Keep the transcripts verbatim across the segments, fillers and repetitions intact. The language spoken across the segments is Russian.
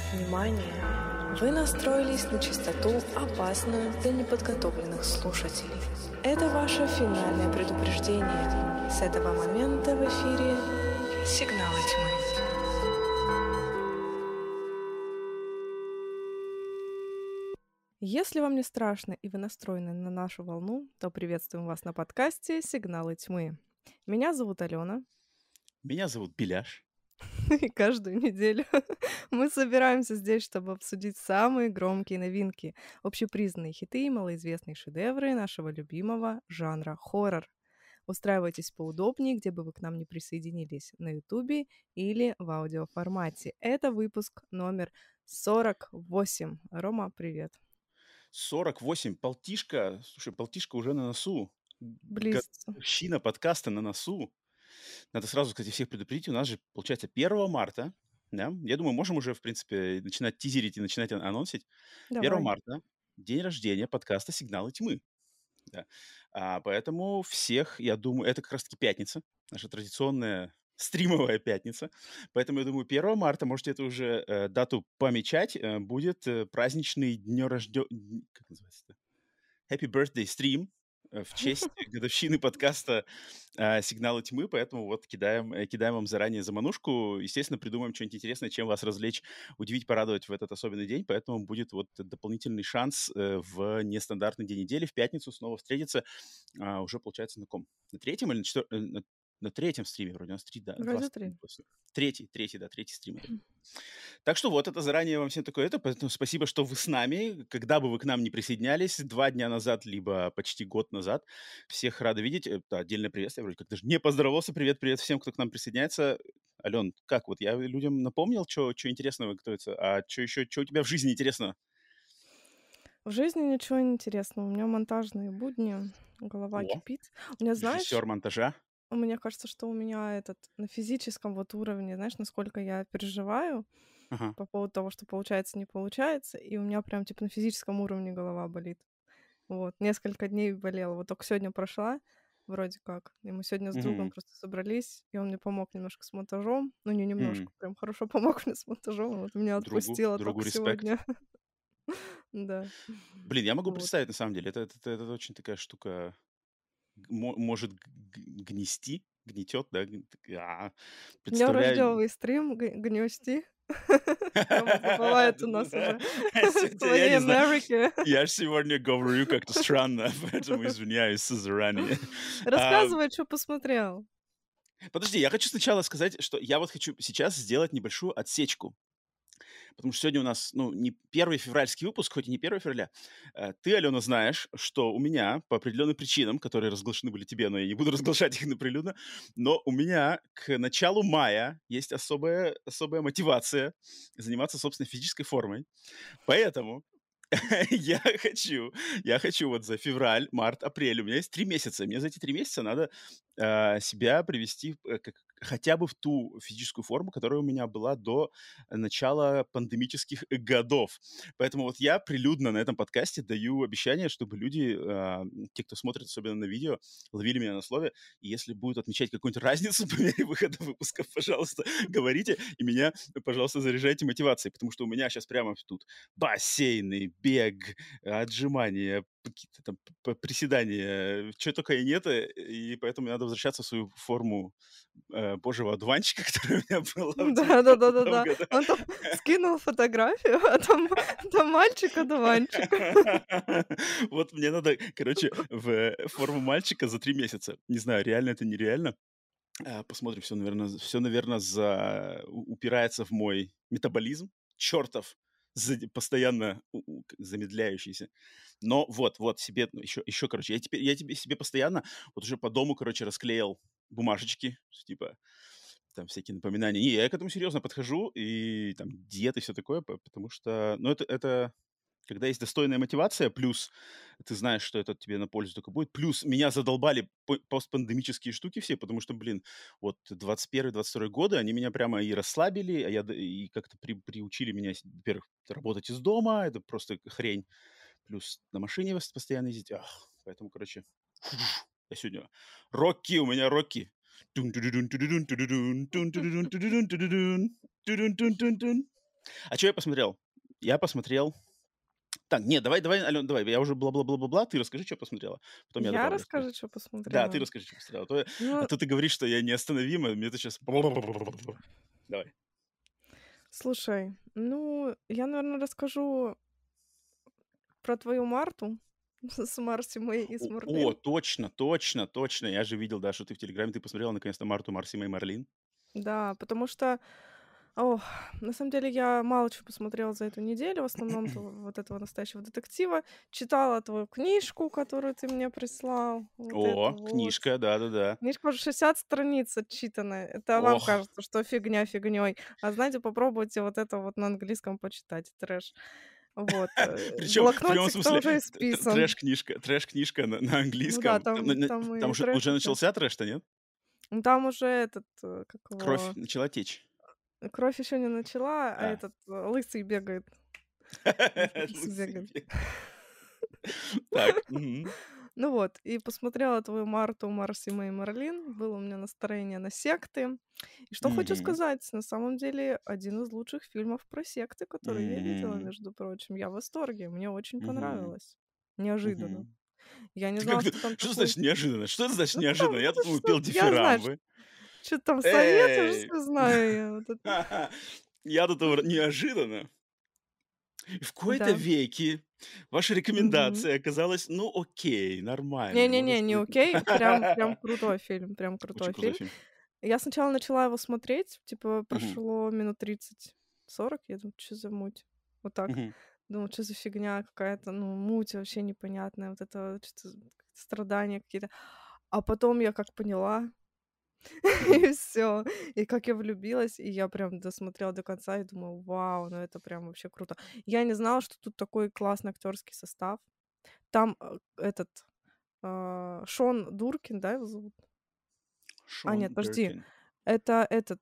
Внимание! Вы настроились на частоту, опасную для неподготовленных слушателей. Это ваше финальное предупреждение. С этого момента в эфире «Сигналы тьмы». Если вам не страшно и вы настроены на нашу волну, то приветствуем вас на подкасте «Сигналы тьмы». Меня зовут Алена. Меня зовут Беляш. И каждую неделю мы собираемся здесь, чтобы обсудить самые громкие новинки, общепризнанные хиты и малоизвестные шедевры нашего любимого жанра хоррор. Устраивайтесь поудобнее, где бы вы к нам не присоединились, на Ютубе или в аудиоформате. Это выпуск номер сорок восемь. Рома, привет. сорок восемь, полтишка. Слушай, полтишка уже на носу. Близится. Годовщина подкаста на носу. Надо сразу, кстати, всех предупредить. У нас же, получается, первого марта. Да? Я думаю, можем уже, в принципе, начинать тизерить и начинать ан- анонсить. первого Давай. марта день рождения подкаста «Сигналы тьмы». Да. А, поэтому всех, я думаю, это как раз-таки пятница, наша традиционная стримовая пятница. Поэтому, я думаю, первого марта, можете эту уже э, дату помечать, э, будет э, праздничный днерожденный... Как называется-то? Happy Birthday стрим э, в честь годовщины подкаста э, «Сигналы тьмы», поэтому вот кидаем, э, кидаем вам заранее заманушку. Естественно, придумаем что-нибудь интересное, чем вас развлечь, удивить, порадовать в этот особенный день, поэтому будет вот дополнительный шанс э, в нестандартный день недели, в пятницу снова встретиться, а, уже, получается, на ком? На третьем или на четвертом? На, на третьем стриме вроде у нас три, да, два Вроде стрима три. после. Третий, третий, да, третий стрим. это. Так что вот это заранее вам всем такое это, поэтому спасибо, что вы с нами. Когда бы вы к нам не присоединялись, два дня назад, либо почти год назад, всех рады видеть. Это отдельное приветствие, вроде как даже не поздоровался. Привет-привет всем, кто к нам присоединяется. Ален, как вот, я людям напомнил, что интересного готовится, а что еще, что у тебя в жизни интересного? В жизни ничего не интересного. У меня монтажные будни, голова О, кипит. У меня, знаешь, режиссер монтажа. мне кажется, что у меня этот на физическом вот уровне, знаешь, насколько я переживаю Ага. по поводу того, что получается, не получается, и у меня прям типа на физическом уровне голова болит. Вот, несколько дней болела. Вот только сегодня прошла, вроде как. И мы сегодня с другом Мгм. просто собрались, и он мне помог немножко с монтажом. Ну, не М. немножко, прям хорошо помог мне с монтажом. и Вот меня Другу, отпустило другу только респект. сегодня. Да. Блин, я могу Вот. представить, на самом деле, это, это, это очень такая штука, г- мо- может г- г- гнести, гнетет, да, г- так, а, представляю. Днёрождёвый стрим г гнёсти. Рома забывает у нас уже в Кстати, я твоей не знаю, Америке. я же сегодня говорю как-то странно, поэтому извиняюсь заранее. А, Рассказывай, чё посмотрел. Подожди, я хочу сначала сказать, что я вот хочу сейчас сделать небольшую отсечку. Потому что сегодня у нас, ну, не первый февральский выпуск, хоть и не первого февраля. Э, Ты, Алена, знаешь, что у меня по определенным причинам, которые разглашены были тебе, но я не буду разглашать их наприлюдно, но у меня к началу мая есть особая, особая мотивация заниматься, собственно, физической формой. Поэтому я хочу, я хочу вот за февраль, март, апрель, у меня есть три месяца. Мне за эти три месяца надо а, себя привести в, э, как- хотя бы в ту физическую форму, которая у меня была до начала пандемических годов. Поэтому вот я прилюдно на этом подкасте даю обещание, чтобы люди, а, те, кто смотрит, особенно на видео, ловили меня на слове. И если будут отмечать какую-нибудь разницу по мере выхода выпусков, пожалуйста, говорите, и меня, пожалуйста, заряжайте мотивацией, потому что у меня сейчас прямо тут бассейны, бег, отжимания, какие-то там п- приседания, чего только и нет, э, и поэтому мне надо возвращаться в свою форму э, божьего одуванчика, которая у меня была в девятнадцатом Да-да-да-да-да. году. Он там скинул фотографию, а там там мальчик-одуванчик. Вот мне надо, короче, в форму мальчика за три месяца. Не знаю, реально это нереально. А, Посмотрим, все, наверное, все, наверное, за... у- упирается в мой метаболизм, чертов, за- постоянно у- у- к- замедляющийся. Но вот, вот, себе еще, еще, короче, я, теперь, я тебе себе постоянно вот уже по дому, короче, расклеил бумажечки, что, типа, там всякие напоминания. Не, я к этому серьезно подхожу, и там диеты и все такое, по- потому что, ну, это, это когда есть достойная мотивация, плюс ты знаешь, что это тебе на пользу только будет, плюс меня задолбали по- постпандемические штуки все, потому что, блин, вот двадцать первый двадцать второй годы, они меня прямо и расслабили, а я, д- и как-то при- приучили меня, с- во-первых, работать из дома, это просто хрень, плюс на машине вос- постоянно ездить, ах, поэтому, короче, я сегодня... Рокки, у меня Рокки. Тун-ту-ду-дун, ту-ду-дун, ту-ду-дун, тун-ту-ду-дун, ту-ду-дун, ту-ду-дун, ту-дун-тун-тун-тун. А что я посмотрел? Я посмотрел... Так, нет, давай, давай, Ален, давай, я уже бла-бла-бла-бла-бла, ты расскажи, что посмотрела, потом я Я добавлю свой. расскажу, что Да, ты посмотрела. расскажи, что посмотрела. А то, я- а Ну, то ты говоришь, что я неостановима, мне это сейчас... Давай. слушай, ну, я, наверное, расскажу про твою Марту с Марси Мэй и с О, о, Марлен. точно, точно, точно. Я же видел, да, что ты в Телеграме, ты посмотрела наконец-то Марту, Марси Мэй Марлин. Да, потому что, ох, на самом деле я мало чего посмотрела за эту неделю, в основном то вот этого настоящего детектива. Читала твою книжку, которую ты мне прислал, вот О, эту вот. книжка, да-да-да. Книжка уже шестьдесят страниц отчитанная. Это вам Ох, кажется, что фигня фигней. А знаете, попробуйте вот это вот на английском почитать. Трэш. Вот. э, причем в прямом Блокнотик-то смысле уже т- т- исписан. трэш-книжка, трэш-книжка на, на Ну да, английском. Там, на- там, на- там там и уже, трэш, уже и всё. начался трэш-то, нет? Ну там уже этот, э, как Кровь его, начала течь. кровь еще не начала, а А. этот э, лысый бегает. Лысый Лысый бегает. бег. Так. Мгм. Ну вот, и посмотрела твою Марту, Марси Мэй Марлин. Было у меня настроение на секты. И что хочу Мгм. сказать, на самом деле, один из лучших фильмов про секты, который я видела, Мгм. между прочим. Я в восторге, мне очень Мгм. понравилось. Неожиданно. Мгм. Я не Ты знала, как ты что там что такой... значит неожиданно? Что это значит Ну, потому неожиданно? Я тут, потому ну, что пел я знаю, дифирамбы. что там советуешь, Эй! всё знаю я. Вот это. Я тут вр неожиданно. И в кои-то Да. веки ваша Мгм. рекомендация оказалась, ну, окей, нормальной, можно Не-не-не, не сказать. окей. Прям прям крутой фильм, прям Очень крутой крутой фильм. фильм. Я сначала начала его смотреть, типа, Мгм. прошло минут тридцать сорок, я думаю: "Чё за муть?" Вот так. Мгм. Думаю: "Чё за фигня какая-то, ну, муть вообще непонятная, вот это вот чё-то страдания какие-то". А потом я как поняла, Мгм. и всё. И как я влюбилась, и я прям досмотрела до конца и думаю: "Вау, ну это прям вообще круто". Я не знала, что тут такой классный актерский состав. Там, э, этот, а, Шон Дуркин, да, его зовут? А, Шон нет, подожди, Деркин. это этот,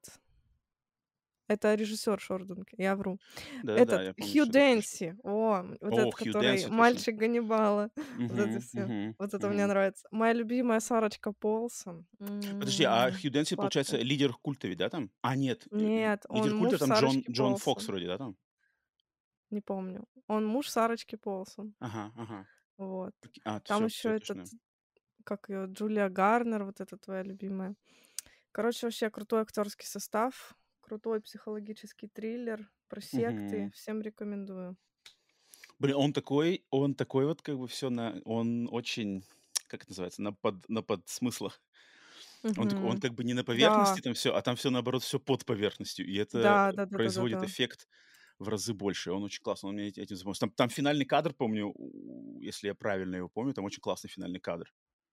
это режиссер Шордунки, я вру. Да-да-да, Этот я помню, Хью что это кто что. Дэнси, о, вот О, этот, Хью который Дэнси, точно. мальчик Ганнибала, вот это Мгм, все. мгм, Вот это мне мгм. нравится. Моя любимая Сарочка Полсон. Подожди, а М, Хью Дэнси, получается, сладкая. лидер культа ведь, да, там? А, нет, э, ли Нет, лидер он культа муж там Джон Сарочки Джон Фокс Полсон. вроде, да, там? Не помню. Он муж Сарочки Полсон. Ага, ага. Вот. Оке а, Там всё еще всё, этот, точно. как ее, Джулия Гарнер, вот эта твоя любимая. Короче, вообще крутой актерский состав, крутой психологический триллер про секты. Мгм. Всем рекомендую. Блин, он такой он такой вот как бы все на он очень, как это называется, на под на подсмыслах. Он такой он Мгм. как бы не на Да, поверхности там все, а там все наоборот, все под поверхностью. И это да, да-да-да-да-да. производит эффект в разы больше. Он очень классно, он меня эти этим запомнился. Там там финальный кадр, помню, у если я правильно его помню, там очень классный финальный кадр.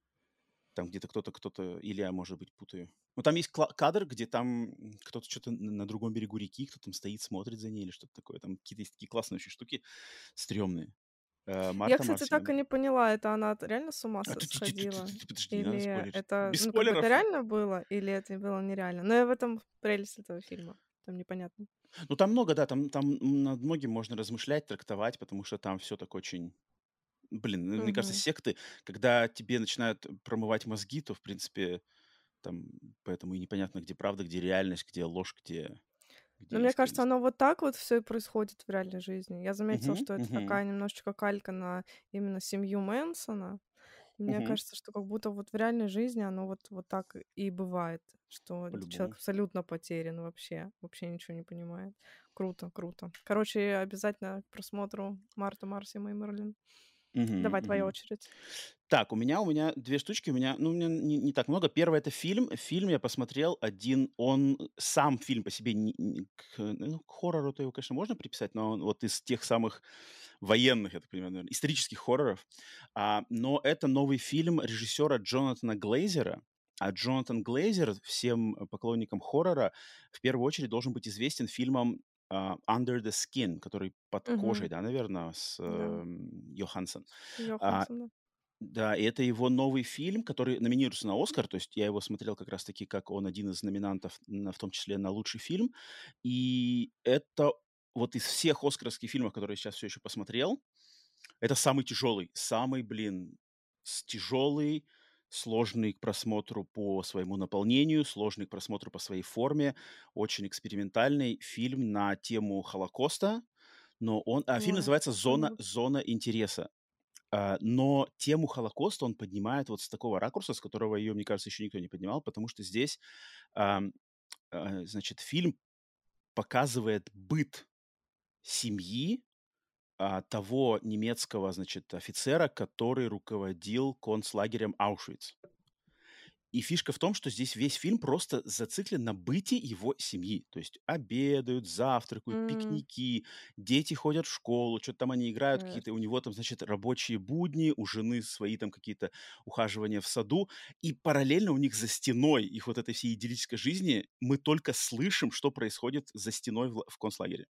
Там где-то кто-то кто-то или я, может быть, путаю. Ну, там есть кла кадр, где там, м, кто-то что то на на другом берегу реки, кто там стоит, смотрит за ней или что-то такое. Там какие-то есть такие классные очень штуки, стрёмные. Э, Я, Марта кстати, Марси так и не поняла, это она т реально с ума А, с ты ты ты ты ты сходила? ты подожди, не надо Или спойлерить. это, Без ну, как бы это спойлеров. реально было, или это было нереально? Но и в этом прелесть этого фильма. Там непонятно. Ну, там много, да, там там над многим можно размышлять, трактовать, потому что там все так очень блин, ну, мне кажется, Мгм. секты, когда тебе начинают промывать мозги, то, в принципе, там поэтому и непонятно, где правда, где реальность, где ложь, где где Но мне кажется, искренность. оно вот так вот все и происходит в реальной жизни. Я заметила, Мгм, что это мгм, такая немножечко калька на именно семью Мэнсона. И мне мгм. кажется, что как будто вот в реальной жизни оно вот вот так и бывает, что человек По-любому. абсолютно потерян вообще, вообще ничего не понимает. Круто, круто. Короче, обязательно к просмотру Марта, Марси Мэй Марлен. Мгм, Давай, твоя мгм. очередь. Так, у меня у меня две штучки. У меня, ну, у меня не не так много. Первый это фильм. Фильм я посмотрел один. Он сам фильм по себе не не к ну, к хоррору-то его, конечно, можно приписать, но он вот из тех самых военных, я так понимаю, наверно, исторических хорроров. А, но это новый фильм режиссера Джонатана Глейзера. А Джонатан Глейзер всем поклонникам хоррора в первую очередь должен быть известен фильмом, а, "Under the Skin", который "Под кожей", Мгм. да, наверно, с, Да, эм, Йоханссон. А Йоханссон, да. да, и это его новый фильм, который номинируется на "Оскар". То есть я его смотрел как раз таки, как он один из номинантов, на в том числе на лучший фильм. И это вот из всех оскаровских фильмов, которые я сейчас все еще посмотрел, это самый тяжелый, самый, блин, с тяжелый, сложный к просмотру по своему наполнению, сложный к просмотру по своей форме, очень экспериментальный фильм на тему Холокоста, но он, а, фильм Ой, называется «Зона, круто. зона интереса». А, но тему Холокоста он поднимает вот с такого ракурса, с которого ее, мне кажется, еще никто не поднимал, потому что здесь, ам, а, значит, фильм показывает быт семьи, а, того немецкого, значит, офицера, который руководил концлагерем Аушвиц. И фишка в том, что здесь весь фильм просто зациклен на быте его семьи. То есть обедают, завтракают, М, пикники, дети ходят в школу, что-то там они играют, какие-то у Конечно. него там, значит, рабочие будни, у жены свои там какие-то ухаживания в саду. И параллельно у них за стеной их вот этой всей идиллической жизни мы только слышим, что происходит за стеной в, л- в концлагере.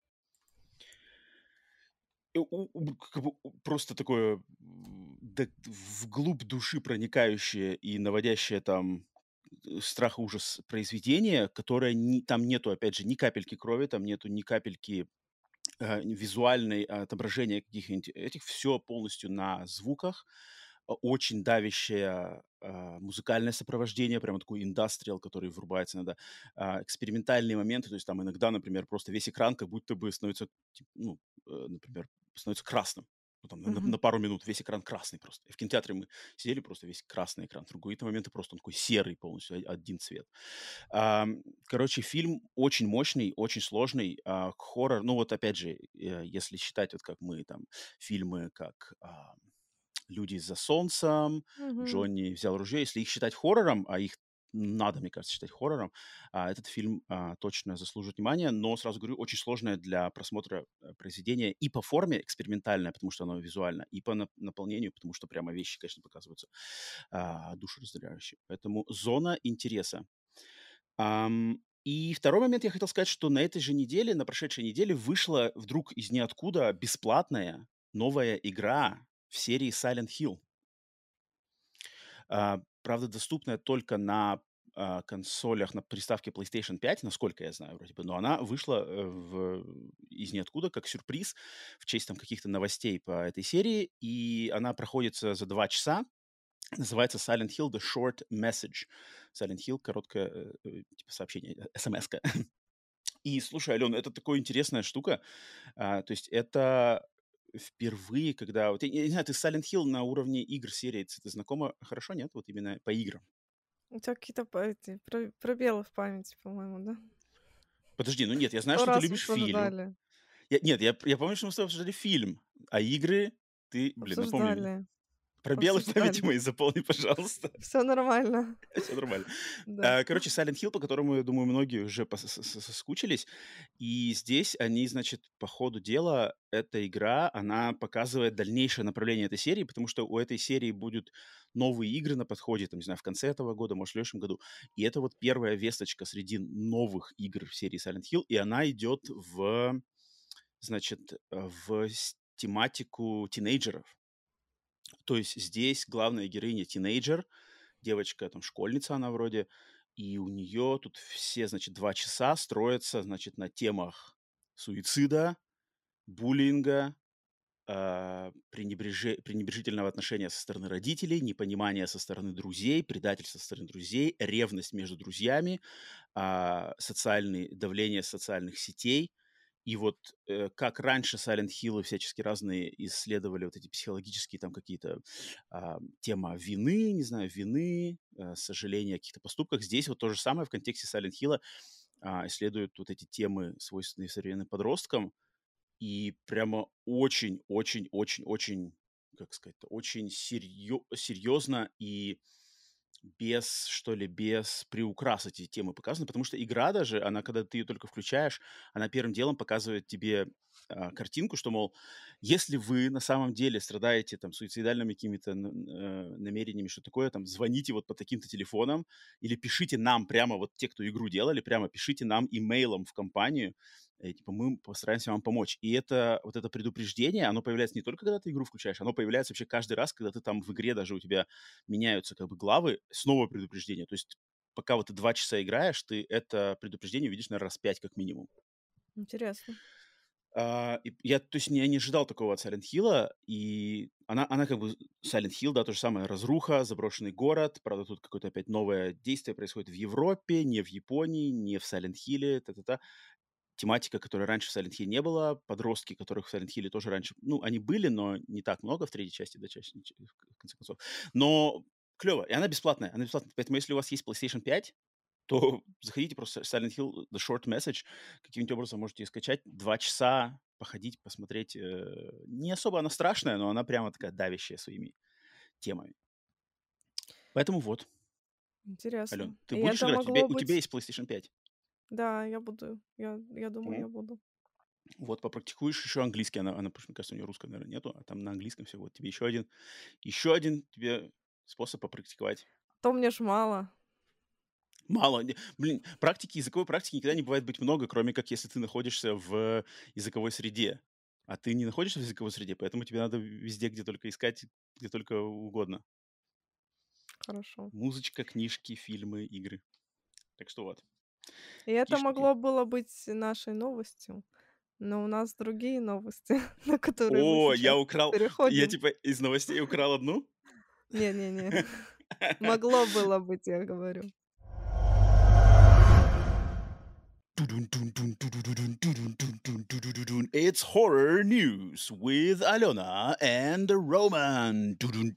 И у у как бы у просто такое, м, да, вглубь души проникающее и наводящее там, э, страх и ужас произведение, которое ни там нету, опять же, ни капельки крови, там нету ни капельки, э, визуальной отображения каких-нибудь этих. Все полностью на звуках. О очень давящее, а, музыкальное сопровождение, прямо такой индастриал, который врубается иногда. А, экспериментальные моменты, то есть там иногда, например, просто весь экран как будто бы становится, тип ну, э, например, становится красным. Ну, там на Мгм. на пару минут весь экран красный просто. И в кинотеатре мы сидели, просто весь красный экран. В другие-то моменты просто он такой серый полностью, о один цвет. Ам, короче, фильм очень мощный, очень сложный, а, хоррор. Ну, вот опять же, э, если считать, вот как мы там фильмы, как, а, «Люди за солнцем», Мгм. «Джонни взял ружье». Если их считать хоррором, а их надо, мне кажется, считать хоррором, а, этот фильм, а, точно заслуживает внимания. Но, сразу говорю, очень сложное для просмотра, э, произведение и по форме экспериментальное, потому что оно визуально, и по нап наполнению, потому что прямо вещи, конечно, показываются, а, душераздирающие. Поэтому зона интереса. Ам, и второй момент я хотел сказать, что на этой же неделе, на прошедшей неделе вышла вдруг из ниоткуда бесплатная новая игра в серии Silent Hill. А, правда, доступная только на, а, консолях, на приставке PlayStation пять, насколько я знаю, вроде бы, но она вышла, э, в из ниоткуда как сюрприз в честь там каких-то новостей по этой серии, и она проходится за два часа. Называется Silent Hill: The Short Message. Silent Hill — короткое, э, э, типа сообщение, э, эсэмэска. И слушай, Ален, это такая интересная штука. А, то есть это впервые, когда вот я я не знаю, ты с Silent Hill на уровне игр серии, ц ты знакома хорошо, нет? Вот именно по играм. У тебя какие-то па- эти про- пробелы в памяти, по-моему, да? Подожди, ну нет, я знаю, Сто что ты раз любишь фильм. обсуждали. Я нет, я я помню, что мы с тобой обсуждали фильм, а игры ты, блин, напомни мне. Обсуждали. Пробелы в памяти Обсуждали. мои заполни, пожалуйста. Все нормально. Все нормально. Да. Э, короче, Silent Hill, по которому, я думаю, многие уже пос с с соскучились. И здесь они, значит, по ходу дела, эта игра, она показывает дальнейшее направление этой серии, потому что у этой серии будут новые игры на подходе, там, не знаю, в конце этого года, может, в следующем году. И это вот первая весточка среди новых игр в серии Silent Hill, и она идет в, значит, э, в с тематику тинейджеров. То есть здесь главная героиня тинейджер, девочка, там, школьница она вроде, и у нее тут все, значит, два часа строятся, значит, на темах суицида, буллинга, а, пренебреже- пренебрежительного отношения со стороны родителей, непонимания со стороны друзей, предательство со стороны друзей, ревность между друзьями, а, социальные, давление социальных сетей. И вот э, как раньше Silent Hill и всячески разные исследовали вот эти психологические там какие-то, а, тема вины, не знаю, вины, э, сожаления о каких-то поступках. Здесь вот то же самое в контексте Silent Hill а, исследуют вот эти темы, свойственные современным подросткам, и прямо очень-очень-очень-очень, как сказать, очень серьё- серьезно и без, что ли, без приукрас эти темы показаны, потому что игра даже, она, когда ты ее только включаешь, она первым делом показывает тебе, а, картинку, что, мол, если вы на самом деле страдаете там суицидальными какими-то н- э, намерениями, что такое, там, звоните вот по таким-то телефонам или пишите нам прямо, вот те, кто игру делали, прямо пишите нам имейлом в компанию, э, типа, мы постараемся вам помочь. И это, вот это предупреждение, оно появляется не только, когда ты игру включаешь, оно появляется вообще каждый раз, когда ты там в игре даже у тебя меняются как бы главы, снова предупреждение. То есть пока вот ты два часа играешь, ты это предупреждение видишь, наверно, раз пять как минимум. Интересно. А, и я, то есть, я не ожидал такого от Silent Hill'а, и она, она как бы Silent Hill, да, то же самое, разруха, заброшенный город, правда, тут какое-то опять новое действие происходит в Европе, не в Японии, не в Silent Hill'е, та-та-та. Тематика, которой раньше в Silent Hill не было, подростки, которых в Silent Hill'е тоже раньше, ну, они были, но не так много в третьей части, да, чаще, в конце концов. Но клево, и она бесплатная, она бесплатная, поэтому если у вас есть PlayStation пять, то заходите просто Silent Hill The Short Message, каким-нибудь образом можете ее скачать, два часа походить, посмотреть. Э, не особо она страшная, но она прямо такая давящая своими темами. Поэтому вот, Ален, Интересно. ты И будешь это играть? У тебя, могло у тебя быть... есть PlayStation пять? Да, я буду. Я, я думаю, Мгм. я буду. Вот, попрактикуешь еще английский. Она, она, потому что, мне кажется, у нее русского, наверное, нету, а там на английском все. Вот тебе еще один, еще один тебе способ попрактиковать. То мне ж мало. Мало. не- Блин, практики, языковой практики никогда не бывает быть много, кроме как если ты находишься в языковой среде. А ты не находишься в языковой среде, поэтому тебе надо везде, где только искать, где только угодно. Хорошо. Музычка, книжки, фильмы, игры. Так что вот, И такие это штуки. могло было быть нашей новостью, но у нас другие новости, на которые мы О, я сейчас украл, я переходим. типа из новостей украл одну? Не-не-не. Могло было быть, я говорю. It's horror news with Alena and Roman.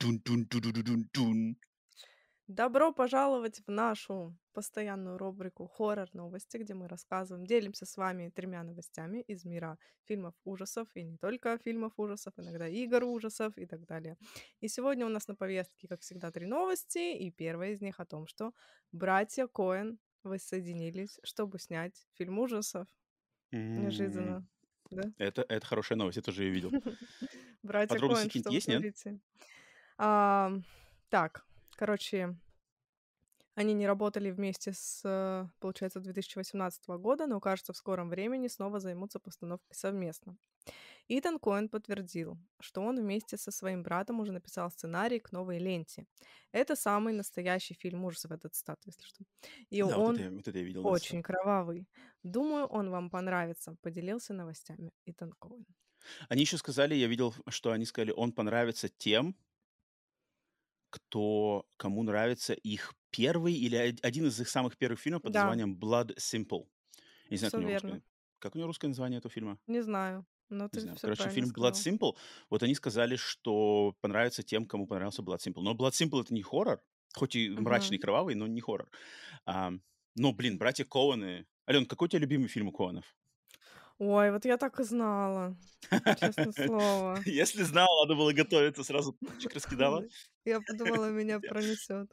Добро пожаловать в нашу постоянную рубрику «Хоррор-новости», где мы рассказываем, делимся с вами тремя новостями из мира фильмов ужасов, и не только фильмов ужасов, иногда игр ужасов и так далее. И сегодня у нас на повестке, как всегда, три новости, и первая из них о том, что братья Коэн воссоединились, чтобы снять фильм ужасов. М, Неожиданно, да? Это, это хорошая новость, я тоже ее видел. Братья Подробности Коэн, какие-нибудь что вы есть, нет? говорите? Ам, так, короче, они не работали вместе с, э, получается, две тысячи восемнадцатого года, но, кажется, в скором времени снова займутся постановкой совместно. Итан Коэн подтвердил, что он вместе со своим братом уже написал сценарий к новой ленте. Это самый настоящий фильм ужасов, этот цитата, если что. И Да, вот это, он я- вот это я видел, да, очень цитату. кровавый. Думаю, он вам понравится, поделился новостями Итан Коэн. Они еще сказали, я видел, что они сказали, он понравится тем, кто, кому нравится их первый или од- один из их самых первых фильмов под Да, названием Blood Simple. Я не знаю, как все у него верно. русское. Как у него русское название этого фильма? Не знаю, но Не ты знаю. все Короче, правильно фильм Blood сказал. Simple. Вот они сказали, что понравится тем, кому понравился Blood Simple. Но Blood Simple это не хоррор, хоть и мрачный, Мгм. и кровавый, но не хоррор. А, но, блин, братья Коуэны. Ален, какой у тебя любимый фильм у Коэнов? Ой, вот я так и знала, честное слово. Если знал, надо было готовиться, сразу тапочек раскидала. Я подумала, меня пронесет.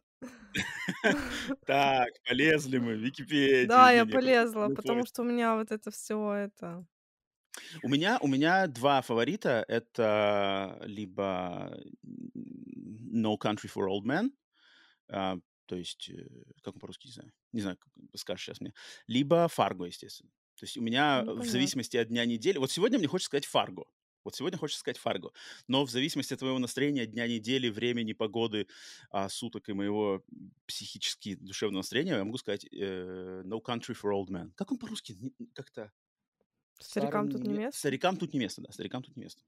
Так, полезли мы в Википедию. Да, я Не-не, просто полезла, мы потому помним. что у меня вот это все это... У меня, у меня два фаворита. Это либо No Country for Old Men, а, то есть, э, как он по-русски, не знаю, не знаю, как скажешь сейчас мне, либо Фарго, естественно. То есть у меня Ну, в понятно. зависимости от дня недели, вот сегодня мне хочется сказать Фарго, вот сегодня хочется сказать Фарго, но в зависимости от твоего настроения, дня недели, времени, погоды, а, суток и моего психически душевного настроения, я могу сказать э, No Country for Old Men. Как он по-русски? Не- Как-то Старикам старым тут не не... место. Старикам тут не место, да, старикам тут не место.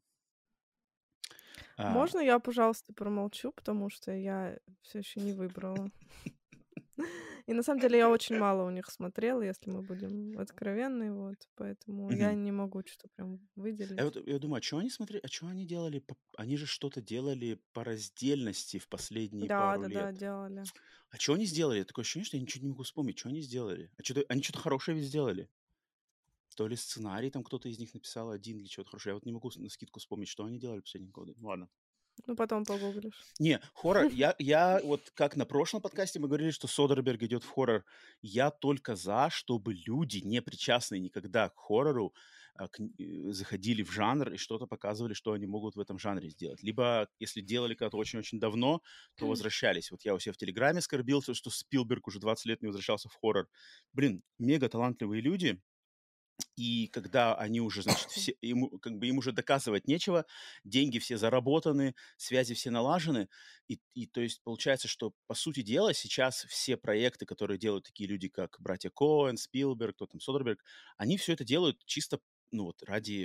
А, Можно я, пожалуйста, промолчу, потому что я все еще не выбрала. И на самом деле я очень мало у них смотрела, если мы будем откровенны, вот, поэтому я мгм. не могу что-то прям Я, выделить. вот, я думаю, а что они смотрели, а что они делали? по- Они же что-то делали по раздельности в последние Да, пару да-да, лет. делали. А что они сделали? Такое ощущение, что я ничего не могу вспомнить. Что они сделали? А что они что-то хорошее ведь сделали. То ли сценарий там кто-то из них написал один или что-то хорошее. Я вот не могу с- на скидку вспомнить, что они делали в последние годы. Ну ладно. Ну, потом погуглишь. Не, хоррор, я, я вот как на прошлом подкасте мы говорили, что Содерберг идет в хоррор, я только за, чтобы люди, не причастные никогда к хоррору, а, к н- э, заходили в жанр и что-то показывали, что они могут в этом жанре сделать. Либо, если делали когда-то очень-очень давно, то возвращались. Вот я у себя в Телеграме скорбился, что Спилберг уже двадцать лет не возвращался в хоррор. Блин, мега талантливые люди, и когда они уже, значит, все, ему, как бы им уже доказывать нечего, деньги все заработаны, связи все налажены, и, и то есть получается, что, по сути дела, сейчас все проекты, которые делают такие люди, как братья Коэн, Спилберг, кто там, Содерберг, они все это делают чисто, ну вот, ради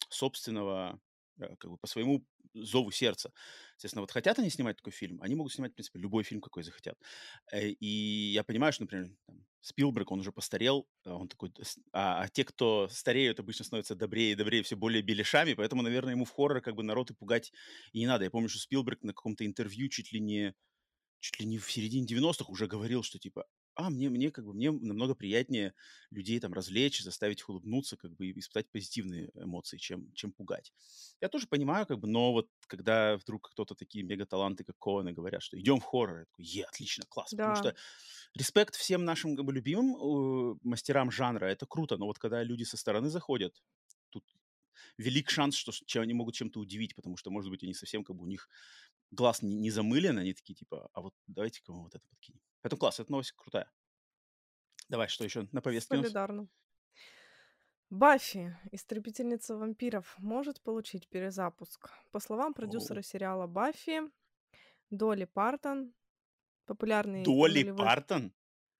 собственного, э, как бы по своему зову сердца. Естественно, вот хотят они снимать такой фильм, они могут снимать, в принципе, любой фильм, какой захотят. Э, И я понимаю, что, например, там, Спилберг, он уже постарел, а он такой, д- с- а, а те, кто стареют, обычно становятся добрее и добрее, все более беляшами, поэтому, наверное, ему в хоррор как бы народ и пугать и не надо. Я помню, что Спилберг на каком-то интервью чуть ли не чуть ли не в середине девяностых уже говорил, что типа, а, мне, мне как бы, мне намного приятнее людей там развлечь, заставить их улыбнуться, как бы, и испытать позитивные эмоции, чем, чем пугать. Я тоже понимаю, как бы, но вот когда вдруг кто-то такие мега-таланты, как Коэны, говорят, что идем в хоррор, я такой, е, отлично, класс, потому Да, что респект всем нашим, как бы, любимым э, мастерам жанра, это круто, но вот когда люди со стороны заходят, тут велик шанс, что с- че- они могут чем-то удивить, потому что, может быть, они совсем как бы у них глаз не, не замылен, они такие типа, а вот давайте-ка мы вот это подкинем. Поэтому класс, эта новость крутая. Давай, что еще на повестке у нас? солидарно. Баффи, истребительница вампиров, может получить перезапуск. По словам О, продюсера сериала Баффи, Долли Партон, популярный в Долли нулевых... Партон?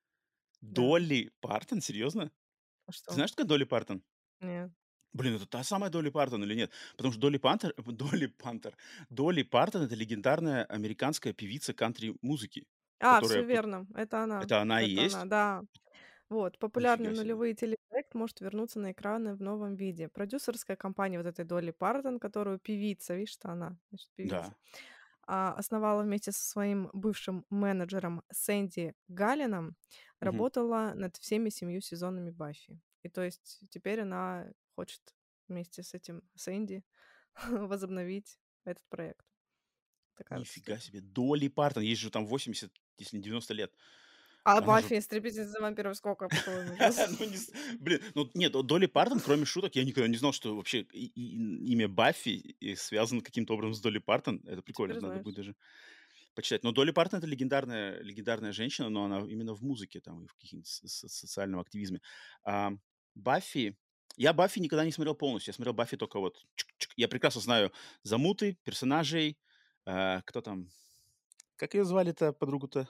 Да, Долли Партон? Серьезно? а Ты что? знаешь, что такое Долли Партон? Нет. Блин, это та самая Долли Партон или нет? Потому что Долли Пантер, Долли Пантер, Долли Партон — это легендарная американская певица кантри-музыки, А, все которая... вот- верно, это она, Это она и это она, есть? да. Вот, популярный Нифига себе. нулевые телепроект может вернуться на экраны в новом виде. Продюсерская компания вот этой Долли Партон, которую певица, видишь, что она, значит, певица, Да. а, основала вместе со своим бывшим менеджером Сэнди Галлином, Мгм. работала над всеми семью сезонами Баффи. И то есть теперь она хочет вместе с этим Сэнди возобновить этот проект. Такая вот Нифига история. себе. Долли Партон. Ей же там восемьдесят, если не девяносто лет. А Она же Баффи истребительница вампиров сколько, по-твоему, сейчас? Ну, не с блин, ну нет, у Долли Партон, кроме шуток, я никогда не знал, что вообще и и имя Баффи и связано каким-то образом с Долли Партон. Это прикольно, Теперь надо будет знаешь. даже почитать. Но Долли Партон — это легендарная легендарная женщина, но она именно в музыке там и в каких-нибудь с с социальном активизме. А, Баффи я Баффи никогда не смотрел полностью. Я смотрел Баффи только вот чик-чик. Я прекрасно знаю замуты, персонажей, а, кто там, как ее звали-то, подругу-то?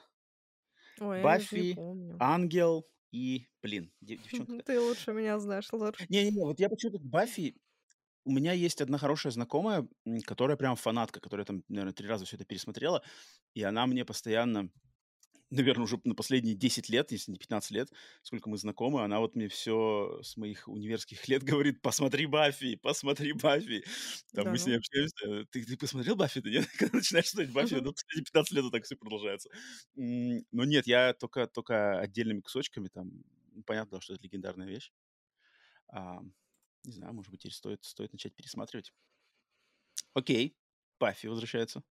Ой, я даже не Баффи, помню. Ангел и, блин, де девчонка-то. Ты лучше меня знаешь, лор. Не-не-не, вот я почему-то к Баффи у меня есть одна хорошая знакомая, м, которая прям фанатка, которая там, наверное, три раза все это пересмотрела, и она мне постоянно, наверное, уже на последние десять лет, если не пятнадцать лет, сколько мы знакомы, она вот мне все с моих универских лет говорит: "Посмотри Баффи, посмотри Баффи". Там Да мы с ней ну. общаемся: "Ты ты посмотрел Баффи-то, нет?" Когда начинаешь смотреть Баффи, ну, последние пятнадцать лет вот так все продолжается. М, но нет, я только только отдельными кусочками там, ну, понятно, да, что это легендарная вещь. А, не знаю, может быть, теперь стоит стоит начать пересматривать. Окей, Баффи возвращается.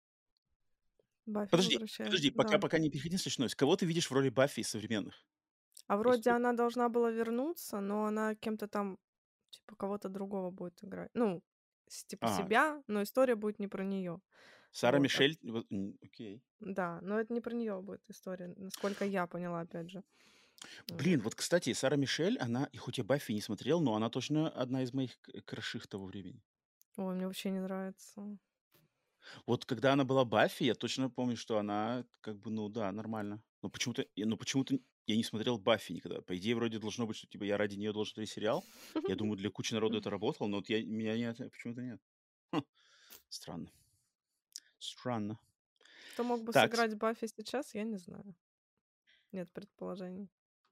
Баффи Подожди, возвращается, подожди, пока да. пока не переходи на смешное. Кого ты видишь в роли Баффи из современных? А Есть вроде кто-то? она должна была вернуться, но она кем-то там, типа, кого-то другого будет играть. Ну, с типа А, себя, но история будет не про нее. Сара Вот, а, Мишель, вот, м, окей. да, но это не про нее будет история, насколько я поняла, опять же. Вот. Блин, вот, кстати, Сара Мишель, она, и хоть я Баффи не смотрел, но она точно одна из моих к крашей того времени. Ой, мне вообще не нравится. Вот когда она была Баффи, я точно помню, что она как бы, ну да, нормально. Но почему-то, я- но почему-то я не смотрел Баффи никогда. По идее, вроде должно быть, что типа я ради нее должен смотреть сериал. Я думаю, для кучи народу это работало, но вот я, меня нет, почему-то нет. Хм, странно. Странно. Кто мог бы Так, сыграть Баффи сейчас, я не знаю. Нет предположений.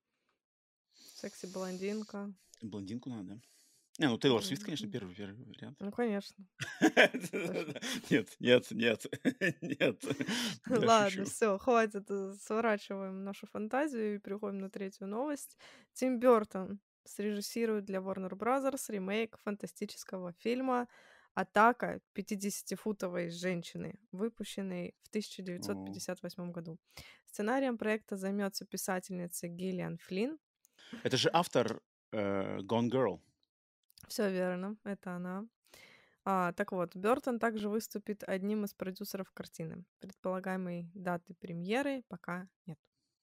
Секси-блондинка. блондинку надо, да? Не, ну Тейлор Свифт, конечно, М, первый, первый вариант. Ну, конечно, точно. Нет, нет, нет, нет, я Ладно, шучу. все, хватит, э, сворачиваем нашу фантазию и переходим на третью новость. Тим Бёртон срежиссирует для Warner Bros. Ремейк фантастического фильма «Атака пятидесятифутовой женщины», выпущенный в О. тысяча девятьсот пятьдесят восьмом году. Сценарием проекта займется писательница Гиллиан Флинн. Это же автор э, Gone Girl. Все верно, это она. А, так вот, Бёртон также выступит одним из продюсеров картины. Предполагаемой даты премьеры пока нет.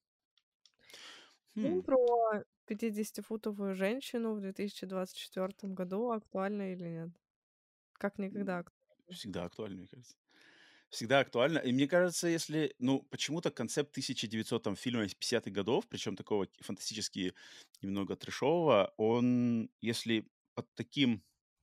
Фильм Хм, про пятидесятифутовую женщину в две тысячи двадцать четвёртом году актуально или нет? Как никогда м, актуально. всегда актуально, мне кажется. Всегда актуально. И мне кажется, если, ну, почему-то концепт тысяча девятисотого там, фильма из пятидесятых годов, причем такого ки- фантастически немного трешового, он, если под таким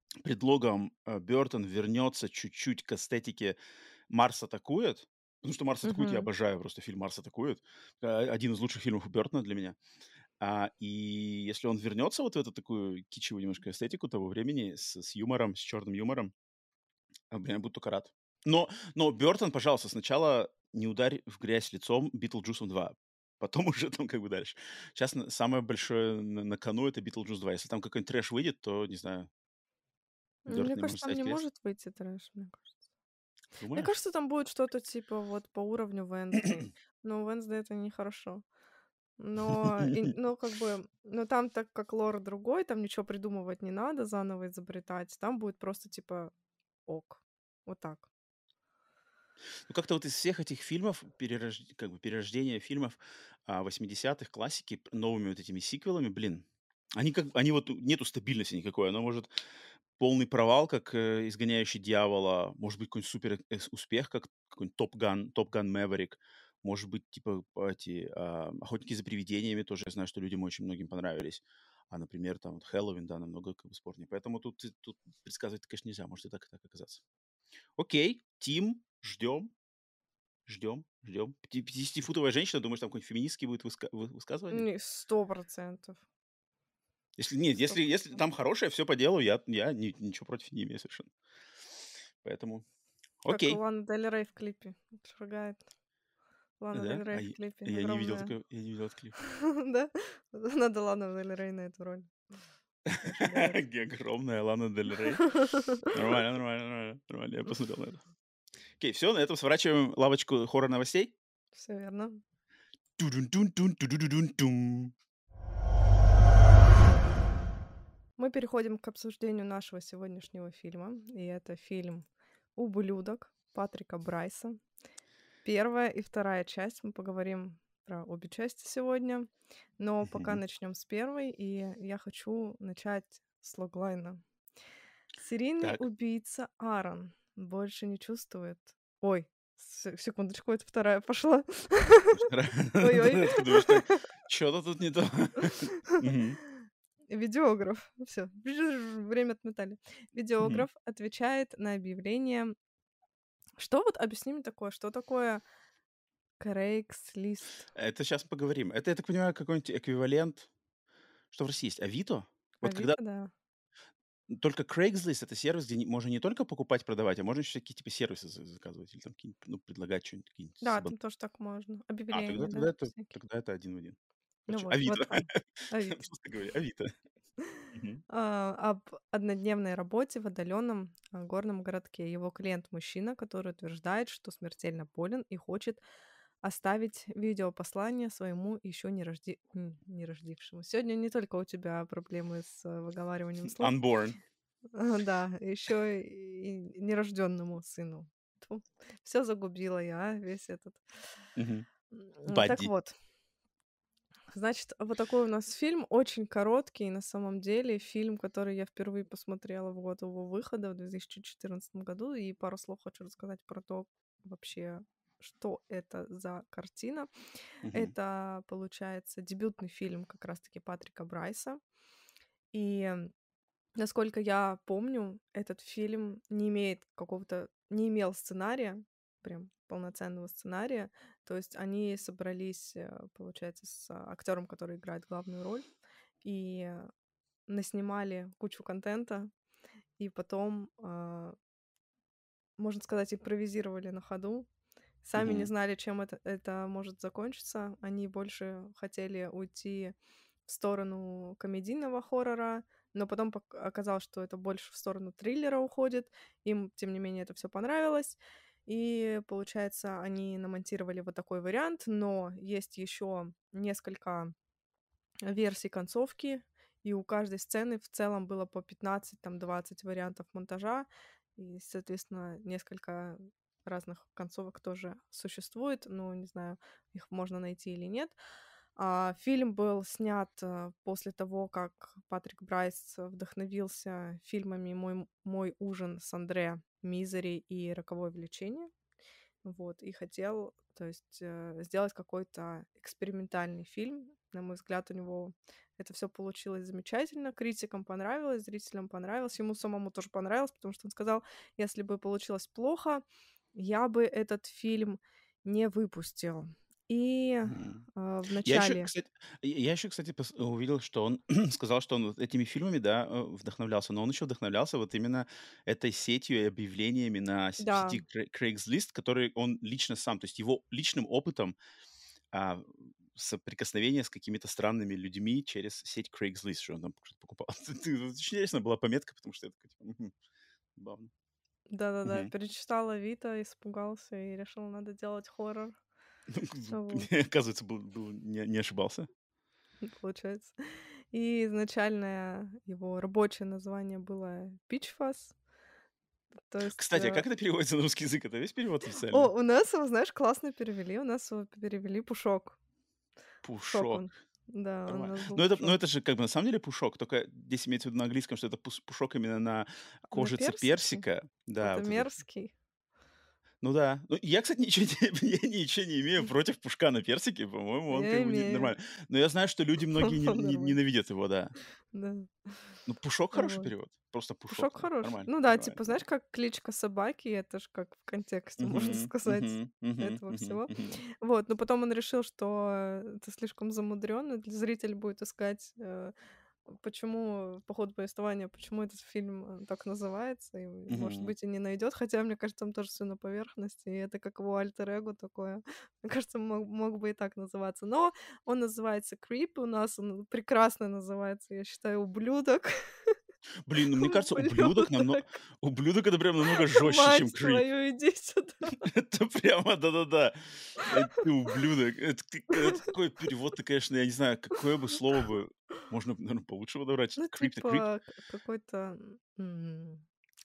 предлогом э, Бёртон вернется чуть-чуть к эстетике «Марс атакует», потому что «Марс атакует» я Мгм. обожаю просто фильм «Марс атакует». Э, Один из лучших фильмов у Бёртона для меня. А, и если он вернется вот в эту такую кичевую немножко эстетику того времени с, с юмором, с черным юмором, а, блин, я буду только рад. Но, но Бёртон, пожалуйста, сначала не ударь в грязь лицом Битлджусом два. Потом уже там как бы дальше. Сейчас на- самое большое на, на кону — это Битлджус два. Если там какой-нибудь трэш выйдет, то, не знаю, Мне Бёртон может кажется, там ставить не крест. может выйти трэш, мне кажется. Мне Думаешь? кажется, там будет что-то типа вот по уровню Wednesday. Но Wednesday это нехорошо. Но, и, ну, как бы, но там, так как лор другой, там ничего придумывать не надо, заново изобретать. Там будет просто типа ок. Вот так. Ну, как-то вот из всех этих фильмов, перерож... как бы перерождения фильмов а, восьмидесятых, классики, п- новыми вот этими сиквелами, блин, они как, они вот, нету стабильности никакой, оно может полный провал, как э, «Изгоняющий дьявола», может быть, какой-нибудь супер э, успех, как какой-нибудь «Топ Ган», «Топ Ган Мэверик», может быть, типа эти а, «Охотники за привидениями», тоже я знаю, что людям очень многим понравились. А, например, там вот «Хэллоуин», да, намного как бы спорнее. Поэтому тут, тут предсказывать, конечно, нельзя, может и так, и так оказаться. Окей, Тим, ждем. Ждем, ждем. Пяти пятидесятифутовая женщина, думаешь, там какой-нибудь феминистский будет выска вы высказывание? Не, сто процентов. Если нет, Сто если если там процентов. хорошее, все по делу, я я ни ничего против не имею совершенно. Поэтому Как окей. Лана Дель Рей в клипе. Шагает. Лана Да? Дель Рей А в я клипе. я не видел Огромная. такой я не видел этот клип. Да? Надо Лану Дель Рей на эту роль. Такая шедевр. Огромная Лана Дель Рей. Нормально, нормально, нормально, нормально. Я посмотрел на это. Окей, все, на этом сворачиваем лавочку хоррор-новостей. Все верно. Тудун-тун-тун, тудудудун-тум. Мы переходим к обсуждению нашего сегодняшнего фильма. И это фильм «Ублюдок» Патрика Брайса. Первая и вторая часть. Мы поговорим про обе части сегодня. Но пока Мгм. начнем с первой. И я хочу начать с логлайна. Серийный Так. убийца Аарон больше не чувствует... Ой, с- секундочку, это вторая пошла. Ой-ой. Ты думаешь так: «Чё-то тут не то». Мгм, Видеограф. Все, время отмотали. мгм. Видеограф отвечает на объявление. Что вот объясни мне такое, что такое Craigslist? Это сейчас поговорим. Это, я так понимаю, какой-нибудь эквивалент. Что в России есть? Авито? Вот когда Авито, да. только Craigslist — это сервис, где не можно не только покупать, продавать, а можно еще всякие типа сервисы за заказывать или там какие-нибудь, ну, предлагать что-нибудь, какие-нибудь Да, сабон. там тоже так можно. А, тогда Объявления, тогда да, это всякие. тогда это один в один. Ну Короче, вот, вот Авито. там. Авито. Просто говорю, Авито. Мгм. А, об однодневной работе в отдаленном а, горном городке. Его клиент мужчина, который утверждает, что смертельно болен и хочет оставить видеопослание своему еще не, рожди... м, не рождившему. Сегодня не только у тебя проблемы с э, выговариванием слов, Unborn. а, да, еще и нерожденному сыну. Все загубила я, весь этот. Мгм. М, Так Бадди. вот, значит, вот такой у нас фильм, очень короткий на самом деле. Фильм, который я впервые посмотрела в год его выхода в две тысячи четырнадцатом году. И пару слов хочу рассказать про то, вообще, что это за картина. Мгм. Это, получается, дебютный фильм как раз-таки Патрика Брайса. И, м, насколько я помню, этот фильм не имеет какого-то, не имел сценария, прям полноценного сценария. То есть они собрались, э, получается, с актером, который играет главную роль, и э, наснимали кучу контента, и потом, а, можно сказать, импровизировали на ходу. Сами не Мгм. знали, чем это, это может закончиться. Они больше хотели уйти в сторону комедийного хоррора, но потом пок- оказалось, что это больше в сторону триллера уходит. Им, тем не менее, это все понравилось. И, получается, они намонтировали вот такой вариант, но есть еще несколько версий концовки, и у каждой сцены в целом было по пятнадцать, там, двадцать вариантов монтажа, и, соответственно, несколько разных концовок тоже существует, но не знаю, их можно найти или нет. А, фильм был снят э, после того, как Патрик Брайс вдохновился фильмами «Мой, мой ужин с Андре», «Мизери» и «Роковое влечение». вот, и хотел, то есть, э, сделать какой-то экспериментальный фильм. На мой взгляд, у него это все получилось замечательно, критикам понравилось, зрителям понравилось, ему самому тоже понравилось, потому что он сказал: "Если бы получилось плохо, я бы этот фильм не выпустил". И, Мгм. а, в Я еще, начале кстати, я еще, кстати, пос- увидел, что он сказал, что он вот этими фильмами, да, э, вдохновлялся, но он еще вдохновлялся вот именно этой сетью и объявлениями на с- в да, сети Cra- Craigslist, который он лично сам, то есть его личным опытом а, соприкосновения с какими-то странными людьми через сеть Craigslist, что он там что-то покупал. Это очень интересная была пометка, потому что я такой, типа, мгм, забавно. да-да-да, Мгм. перечитал "Авито", испугался и решил, надо делать хоррор. Вот, Оказывается, был, был- не, не ошибался. получается. И изначальное его рабочее название было "Peach Fuzz". То есть, Кстати, а э как это переводится на русский язык? Это весь перевод О, официальный? у нас его, знаешь, классно перевели. У нас его перевели "Пушок". Пушок он. Пушок. Да, он у Нормально. нас был Но это, но "Пушок". это же как бы на самом деле пушок, только здесь имеется в виду на английском, что это пус- пушок именно на На кожице персике? персика. Да, Это вот этот. мерзкий. Ну да. Ну, я, кстати, ничего не, я ничего не имею против пушка на персике. По-моему, он Я как бы не- имею. нормально. Но я знаю, что люди многие не- не- Нормально. ненавидят его, да. Да. Ну, пушок хороший Вот. перевод. Просто пушок, Пушок да. хороший. Нормально, Ну да, нормально. типа, знаешь, как кличка собаки, это ж как в контексте, можно Мгм, сказать, мгм, мгм, этого мгм, всего. мгм. Вот, но потом он решил, что это слишком замудрённо, зритель будет искать, э, почему по ходу повествования, почему этот фильм, э, так называется, и, может Мгм. быть, и не найдет. Хотя, мне кажется, там тоже все на поверхности, и это как его альтер-эго такое. Мне кажется, мог мог бы и так называться. Но он называется "Creep", у нас он прекрасно называется, я считаю, "Ублюдок". Блин, ну мне кажется, ублюдок намного... "Ублюдок". Ублюдок это прям намного жестче, чем Мать крип. твою, иди сюда. Это прямо, да-да-да. Эй, ты ублюдок. Это, ты- это такой перевод, ты, конечно, я не знаю, какое бы слово бы можно, наверное, получше подобрать. Ну, Крип то крип. типа, к какой-то, м,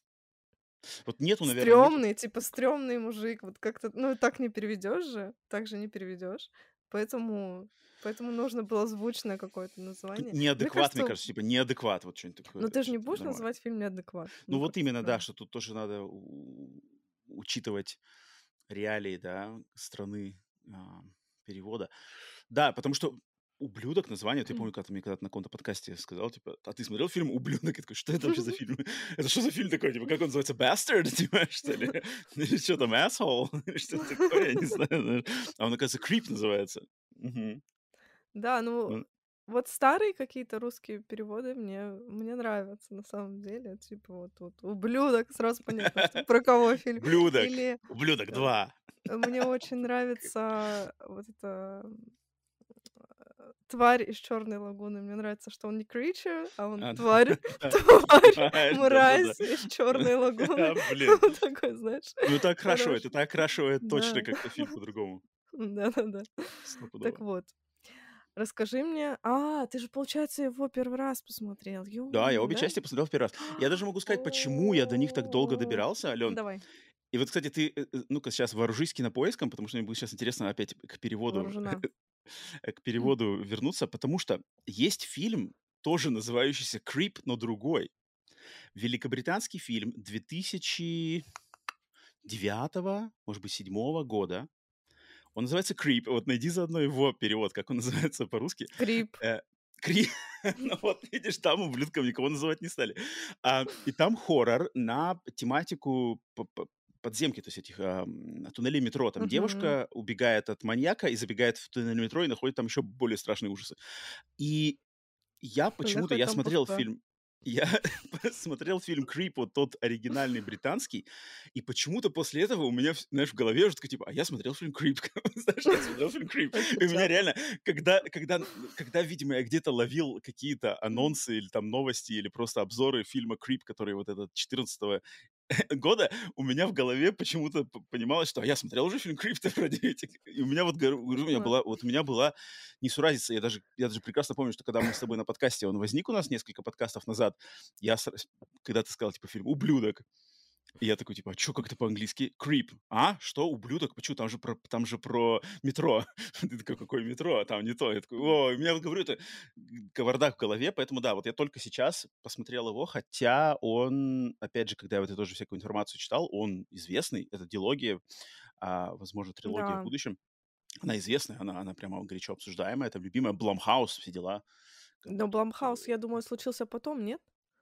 Вот нету, наверное, нету. стрёмный, типа, стрёмный мужик. Вот как-то, ну, так не переведёшь же, так же не переведёшь. Поэтому поэтому нужно было звучное какое-то Н- название. Мне Неадекват, мне кажется, кажется, типа неадекват, вот что-нибудь ну, такое, ты же не что-то будешь нормально. называть фильм "Неадекват". Ну Ну, вот как-то именно, да, странно. что тут тоже надо у- учитывать реалии, да, страны а, перевода. Да, потому что "Ублюдок" название, вот я помню, когда ты мне когда-то на каком-то подкасте сказал, типа: "А ты смотрел фильм "Ублюдок"?" Я такой: "Что это вообще за фильм? Это что за фильм такой? Типа, как он называется? Bastard, типа, что ли? Или что там, Asshole? Или что такое? Я не знаю, знаешь. А он, оказывается, Creep называется. Мгм. Да, ну, Ну, вот старые какие-то русские переводы мне мне нравятся на самом деле. Типа вот вот "Ублюдок", сразу понятно, что про кого фильм. "Ублюдок", Или, "Ублюдок э, два". мне очень нравится вот это, э, "Тварь из Черной лагуны". Мне нравится, что он не creature, а он А, тварь, да. тварь, Тварь, да-да-да. мразь из Черной лагуны. А, блин. Он такой, знаешь, Ну, это окрашивает, это хороший. окрашивает точно Да. как-то фильм по-другому. Да-да-да. Так Стопудово. вот, расскажи мне. А, ты же, получается, его первый раз посмотрел. Да, я Ё-моё, обе да? части посмотрел в первый раз. Я даже могу сказать, почему я до них так долго О, добирался, Ален. давай, И вот, кстати, ты, э, э, ну-ка, сейчас вооружись кинопоиском, потому что мне будет сейчас интересно опять к переводу, вооружена. э, к переводу вернуться, потому что есть фильм, тоже называющийся "Крип", но другой. Великобританский фильм две тысячи девятого, может быть, седьмого года. Он называется "Крип". Вот найди заодно его перевод, как он называется по-русски. Крип. Э, Кри Ну вот видишь, там ублюдком никого называть не стали. А, и там хоррор на тематику п п подземки, то есть этих, ам, туннелей метро. Там Мгм. девушка убегает от маньяка и забегает в туннель метро и находит там еще более страшные ужасы. И я почему-то, Какой я там смотрел пушка. фильм я смотрел фильм "Крип", вот тот оригинальный британский, и почему-то после этого у меня, вс знаешь, в голове уже такой типа: "А я смотрел фильм "Крип". Знаешь, я смотрел фильм "Крип". Очень И у меня часто. реально, когда когда н когда, видимо, я где-то ловил какие-то анонсы или там новости, или просто обзоры фильма "Крип", который вот этот четырнадцатого года, у меня в голове почему-то п понималось, что: "А я смотрел уже фильм "Крип"-то вроде ведь". И у меня вот, говорю говорю, у меня Ладно. была вот у меня была несуразица. Я даже я даже прекрасно помню, что когда мы с тобой на подкасте, он возник у нас несколько подкастов назад, я с когда ты сказал, типа, фильм "Ублюдок", и я такой, типа: "А чё, как это по-английски? Creep". "А? Что? Ублюдок? Почему? Там же про там же про метро". Ты такой: "Какое метро? А там не то". Я такой: "О". У меня, вот говорю, это г кавардак в голове. Поэтому да, вот я только сейчас посмотрел его, хотя он, опять же, когда я вот эту тоже всякую информацию читал, он известный. Это дилогия, а, возможно, трилогия в Да. будущем. Она известная, она, она прямо горячо обсуждаемая, это любимая Blumhouse, все дела. Как бы Но тут, э, Blumhouse, я думаю, случился потом, нет?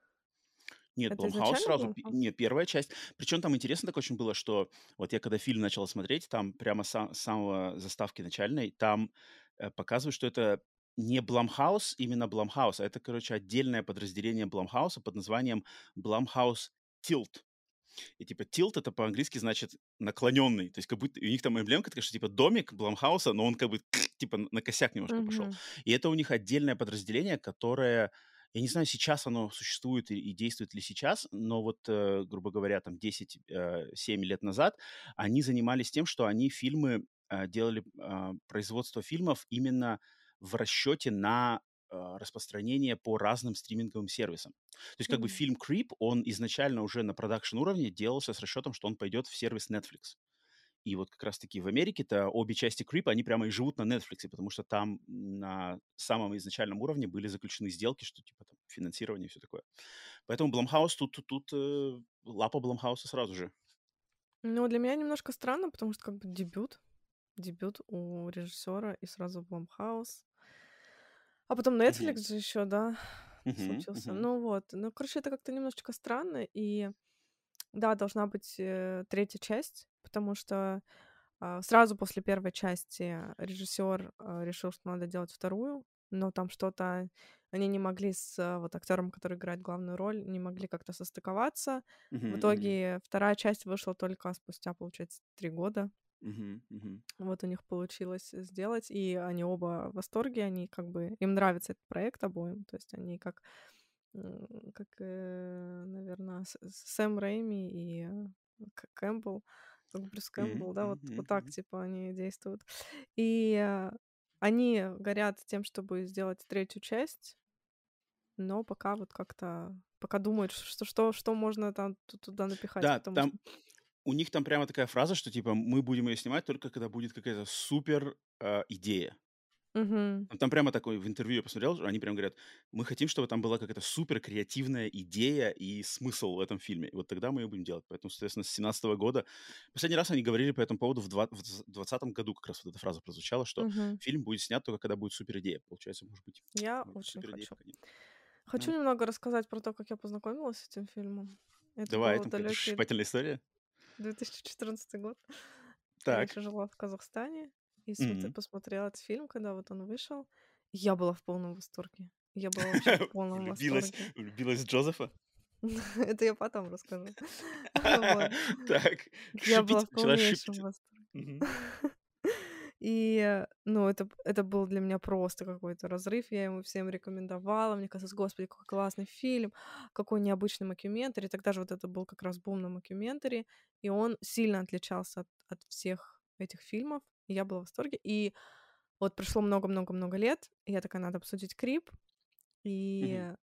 Нет, Это Blumhouse изначально сразу, п- Blumhouse? не, первая часть. Причем там интересно так очень было, что вот я когда фильм начал смотреть, там прямо са- с самого заставки начальной, там э, показывают, что это не Blumhouse, именно Blumhouse, а это, короче, отдельное подразделение Blumhouse под названием Blumhouse Tilt. И типа tilt это по-английски значит наклоненный. То есть как будто и у них там эмблемка такая, что типа домик Блумхауса, но он как бы типа на косяк немножко пошел. Мгм. И это у них отдельное подразделение, которое, я не знаю, сейчас оно существует и, и действует ли сейчас, но вот, э, грубо говоря, там десять семь лет назад они занимались тем, что они фильмы э, делали, э, производство фильмов именно в расчете на э, распространение по разным стриминговым сервисам. То есть как бы М. фильм Creep, он изначально уже на продакшн уровне делался с расчетом, что он пойдет в сервис Netflix. И вот как раз-таки в Америке-то обе части Creep, они прямо и живут на Netflix, потому что там на самом изначальном уровне были заключены сделки, что типа там финансирование и все такое. Поэтому Blumhouse тут, тут, тут э, лапа Blumhouse сразу же. Ну, для меня немножко странно, потому что как бы дебют. Дебют у режиссера и сразу Blumhouse. А потом Мгм. Netflix же еще, да, Мгм. случился. Мгм. Ну вот. Ну, короче, это как-то немножечко странно. И да, должна быть э, третья часть, потому что а, сразу после первой части режиссер а, решил, что надо делать вторую, но там что-то они не могли с а, вот актером, который играет главную роль, не могли как-то состыковаться. В Мгм. Мгм. итоге вторая часть вышла только спустя, получается, три года. Мгм. Мгм. Вот у них получилось сделать, и они оба в восторге, они как бы им нравится этот проект обоим, то есть они как, м, как, наверное, Сэм Рэйми и э, К- Кэмпбелл, как Брюс Мгм. Кэмпбелл, да, вот, Мгм. вот так Мгм. типа они действуют. И э, они горят тем, чтобы сделать третью часть, но пока вот как-то пока думают, что что что можно там ту- туда напихать, Да, потому там что у них там прямо такая фраза, что типа мы будем ее снимать только когда будет какая-то супер э, идея. Мгм. Ну, там прямо такой в интервью я посмотрел, они прям говорят, мы хотим, чтобы там была какая-то супер креативная идея и смысл в этом фильме. И вот тогда мы ее будем делать. Поэтому, соответственно, с семнадцатого года... Последний раз они говорили по этому поводу в два- в двадцатом году как раз вот эта фраза прозвучала, что Мгм. фильм будет снят только когда будет супер идея. Получается, может быть, Я может быть, очень супер идеи хочу. пока нет. Хочу Да. немного рассказать про то, как я познакомилась с этим фильмом. Это Давай, был там какая-то далекий шпательная история. две тысячи четырнадцатый год. Я Так. еще жила в Казахстане и смотр- Мгм. посмотрела этот фильм, когда вот он вышел. Я была в полном восторге. Я была вообще в полном Влюбилась, восторге. влюбилась в Джозефа. Это я потом расскажу. Вот. Так, Я была шипить, в начала полнейшем шипить. восторге. Мгм. И, э, ну, это, п- это был для меня просто какой-то разрыв. Я ему всем рекомендовала. Мне казалось, господи, какой классный фильм, какой необычный мокюментари. Тогда же вот это был как раз бум на мокюментари. И он сильно отличался от, от всех этих фильмов. И я была в восторге. И вот прошло много-много-много лет. И я такая, надо обсудить Крип. Мгм. И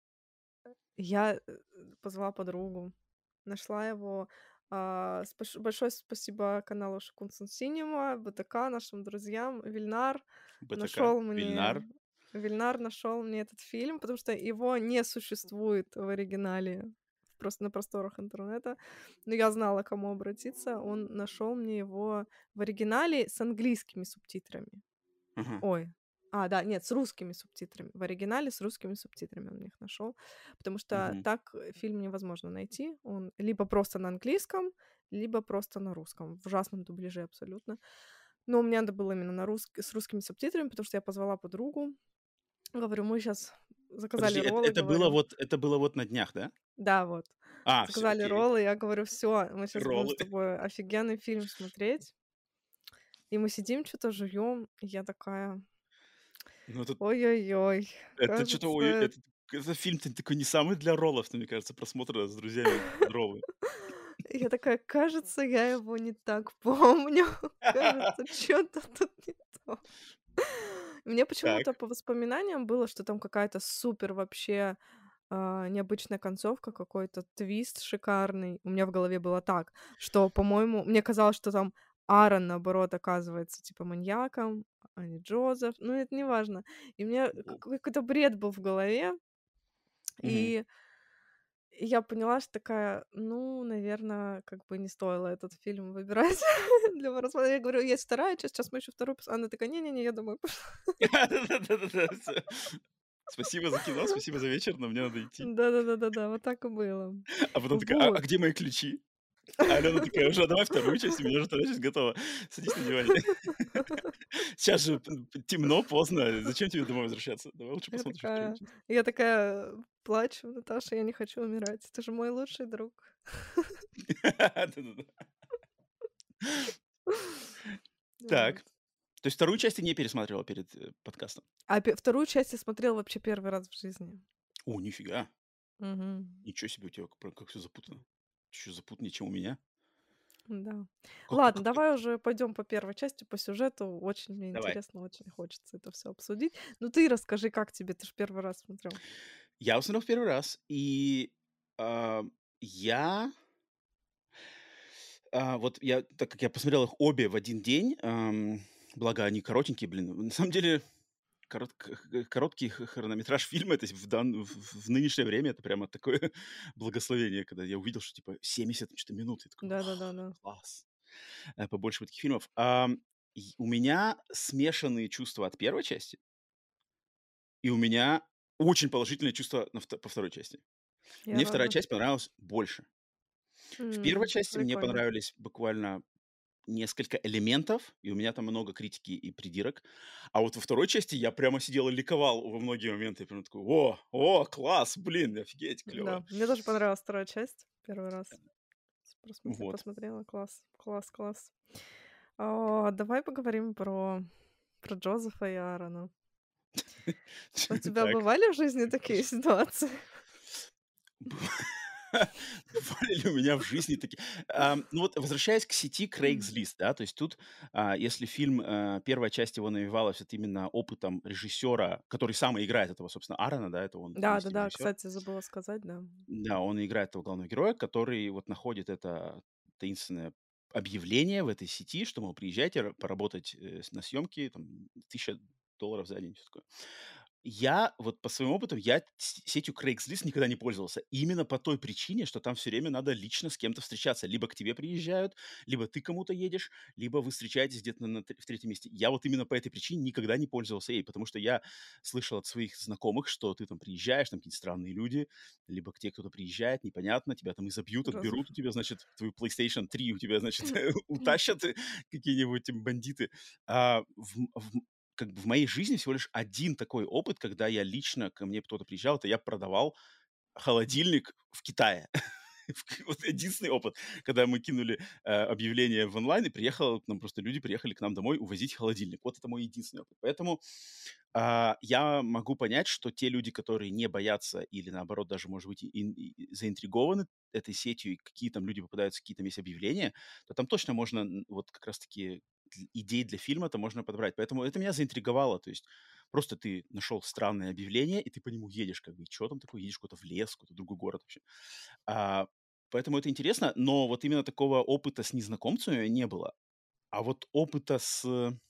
я э, позвала подругу, нашла его. А, спош- большое спасибо каналу Шукунсун Синема, БТК, нашим друзьям. Вильнар БТК, нашел мне... Вильнар. Вильнар нашел мне этот фильм, потому что его не существует в оригинале просто на просторах интернета. Но я знала, к кому обратиться. Он нашел мне его в оригинале с английскими субтитрами. Ага. Ой. А, да, нет, с русскими субтитрами. В оригинале с русскими субтитрами он их нашел, потому что Мгм. так э, фильм невозможно найти. Он либо просто на английском, либо просто на русском. В ужасном дубляже абсолютно. Но мне надо было именно на рус... с русскими субтитрами, потому что я позвала подругу. Говорю, мы сейчас заказали Подожди, эт роллы, это было говорю. вот это было вот на днях, да? Да, вот. А, всё, Заказали окей. роллы, я говорю, все, мы сейчас будем Роллы. с тобой офигенный фильм смотреть. И мы сидим, что-то жуем, и я такая, Ну, это ой-ой-ой, это чё-то ой, кажется, это это фильм-то такой не самый для роллов, мне кажется, просмотра с друзьями под роллы. я такая, кажется, я его не так помню. Кажется, что-то тут не то. Мне Так. почему-то по воспоминаниям было, что там какая-то супер вообще а, необычная концовка, какой-то твист шикарный. У меня в голове было так, что, по-моему, мне казалось, что там Аарон, наоборот, оказывается, типа, маньяком, а не Джозеф. Ну, это не важно. И мне О. какой- какой-то бред был в голове. Мгм. И И я поняла, что такая, ну, наверное, как бы не стоило этот фильм выбирать для просмотра. Я говорю: "Есть вторая часть, сейчас мы еще вторую пос". Она такая: "Не-не-не, я домой пошла". Да-да-да-да-да, всё. Спасибо за кино, спасибо за вечер, но мне надо идти. Да-да-да-да-да, вот так и было. А потом такая: "А а Вот. где мои ключи?" А Алена такая: "Уже давай вторую часть, у меня уже вторая часть готова. Садись на диване. Сейчас же п п темно, поздно. Зачем тебе домой возвращаться? Давай лучше Я посмотришь вторую такая часть". я такая плачу: "Наташа, я не хочу умирать. Ты же мой лучший друг". Да-да-да. Вот. Так, то есть вторую часть ты не пересматривала перед, э, подкастом? А пе вторую часть я смотрела вообще первый раз в жизни. О, нифига! Мгм. Ничего себе, у тебя как прям как всё запутано. Еще запутаннее, чем у меня. Да. Как как Ладно, как давай уже пойдем по первой части, по сюжету. Очень мне Давай. интересно, очень хочется это все обсудить. Ну, ты расскажи, как тебе? Ты ж первый раз смотрел. Я посмотрел в первый раз, и, а, я а, вот я, так как я посмотрел их обе в один день, ам, благо они коротенькие, блин. На самом деле коротк х короткий х хронометраж фильма — это в дан в в нынешнее время это прямо такое благословение, когда я увидел, что типа семьдесят что-то минут. Я такой: Да-да-да-да. "Класс". Э, побольше бы таких фильмов. Ам, й у меня смешанные чувства от первой части и у меня очень положительные чувства на вто по второй части. Я Мне вторая рада. часть понравилась больше. В первой М, части мне прикольно. понравились буквально несколько элементов, и у меня там много критики и придирок. А вот во второй части я прямо сидел и ликовал во многие моменты. Я прям такой: "О, о, класс, блин, офигеть, клево". Да, мне тоже понравилась вторая часть. Первый раз с просмотре Вот. посмотрела. Класс, класс, класс. А, давай поговорим про про Джозефа и Аарона. У тебя Так, бывали в жизни такие хорошо. ситуации? Быва Бывали ли у меня в жизни такие ам, ну вот возвращаясь к сети Craigslist, да, то есть тут, а, если фильм, э, первая часть его навевалась вот именно опытом режиссера, который сам и играет этого, собственно, Аарона, да, это он есть Да-да-да, режиссер. кстати, забыла сказать, да. Да, он играет этого главного героя, который вот находит это таинственное объявление в этой сети, что, мол, приезжайте ра поработать, э, с на съемки, там, тысяча долларов за день, всё такое. Я вот по своему опыту, я с сетью Craigslist никогда не пользовался именно по той причине, что там всё время надо лично с кем-то встречаться. Либо к тебе приезжают, либо ты к кому-то едешь, либо вы встречаетесь где-то на тре в третьем месте. Я вот именно по этой причине никогда не пользовался ей, потому что я слышал от своих знакомых, что ты там приезжаешь, там какие-то странные люди, либо к те кто-то приезжает, непонятно, тебя там изобьют, Разве отберут у тебя, значит, твою PlayStation три у тебя, значит, утащат какие-нибудь бандиты. А в м в м как бы в моей жизни всего лишь один такой опыт, когда я лично ко мне кто-то приезжал, это я продавал холодильник в Китае. В к Вот единственный опыт, когда мы кинули, э, объявление в онлайн, и приехало к нам просто люди приехали к нам домой увозить холодильник. Вот это мой единственный опыт. Поэтому, а, я могу понять, что те люди, которые не боятся или, наоборот, даже, может быть, и и заинтригованы этой сетью, и какие там люди попадаются, какие там есть объявления, то там точно можно н вот как раз таки дл идей для фильма-то можно подобрать. Поэтому это меня заинтриговало. То есть просто ты нашел странное объявление, и ты по нему едешь как бы. И чё там такое? Едешь куда-то в лес, в какой-то другой город вообще. А, поэтому это интересно, но вот именно такого опыта с незнакомцами не было. А вот опыта с,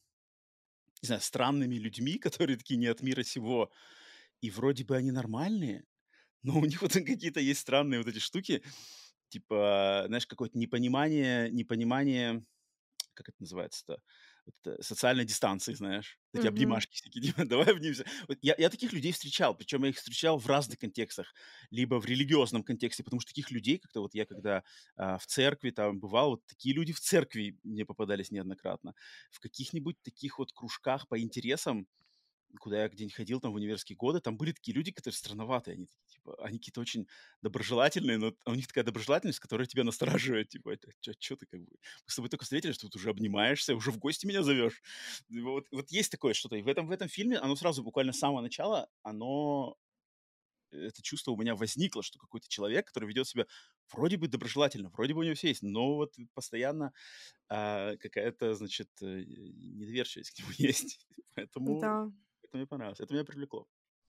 не знаю, странными людьми, которые такие не от мира сего, и вроде бы они нормальные, но у них вот какие-то есть странные вот эти штуки, типа, знаешь, какое-то непонимание непонимание, как это называется-то, вот это социальной дистанции, знаешь. Эти Мгм. обнимашки всякие, типа: "Давай обнимемся". Вот я я таких людей встречал, причем я их встречал в разных контекстах, либо в религиозном контексте, потому что таких людей как-то вот я когда, а, в церкви там бывал, вот такие люди в церкви мне попадались неоднократно. В каких-нибудь таких вот кружках по интересам, куда я где-нибудь ходил там в универские годы, там были такие люди, которые странноватые. Они такие, типа, они какие-то очень доброжелательные, но у них такая доброжелательность, которая тебя настораживает. Типа, это чё чё ты как бы? Мы с тобой только встретились, тут уже обнимаешься, уже в гости меня зовешь. Вот вот есть такое что-то. И в этом в этом фильме оно сразу, буквально с самого начала, оно это чувство у меня возникло, что какой-то человек, который ведет себя вроде бы доброжелательно, вроде бы у него всё есть, но вот постоянно, а, какая-то, значит, э, недоверчивость к нему есть. Поэтому Да. это мне понравилось, это меня привлекло.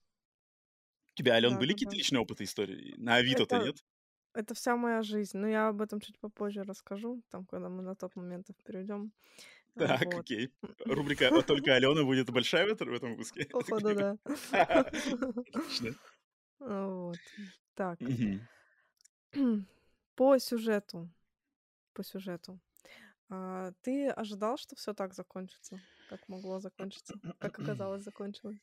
У тебя, Алён, были какие-то Да-да-да. личные опыты, истории? На Авито-то Это нет? это вся моя жизнь, но я об этом чуть попозже расскажу, там, когда мы на топ моментов перейдем. А, Так, вот. окей. Рубрика "О, только Алена" будет большая в этом в этом выпуске? Я так Походу, понимаю. да. Отлично. А, вот. Так. Мгм. По сюжету, по сюжету. А, ты ожидал, что все так закончится? Как могло закончиться? Как оказалось, закончилось?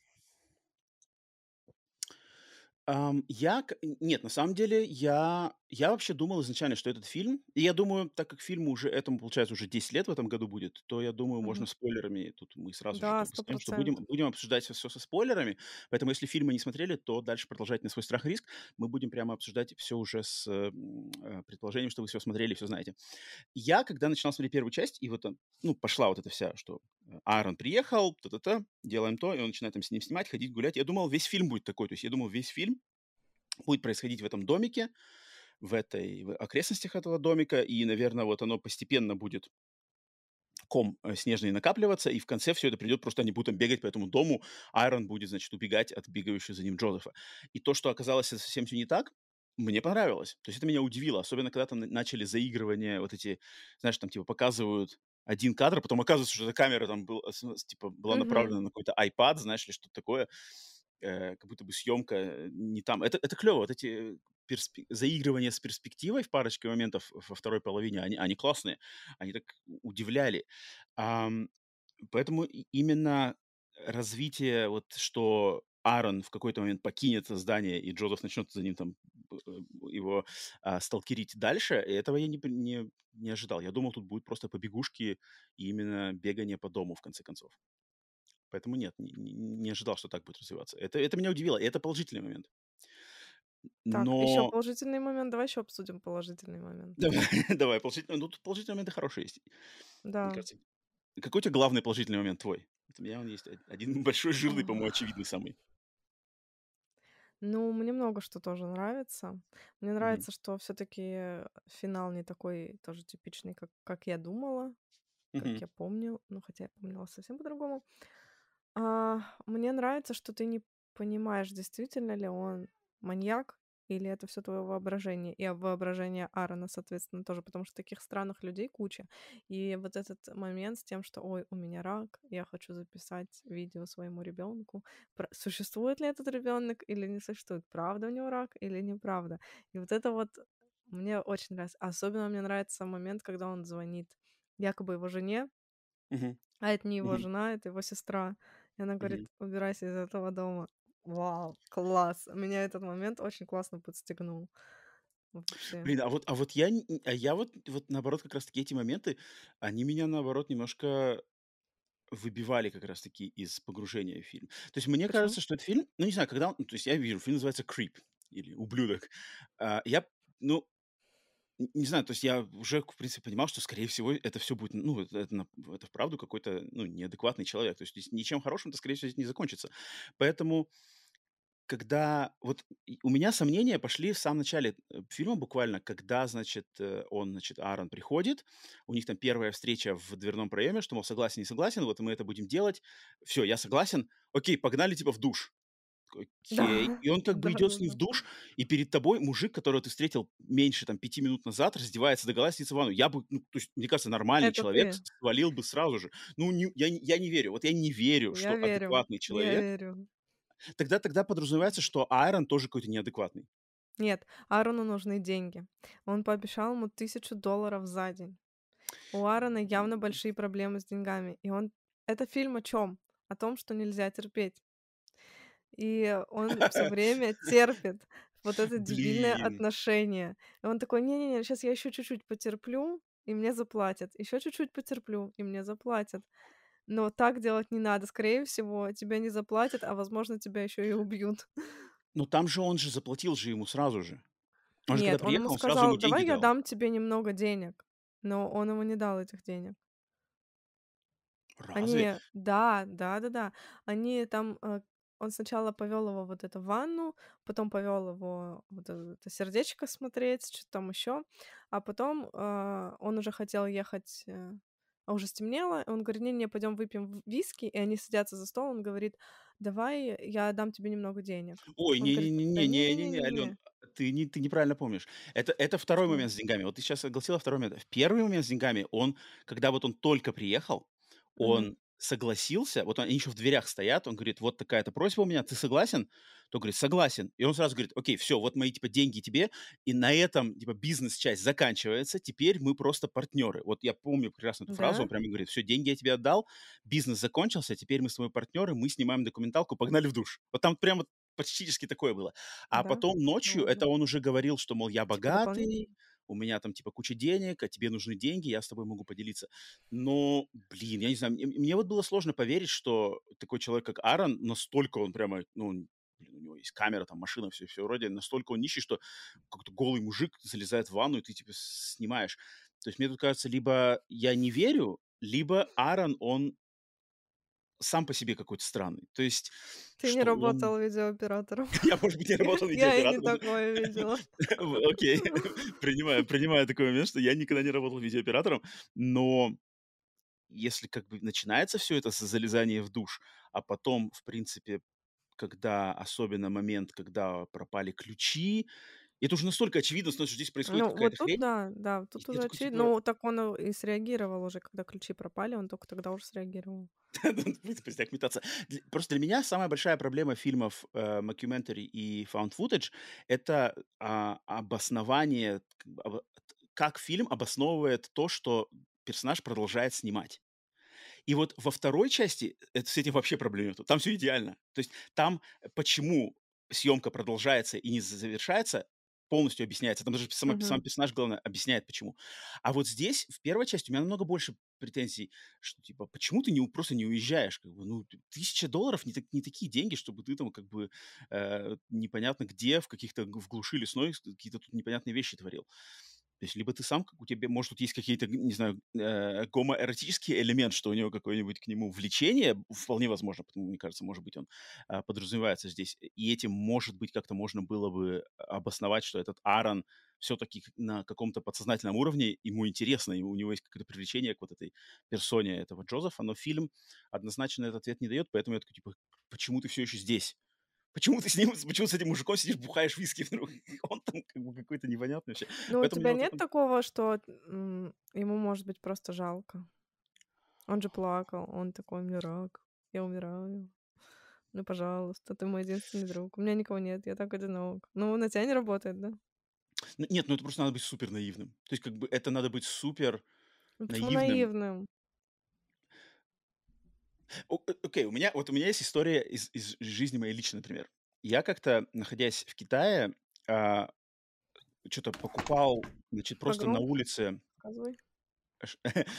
Ам, я к нет, на самом деле, я я вообще думал изначально, что этот фильм и я думаю, так как фильму уже этому, получается, уже десять лет в этом году будет, то я думаю, можно Мгм. спойлерами тут мы сразу же Да, как бы сто скажем, что будем процентов. будем обсуждать всё со спойлерами. Поэтому если фильмы не смотрели, то дальше продолжайте на свой страх и риск. Мы будем прямо обсуждать все уже с, м, э, предположением, что вы все смотрели, все знаете. Я, когда начинал смотреть первую часть, и вот там, ну, пошла вот эта вся, что э, Аарон приехал, та-та-та, делаем то, и он начинает там с ним снимать, ходить, гулять. Я думал, весь фильм будет такой. То есть я думал, весь фильм будет происходить в этом домике, в этой в окрестностях этого домика, и, наверное, вот оно постепенно будет ком э, снежный накапливаться, и в конце все это придет, просто они будут там бегать по этому дому, Айрон будет, значит, убегать от бегающего за ним Джозефа. И то, что оказалось совсем все не так, мне понравилось. То есть это меня удивило, особенно когда там на начали заигрывания вот эти, знаешь, там типа показывают один кадр, потом оказывается, что эта камера там был, с с типа была Мгм. направлена на какой-то iPad, знаешь, или что-то такое, э, как будто бы съемка, э, не там. Это это клево, вот эти перспе заигрывания с перспективой в парочке моментов во второй половине, они они классные, они так у удивляли. Ам, Поэтому и именно развитие, вот что Аарон в какой-то момент покинет здание, и Джозеф начнет за ним там б э, его, а, сталкерить дальше, этого я не п не не ожидал. Я думал, тут будет просто побегушки и именно бегание по дому, в конце концов. Поэтому нет, не не не ожидал, что так будет развиваться. Это это меня удивило, и это положительный момент. Так, еще Но положительный момент. Давай еще обсудим положительный момент. давай давай положительно, ну, тут положительные моменты хорошие есть, мне Да. кажется. Какой у тя главный положительный момент твой? Вот у меня он есть о один большой, жирный, по-моему, очевидный самый. Ну, мне много что тоже нравится. Мне Мгм. нравится, что все-таки финал не такой тоже типичный, как, как я думала, как Мгм. я помню. Ну, хотя я помнила совсем по-другому. А, мне нравится, что ты не понимаешь, действительно ли он маньяк или это все твое воображение. И воображение Аарона, соответственно, тоже, потому что таких странных людей куча. И вот этот момент с тем, что, ой, у меня рак, я хочу записать видео своему ребенку. Существует ли этот ребенок или не существует? Правда у него рак или неправда? И вот это вот мне очень нравится. Особенно мне нравится момент, когда он звонит якобы его жене, Мгм. а это не его Мгм. жена, это его сестра. И она Мгм. говорит: "Убирайся из этого дома". Вау, класс! Меня этот момент очень классно подстегнул. Вообще. Блин, а вот а вот я н а я вот вот наоборот как раз таки эти моменты, они меня наоборот немножко выбивали как раз таки из погружения в фильм. То есть мне Почему? кажется, что этот фильм, ну, не знаю, когда он, ну, то есть я вижу, фильм называется "Creep" или "Ублюдок". А, я, ну, н не знаю, то есть я уже, в принципе, понимал, что, скорее всего, это все будет, ну, это это на это вправду какой-то, ну, неадекватный человек. То есть здесь ничем хорошим это, скорее всего, здесь не закончится. Поэтому когда вот и у меня сомнения пошли в самом начале, э, фильма буквально, когда, значит, э, он, значит, Аарон приходит, у них там первая встреча в дверном проеме, что, мол, согласен, не согласен, вот мы это будем делать. Все, я согласен. Окей, погнали типа в душ. Такой: Да, "Окей". И он как бы идет с ним в да-да-да. душ, и перед тобой мужик, которого ты встретил меньше там пяти минут назад, раздевается догола и садится в ванну. Я бы, ну, то есть, мне кажется, нормальный Это человек ты. с свалил бы сразу же. Ну, не я не я не верю. Вот я не верю, Я что верю, адекватный я человек. верю. Тогда тогда подразумевается, что Айрон тоже какой-то неадекватный. Нет, Аарону нужны деньги. Он пообещал ему тысячу долларов за день. У Аарона явно большие проблемы с деньгами, и он Это фильм о чем? О том, что нельзя терпеть. И он все время терпит вот это дебильное Блин. отношение. И он такой: "Не-не-не, щас я еще чуть-чуть потерплю, и мне заплатят. Еще чуть-чуть потерплю, и мне заплатят". Но так делать не надо. Скорее всего, тебе не заплатят, а, возможно, тебя еще и убьют. Ну, там же он же заплатил же ему сразу же. Он же когда Нет, он ему приехал, он сразу ему сказал: деньги "Давай я дал. дам тебе немного денег". Но он ему не дал этих денег. Разве? Они да, да-да-да. Они там, э, он сначала повел его вот это в ванну, потом повел его вот это это сердечко смотреть, что то там еще, а потом, а, он уже хотел ехать, э, а уже стемнело. И он говорит: "Не-не, пойдем выпьем в виски". И они садятся за стол. Он говорит: "Давай я дам тебе немного денег". Ой, Он не не говорит: не "Да не не не не, Алён, не-не-не-не-не". ты не ты неправильно помнишь. Это это второй Почему? момент с деньгами. Вот ты сейчас огласила второй момент. В первый момент с деньгами он, когда вот он только приехал, Мгм. он согласился, вот они еще в дверях стоят, он говорит, вот такая-то просьба у меня, ты согласен? То говорит, согласен. И он сразу говорит, окей, все, вот мои, типа, деньги тебе, и на этом, типа, бизнес-часть заканчивается, теперь мы просто партнеры. Вот я помню прекрасно эту фразу, он Да? прямо говорит, все, деньги я тебе отдал, бизнес закончился, теперь мы с тобой партнеры, мы снимаем документалку, погнали в душ. Вот там прямо практически такое было. А Да? потом ночью это Ладно. он уже говорил, что, мол, я Типа дополнение. богатый, у меня там, типа, куча денег, а тебе нужны деньги, я с тобой могу поделиться. Но, блин, я не знаю, мне, мне вот было сложно поверить, что такой человек, как Аарон, настолько он прямо, ну, блин, у него есть камера, там, машина, все, все вроде, настолько он нищий, что какой-то голый мужик залезает в ванну, и ты, типа, снимаешь. То есть мне тут кажется, либо я не верю, либо Аарон, он сам по себе какой-то странный. То есть, Ты не что он... работал видеооператором. Я, может быть, не работал Я и не видеооператором. такое видела. В окей, принимаю принимаю такой момент, что я никогда не работал видеооператором, но если как бы начинается все это с залезания в душ, а потом, в принципе, когда особенно момент, когда пропали ключи, это уже настолько очевидно, что здесь происходит Ну, вот какая-то тут хрень. да, да, И тут я уже такой очевидно. типа, Ну, так он и среагировал уже, когда ключи пропали, он только тогда уже среагировал. пустяк метаться. Дл Просто для меня самая большая проблема фильмов, э, mockumentary и found footage — это, а, обоснование, как бы, оба т как фильм обосновывает то, что персонаж продолжает снимать. И вот во второй части это с этим вообще проблем нету. Там все идеально. То есть там, э, почему съемка продолжается и не з завершается, полностью объясняется. Там даже сама сам Мгм. персонаж, главное, объясняет почему. А вот здесь, в первой части, у меня намного больше претензий, что типа, почему ты не у просто не уезжаешь? Как бы, ну, т тысяча долларов не так не такие деньги, чтобы ты там как бы, э, непонятно где, в каких-то г в глуши лесной, с какие-то тут непонятные вещи творил. То есть либо ты сам, как у тебя, может, тут есть какие-то, г не знаю, э, гомоэротический элемент, что у него какое-нибудь к нему влечение, вполне возможно, потому мне кажется, может быть, он, а, подразумевается здесь. И этим, может быть, как-то можно было бы обосновать, что этот Аарон все-таки на каком-то подсознательном уровне ему интересно, и у него есть какое-то привлечение к вот этой персоне этого Джозефа, но фильм однозначно этот ответ не дает, поэтому я такой, типа, почему ты все еще здесь? Почему ты с ним, почему с этим мужиком сидишь, бухаешь виски вдруг? Он там как бы какой-то непонятный вообще. Ну, у Поэтому меня тебя вот нет это... такого, что, м, ему, может быть, просто жалко? Он же плакал, он такой: "Мне рак, я умираю. Ну, пожалуйста, ты мой единственный друг. У меня никого нет, я так одинок". Ну, на тебя не работает, да? Ну, нет, ну это просто надо быть супер наивным. То есть как бы это надо быть супер Ну, почему наивным. наивным? О э, окей, у меня вот у меня есть история из из жизни моей личной, например. Я как-то, находясь в Китае, а, чё-то покупал, значит, просто на Погромче улице. рассказывай. Ш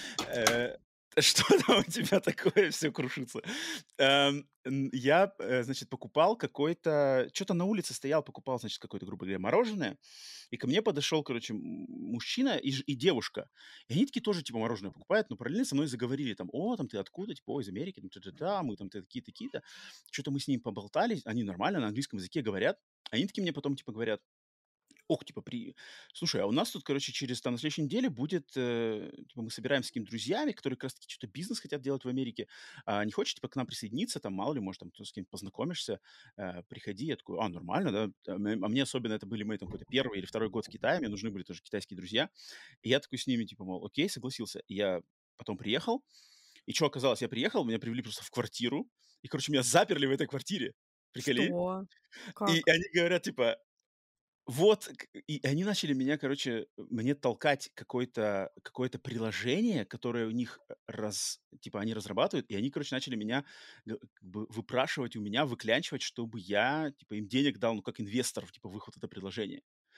э, Что там у тебя такое, все крушится? Эм, н я, э, значит, покупал какой-то чё-то на улице стоял, покупал, значит, какое-то, грубо говоря, мороженое, и ко мне подошел, короче, м мужчина и ж и девушка. И они такие тоже, типа, мороженое покупают, но параллельно со мной заговорили там: "О, там ты откуда?" Типа: "О, из Америки, там та-та-та, мы там такие такие-то". Чё-то мы с ними поболтали, они нормально на английском языке говорят. Они такие мне потом, типа, говорят: "Ох, типа, при слушай, а у нас тут, короче, через там на следующей неделе будет, э, типа, мы собираемся с какими-то друзьями, которые как раз таки что-то бизнес хотят делать в Америке. А, не хочешь, типа, к нам присоединиться? Там, мало ли, может, там ты с кем-то познакомишься, э, приходи". Я такой: "А, нормально, да". Там, э, а мне особенно это были мои там какой-то первый или второй год в Китае, мне нужны были тоже китайские друзья. И я такой с ними, типа, мол, окей, согласился. И я потом приехал, и что оказалось? Я приехал, меня привели просто в квартиру, и, короче, меня заперли в этой квартире. Приколи? Что? И Как? они говорят, типа, вот, к и они начали меня, короче, мне толкать какое-то какое-то приложение, которое у них, э, раз типа они разрабатывают, и они, короче, начали меня г как бы выпрашивать у меня, выклянчивать, чтобы я, типа, им денег дал, ну, как инвестор, типа, в их вот это приложение.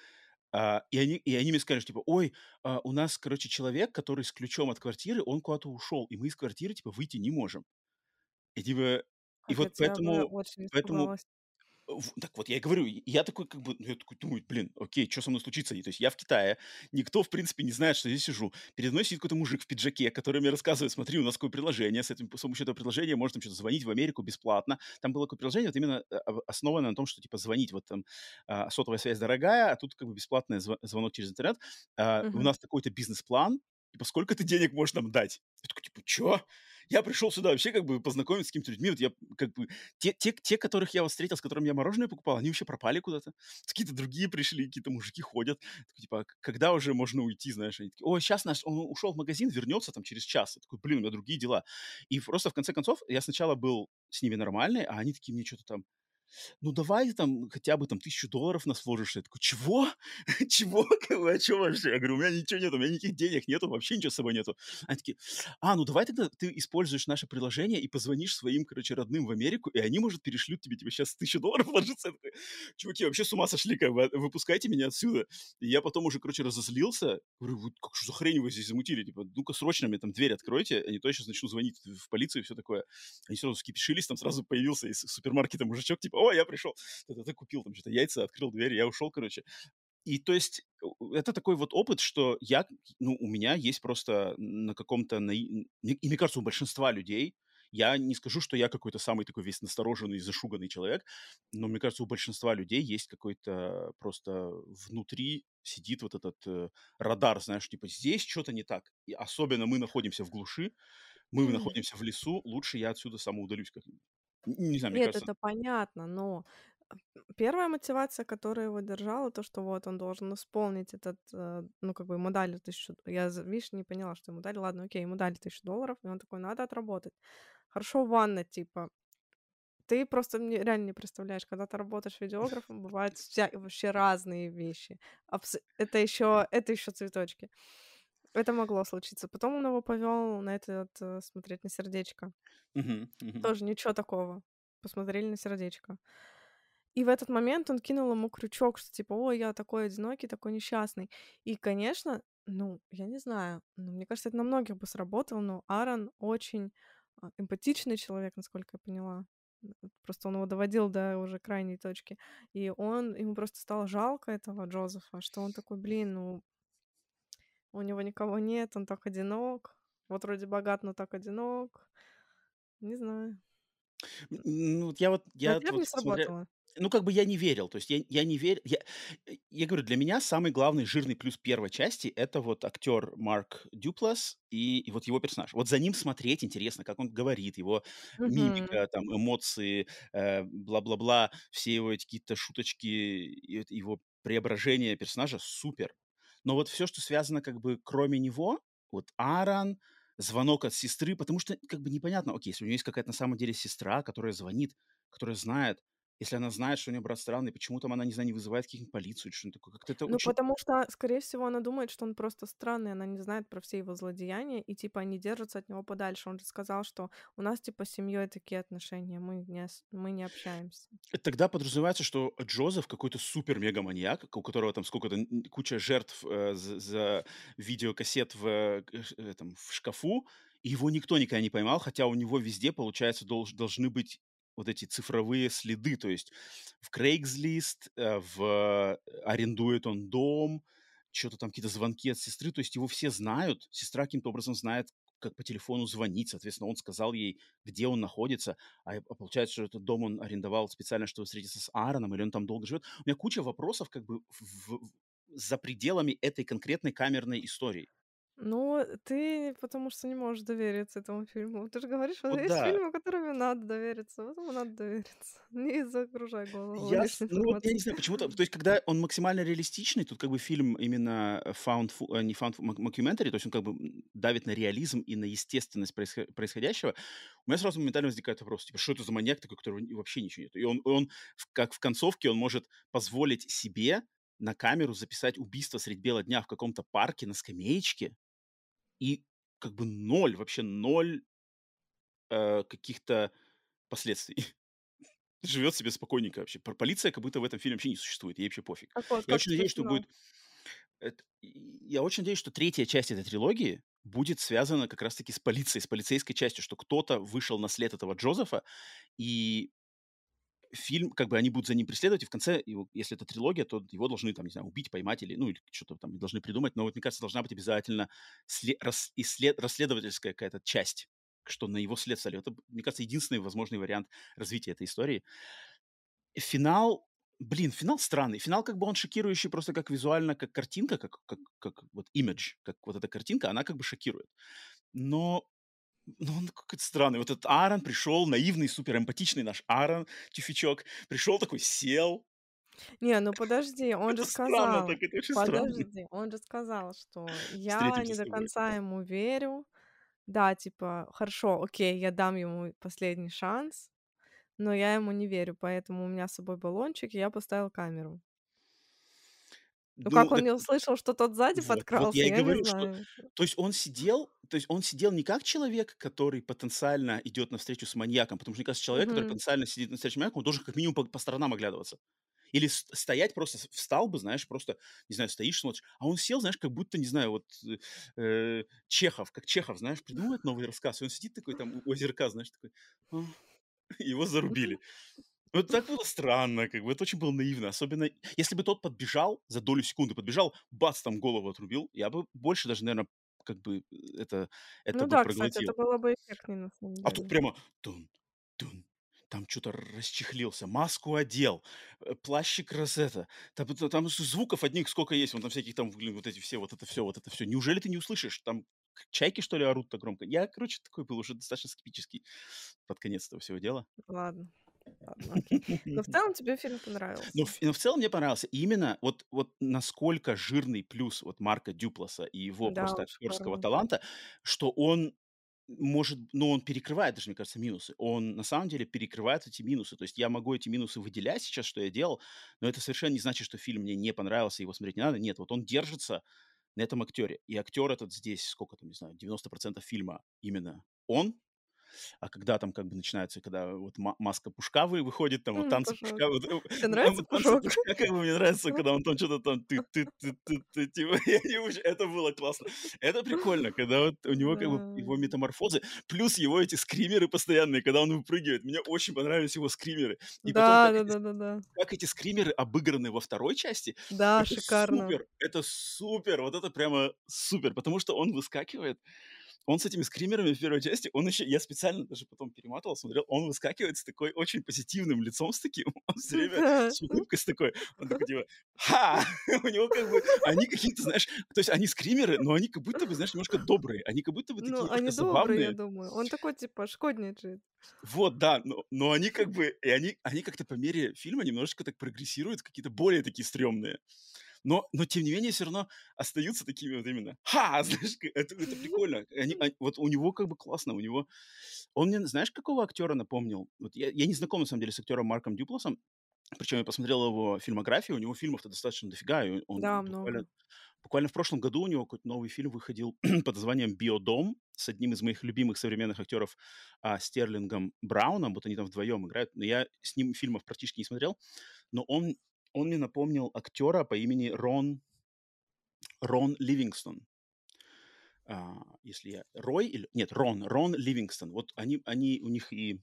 А, и они и они мне сказали, что, типа: "Ой, а, у нас, короче, человек, который с ключом от квартиры, он куда-то ушел, и мы из квартиры, типа, выйти не можем". И типа, и Как я вот тебя бы поэтому очень поэтому испугалась. в так вот я и говорю, и я такой как бы, ну, я такой думаю: "Блин, окей, что со мной случится?" И то есть я в Китае, никто, в принципе, не знает, что я здесь сижу. Передо мной сидит какой-то мужик в пиджаке, который мне рассказывает: "Смотри, у нас такое приложение, с этим с помощью этого приложения можно там чё-то звонить в Америку бесплатно". Там было такое приложение, вот именно, э, об основанное на том, что типа звонить, вот там, а, сотовая связь дорогая, а тут как бы бесплатный зв звонок через интернет. А, у Мгм. нас такой-то бизнес-план, типа, сколько ты денег можешь нам дать? Я такой типа: "Чё?" Я пришел сюда вообще как бы познакомиться с какими-то людьми. Вот я как бы... Те, те, те, которых я вот встретил, с которыми я мороженое покупал, они вообще пропали куда-то. Какие-то другие пришли, какие-то мужики ходят. Такой, типа, «А к- когда уже можно уйти, знаешь? Они такие, ой, сейчас наш, он ушел в магазин, вернется там через час. Я такой, блин, у меня другие дела. И просто в конце концов я сначала был с ними нормальный, а они такие мне что-то там, ну давай там хотя бы там тысячу долларов нас вложишь. Я такой, чего? Чего? Как бы, а чё вообще? Я говорю, у меня ничего нету, у меня никаких денег нету, вообще ничего с собой нету. Они такие, а, ну давай тогда ты используешь наше приложение и позвонишь своим, короче, родным в Америку, и они, может, перешлют тебе, тебе сейчас тысячу долларов вложиться. Я такой, чуваки, вообще с ума сошли, как бы, выпускайте меня отсюда. И я потом уже, короче, разозлился. Говорю, вот как что за хрень вы здесь замутили? Типа, ну-ка срочно мне там дверь откройте, а не то я сейчас начну звонить в полицию и все такое. Они сразу вскипешились, там сразу появился из супермаркета мужичок, типа, о, я пришел. Ты купил там что-то яйца, открыл дверь, я ушел, короче. И то есть у- это такой вот опыт, что я, ну, у меня есть просто на каком-то, наи- и мне кажется, у большинства людей, я не скажу, что я какой-то самый такой весь настороженный, зашуганный человек, но мне кажется, у большинства людей есть какой-то просто внутри сидит вот этот э, радар, знаешь, типа здесь что-то не так. И особенно мы находимся в глуши, мы находимся в лесу, лучше я отсюда самоудалюсь как-нибудь. Н- Не знаю, мне Нет, кажется. это понятно, но первая мотивация, которая его держала, то, что вот он должен исполнить этот, э, ну, как бы ему дали тысячу. Я, за- видишь, не поняла, что ему дали. Ладно, окей, ему дали тысячу долларов, и он такой, надо отработать. Хорошо, ванна, типа. Ты просто мне реально не представляешь, когда ты работаешь видеографом, бывают вся, вообще разные вещи. Абс- Это еще, это еще цветочки. Это могло случиться. Потом он его повел на этот, э, смотреть на сердечко. Мгм, мгм. Тоже ничего такого. Посмотрели на сердечко. И в этот момент он кинул ему крючок, что типа, ой, я такой одинокий, такой несчастный. И, конечно, ну, я не знаю, ну, мне кажется, это на многих бы сработало, но Аарон очень а, эмпатичный человек, насколько я поняла. М, Просто он его доводил до уже крайней точки. И он, ему просто стало жалко этого Джозефа, что он такой, блин, ну, у него никого нет, он так одинок. Вот вроде богат, но так одинок. Не знаю. М, ну, вот я вот На я тебе бы вот не смотря сработало. ну, как бы я не верил. То есть я я не верю. Я э, я говорю, для меня самый главный жирный плюс первой части — это вот актер Марк Дюплас и и вот его персонаж. Вот за ним смотреть интересно, как он говорит, его Мгм. мимика, там, эмоции, э, бла-бла-бла, все его эти какие-то шуточки, и вот его преображение персонажа — супер. Но вот все, что связано как бы кроме него, вот Аарон, звонок от сестры, потому что как бы непонятно, окей, если у нее есть какая-то на самом деле сестра, которая звонит, которая знает, если она знает, что у нее брат странный, почему там она, не знаю, не вызывает каких-нибудь полицию или что-нибудь такое. Как-то это Ну, очень... потому что, скорее всего, она думает, что он просто странный, она не знает про все его злодеяния, и, типа, они держатся от него подальше. Он же сказал, что у нас, типа, с семьей такие отношения, мы не, ос- мы не общаемся. Это тогда подразумевается, что Джозеф какой-то супер-мега-маньяк, у которого там сколько-то, н- куча жертв э, за, за видеокассет в, э, к- ш- э, там, в шкафу, и его никто никогда не поймал, хотя у него везде, получается, долж- должны быть вот эти цифровые следы, то есть в Craigslist, э, в э, арендует он дом, что-то там какие-то звонки от сестры, то есть его все знают, сестра каким-то образом знает, как по телефону звонить, соответственно, он сказал ей, где он находится, а, а получается, что этот дом он арендовал специально, чтобы встретиться с Аароном, или он там долго живет. У меня куча вопросов как бы в- в- за пределами этой конкретной камерной истории. Ну, ты потому что не можешь довериться этому фильму. Ты же говоришь, что Вот есть да, фильмы, которыми надо довериться, вот ему надо довериться. Не загружай голову я, с- лишней ну вот я не информацией. знаю, почему-то, то есть когда он максимально реалистичный, тут как бы фильм именно э, found, фу- э, не found мо- mockumentary, то есть он как бы м, давит на реализм и на естественность происхо- происходящего, у меня сразу моментально возникает вопрос, типа, что это за маньяк такой, которого ни- вообще ничего нет. И он, он в- как в концовке, он может позволить себе на камеру записать убийство средь бела дня в каком-то парке на скамеечке, и как бы ноль, вообще ноль э, каких-то последствий. Живет себе спокойненько вообще. Пр полиция как будто в этом фильме вообще не существует, ей вообще пофиг. Так вот, Я как очень тебе надеюсь, что финал? будет эт и я очень надеюсь, что третья часть этой трилогии будет связана как раз таки с полицией, с полицейской частью, что кто-то вышел на след этого Джозефа, и фильм, как бы они будут за ним преследовать, и в конце, его, если это трилогия, то его должны, там, не знаю, убить, поймать или, ну, или что-то там должны придумать. Но вот, мне кажется, должна быть обязательно сле- рас- исслед- расследовательская какая-то часть, что на его след стали. Это, мне кажется, единственный возможный вариант развития этой истории. И финал, блин, финал странный. Финал как бы он шокирующий просто как визуально, как картинка, как, как, как вот имидж, как вот эта картинка, она как бы шокирует. Но ну, он какой-то странный. Вот этот Аарон пришел, наивный, супер эмпатичный наш Аарон, тюфячок, пришел такой, сел. Не, ну подожди, он же Это странно сказал, так, это очень странно. подожди, он же сказал, что я не Встретимся с до тобой. конца ему верю. Да, типа, хорошо, окей, я дам ему последний шанс, но я ему не верю, поэтому у меня с собой баллончик, и я поставил камеру. Ну Ну, как он так не услышал, что тот сзади вот, вот я подкрался, и я не говорю, что, знаю. то есть он сидел, то есть он сидел не как человек, который потенциально идет навстречу с маньяком, потому что, мне кажется, человек, который Мгм. потенциально сидит навстречу с маньяком, он должен как минимум по, по сторонам оглядываться. Или с- стоять просто, с- встал бы, знаешь, просто, не знаю, стоишь, смотришь, а он сел, знаешь, как будто, не знаю, вот э, э, Чехов, как Чехов, знаешь, придумывает новый рассказ, и он сидит такой там у озерка, знаешь, такой, «А». Его зарубили. Ну, это так было странно, как бы, это очень было наивно. Особенно, если бы тот подбежал, за долю секунды подбежал, бац, там голову отрубил, я бы больше даже, наверное, как бы э, это, это Ну бы да, кстати, это проглотил. было бы эффектнее на самом А тут деле. прямо тун, тун, там что-то расчехлился, маску одел, э, плащик раз это, там, это- там с- звуков одних сколько есть, вон там всяких там, блин, вот эти все, вот это все, вот это все. Неужели ты не услышишь? Там к- чайки, что ли, орут так громко? Я, короче, такой был уже достаточно скептический под конец этого всего дела. Ладно, ладно, окей. Но в целом тебе фильм Но понравился? в но в целом мне понравился. И именно вот вот насколько жирный плюс вот Марка Дюпласа и его Да, просто он актерского шикарный. таланта, что он может, ну, он перекрывает даже, мне кажется, минусы. Он на самом деле перекрывает эти минусы. То есть я могу эти минусы выделять сейчас, что я делал, но это совершенно не значит, что фильм мне не понравился, его смотреть не надо. Нет, вот он держится на этом актере. И актер этот здесь, сколько там, не знаю, девяносто процентов фильма именно он, а когда там как бы начинается, когда вот ма маска Пушка вы выходит, там вот М, танцы Пушок. Пушка, вот, э, Тебе м, нравится вот танцы Пушок? Пушка, как бы мне нравится, когда он там что-то там ты ты ты ты ты типа, я не уж это было классно. Это прикольно, когда вот у него как бы Да. его метаморфозы, плюс его эти скримеры постоянные, когда он выпрыгивает. Мне очень понравились его скримеры. И потом, Да, как эти да-да-да-да. как эти скримеры обыграны во второй части, Да, это шикарно. супер, это супер, вот это прямо супер, потому что он выскакивает, он с этими скримерами в первой части, он еще, я специально даже потом перематывал, смотрел, он выскакивает с такой очень позитивным лицом, с таким, он все время Да. с улыбкой с такой, он такой типа, ха! У него как бы, они какие-то, знаешь, то есть они скримеры, но они как будто бы, знаешь, немножко добрые, они как будто бы такие Ну, они немножко добрые, я забавные. думаю. Он такой, типа, шкодничает. Вот, да, но, но они как бы, и они, они как-то по мере фильма немножечко так прогрессируют, какие-то более такие стрёмные. Но но тем не менее все равно остаются такими вот именно. Ха! Знаешь, к это это прикольно. Они они вот у него как бы классно, у него он мне, знаешь, какого актера напомнил? Вот я я не знаком на самом деле с актером Марком Дюпласом, причем я посмотрел его фильмографию, у него фильмов-то достаточно дофига, и он Да, буквально много. буквально в прошлом году у него какой-то новый фильм выходил под названием «Биодом» с одним из моих любимых современных актеров, а, Стерлингом Брауном. Вот они там вдвоем играют. Но я с ним фильмов практически не смотрел, но он он мне напомнил актера по имени Рон Рон Ливингстон. А, если я Рой или нет, Рон Рон Ливингстон. Вот они они у них и,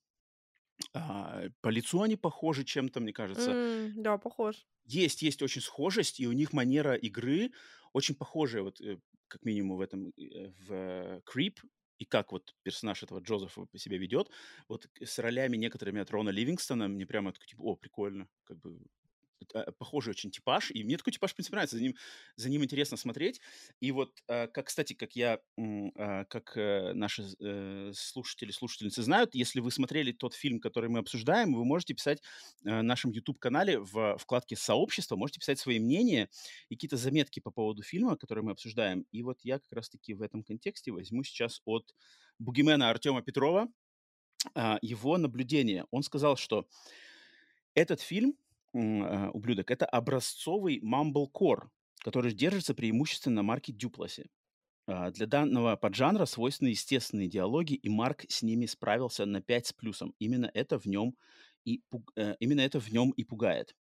а, по лицу они похожи чем-то, мне кажется. М, да, похож. Есть есть очень схожесть, и у них манера игры очень похожая, вот, э, как минимум в этом, э, в "Creep", и как вот персонаж этого Джозефа по себя ведет. Вот к с ролями некоторыми от Рона Ливингстона мне прямо такой типа: "О, прикольно". Как бы э, похожий очень типаж, и мне такой типаж, в принципе, нравится, за ним, за ним интересно смотреть. И вот, э, как, кстати, как я, м, а, как э, наши э, слушатели, слушательницы знают, если вы смотрели тот фильм, который мы обсуждаем, вы можете писать э, в нашем YouTube-канале в вкладке «Сообщество», можете писать свои мнения и какие-то заметки по поводу фильма, который мы обсуждаем. И вот я как раз-таки в этом контексте возьму сейчас от бугимена Артема Петрова а, его наблюдение. Он сказал, что этот фильм, м, а, "Ублюдок", это образцовый мамблкор, который держится преимущественно на марке Дюпласе. А, для данного поджанра свойственны естественные диалоги, и Марк с ними справился на пять с плюсом. Именно это в нем и пуг э, именно это в нем и пугает.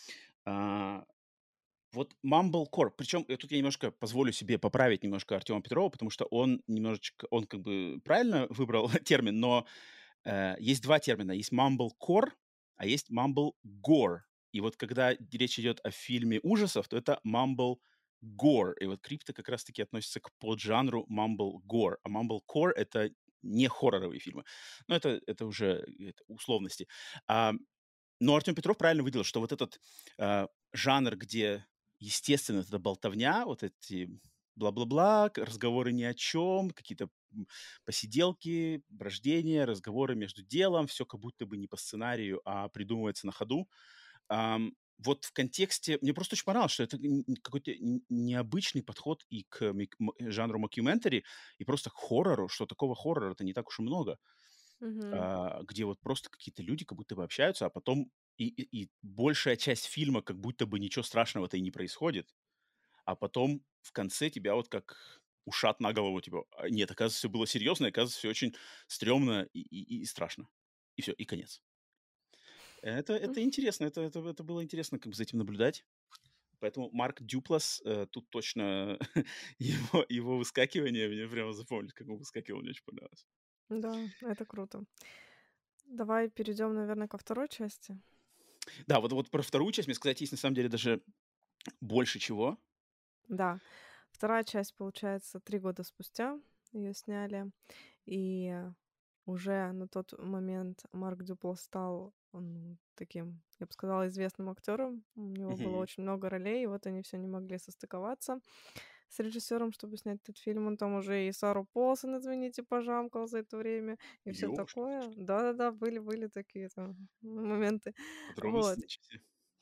А, вот Mumblecore, причем, э, тут я немножко позволю себе поправить немножко Артема Петрова, потому что он немножечко, он как бы правильно выбрал термин, но Э, есть два термина. Есть mumblecore, а есть mumblegore. И вот когда речь идет о фильме ужасов, то это mumblegore. И вот крипто как раз-таки относится к поджанру mumblegore. А mumblecore — это не хорроровые фильмы. Но это, это уже это условности. А, но Артем Петров правильно выделил, что вот этот а, жанр, где, естественно, это болтовня, вот эти бла-бла-бла, к- разговоры ни о чем, какие-то м, посиделки, брождения, разговоры между делом, все как будто бы не по сценарию, а придумывается на ходу. Ам, вот в контексте мне просто очень понравилось, что это н н какой-то н необычный подход и к мик м жанру mockumentary, и просто к хоррору, что такого хоррора-то не так уж и много, Мгм. а, где вот просто какие-то люди как будто бы общаются, а потом и и и большая часть фильма как будто бы ничего страшного-то и не происходит, а потом в конце тебя вот как ушат на голову, типа: а, нет, оказывается, все было серьезно, и оказывается, все очень стрёмно и и и страшно. И все, и конец. Это М. это интересно, это это это было интересно как бы за этим наблюдать. Поэтому Марк Дюплас, э, тут точно его его выскакивание мне прямо запомнилось, как он выскакивал, мне очень понравилось. Да, это круто. Давай перейдем, наверное, ко второй части. Да, вот вот про вторую часть мне сказать есть на самом деле даже больше чего. Да, вторая часть, получается, три года спустя ее сняли, и уже на тот момент Марк Дюплас стал, м, таким, я бы сказала, известным актером. У него было Мгм. очень много ролей, и вот они все не могли состыковаться с режиссером, чтобы снять этот фильм. Он там уже и Сару Полсон, извините, пожамкал за это время, и все Ёшкин такое. кошкин. Да-да-да, были были такие там моменты. Подробности Вот. ничего себе.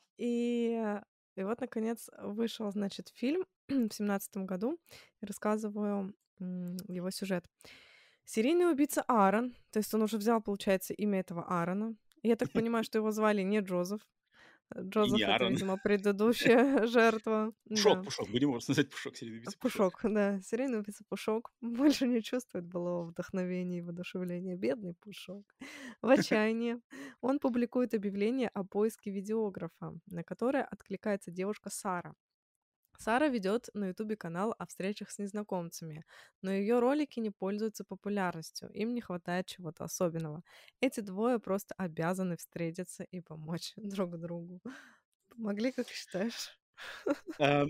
И, э, и вот, наконец, вышел, значит, фильм в семнадцатом году. И рассказываю, м, его сюжет. Серийный убийца Аарон, то есть он уже взял, получается, имя этого Аарона. Я так понимаю, что его звали не Джозеф. Э, И не Джозеф — это, Аарон. видимо, предыдущая жертва. Пушок, Да. Пушок. Будем его просто называть Пушок, серийный убийца Пушок. Пушок, да, серийный убийца Пушок больше не чувствует былого вдохновения и воодушевления. Бедный Пушок. В отчаянии он публикует объявление о поиске видеографа, на которое откликается девушка Сара. Сара ведет на Ютубе канал о встречах с незнакомцами, но ее ролики не пользуются популярностью, им не хватает чего-то особенного. Эти двое просто обязаны встретиться и помочь друг другу. Помогли, как считаешь? Ам,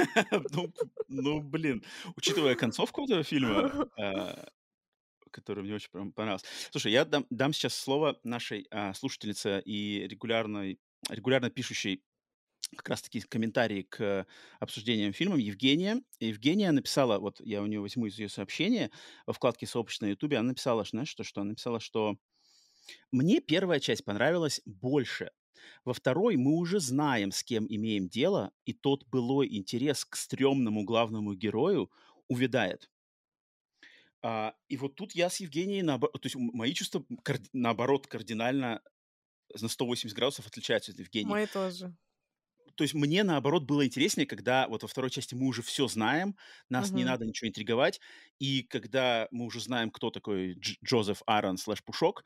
ну ну, блин, учитывая концовку этого фильма, а, которая мне очень прям понравилась. Слушай, я дам дам сейчас слово нашей, а, слушательнице и регулярной регулярно пишущей как раз таки комментарии к обсуждениям фильмам Евгения. Евгения написала, вот я у нее возьму из ее сообщения, во вкладке «Сообщество» на "Ютубе", она написала, знаешь, что что? Она написала, что мне первая часть понравилась больше. Во второй мы уже знаем, с кем имеем дело, и тот былой интерес к стрёмному главному герою увядает. А, и вот тут я с Евгенией наобо то есть м мои чувства, м, карди наоборот, кардинально на сто восемьдесят градусов отличаются от Евгении. Мои тоже. То есть мне, наоборот, было интереснее, когда вот во второй части мы уже все знаем, нас не Мгм. надо ничего интриговать, и когда мы уже знаем, кто такой Дж Джозеф Аарон слэш Пушок,